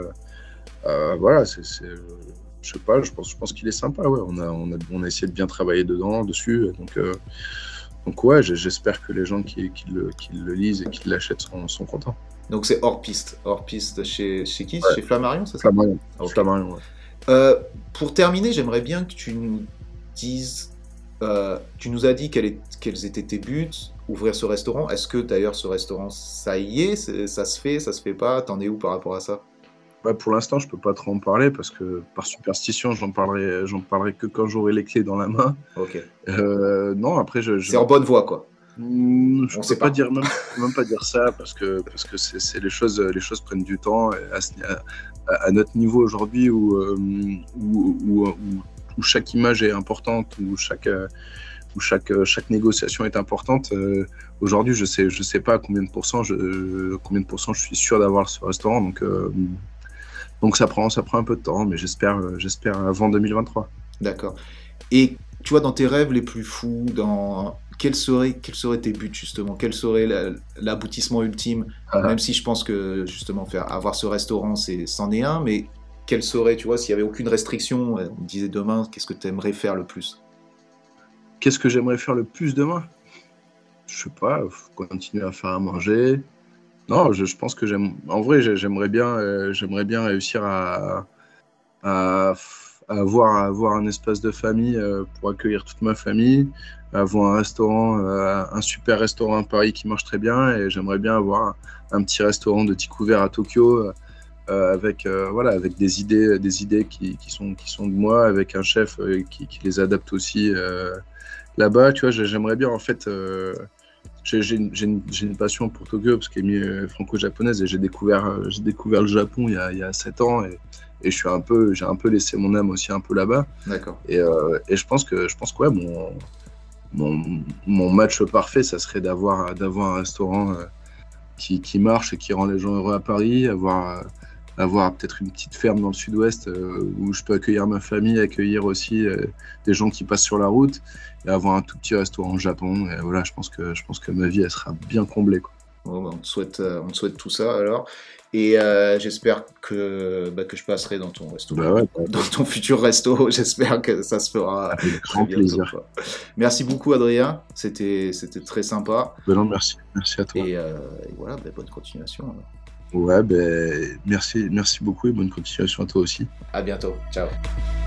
euh, voilà, c'est, c'est je sais pas, je pense, je pense qu'il est sympa. Ouais, on a, on a, on a essayé de bien travailler dedans, dessus. Donc, euh, donc ouais, j'espère que les gens qui, qui, le, qui le lisent et qui l'achètent sont, sont contents. Donc c'est hors piste, hors piste chez, chez qui? Ouais. Chez Flammarion, c'est ça? Flammarion. Okay. Flammarion, ouais. Euh, pour terminer, j'aimerais bien que tu nous dises, euh, tu nous as dit quel est, quels étaient tes buts, ouvrir ce restaurant. Est-ce que d'ailleurs ce restaurant, ça y est, c'est, ça se fait, ça se fait pas? T'en es où par rapport à ça? Bah pour l'instant, je peux pas trop en parler parce que par superstition, j'en parlerai, j'en parlerai que quand j'aurai les clés dans la main. Ok. Euh, non, après, je, je... c'est en bonne voie, quoi. Mmh, je On peux sait pas pas. dire même, même pas dire ça parce que parce que c'est, c'est les choses les choses prennent du temps et à, à, à notre niveau aujourd'hui où, euh, où, où, où où chaque image est importante, où chaque où chaque chaque négociation est importante. Euh, aujourd'hui, je sais je sais pas combien de pourcents je combien de pourcents je suis sûr d'avoir ce restaurant, donc euh, donc ça prend ça prend un peu de temps, mais j'espère j'espère avant deux mille vingt-trois. D'accord. Et tu vois, dans tes rêves les plus fous, dans quels seraient, quels seraient tes buts, justement? Quel serait la, l'aboutissement ultime? Ah. Même si je pense que, justement, faire, avoir ce restaurant, c'est, c'en est un, mais quel serait, tu vois, s'il n'y avait aucune restriction, on me disait demain, qu'est-ce que tu aimerais faire le plus? Qu'est-ce que j'aimerais faire le plus demain? Je sais pas, continuer à faire à manger. Non, je, je pense que j'aime. En vrai, j'aimerais bien, euh, j'aimerais bien réussir à, à, avoir, avoir un espace de famille euh, pour accueillir toute ma famille, avoir un restaurant, euh, un super restaurant à Paris qui marche très bien, et j'aimerais bien avoir un, un petit restaurant de découvert à Tokyo euh, avec, euh, voilà, avec des idées, des idées qui, qui, sont, qui sont de moi, avec un chef euh, qui, qui les adapte aussi euh, là-bas. Tu vois, j'aimerais bien en fait. Euh, J'ai une, une, une passion pour Tokyo parce qu'elle est franco-japonaise et j'ai découvert, j'ai découvert le Japon il y a, il y a sept ans et, et je suis un peu, j'ai un peu laissé mon âme aussi un peu là-bas. D'accord. Et, euh, et je pense que, je pense que ouais, mon, mon, mon match parfait, ça serait d'avoir, d'avoir un restaurant euh, qui, qui marche et qui rend les gens heureux à Paris, avoir, euh, avoir peut-être une petite ferme dans le sud-ouest euh, où je peux accueillir ma famille, accueillir aussi euh, des gens qui passent sur la route et avoir un tout petit restaurant au Japon. Et voilà, je pense que, je pense que ma vie, elle sera bien comblée, quoi. Bon, bah, on, te souhaite, euh, on te souhaite tout ça alors. Et euh, j'espère que, bah, que je passerai dans ton resto, Bah ouais, dans ton futur resto. J'espère que ça se fera avec très grand bientôt, plaisir. quoi. Merci beaucoup, Adrien. C'était, c'était très sympa. Ben non, merci, merci à toi. Et, euh, et voilà, bah, bonne continuation. Alors. Ouais, ben merci, merci beaucoup et bonne continuation à toi aussi. À bientôt. Ciao.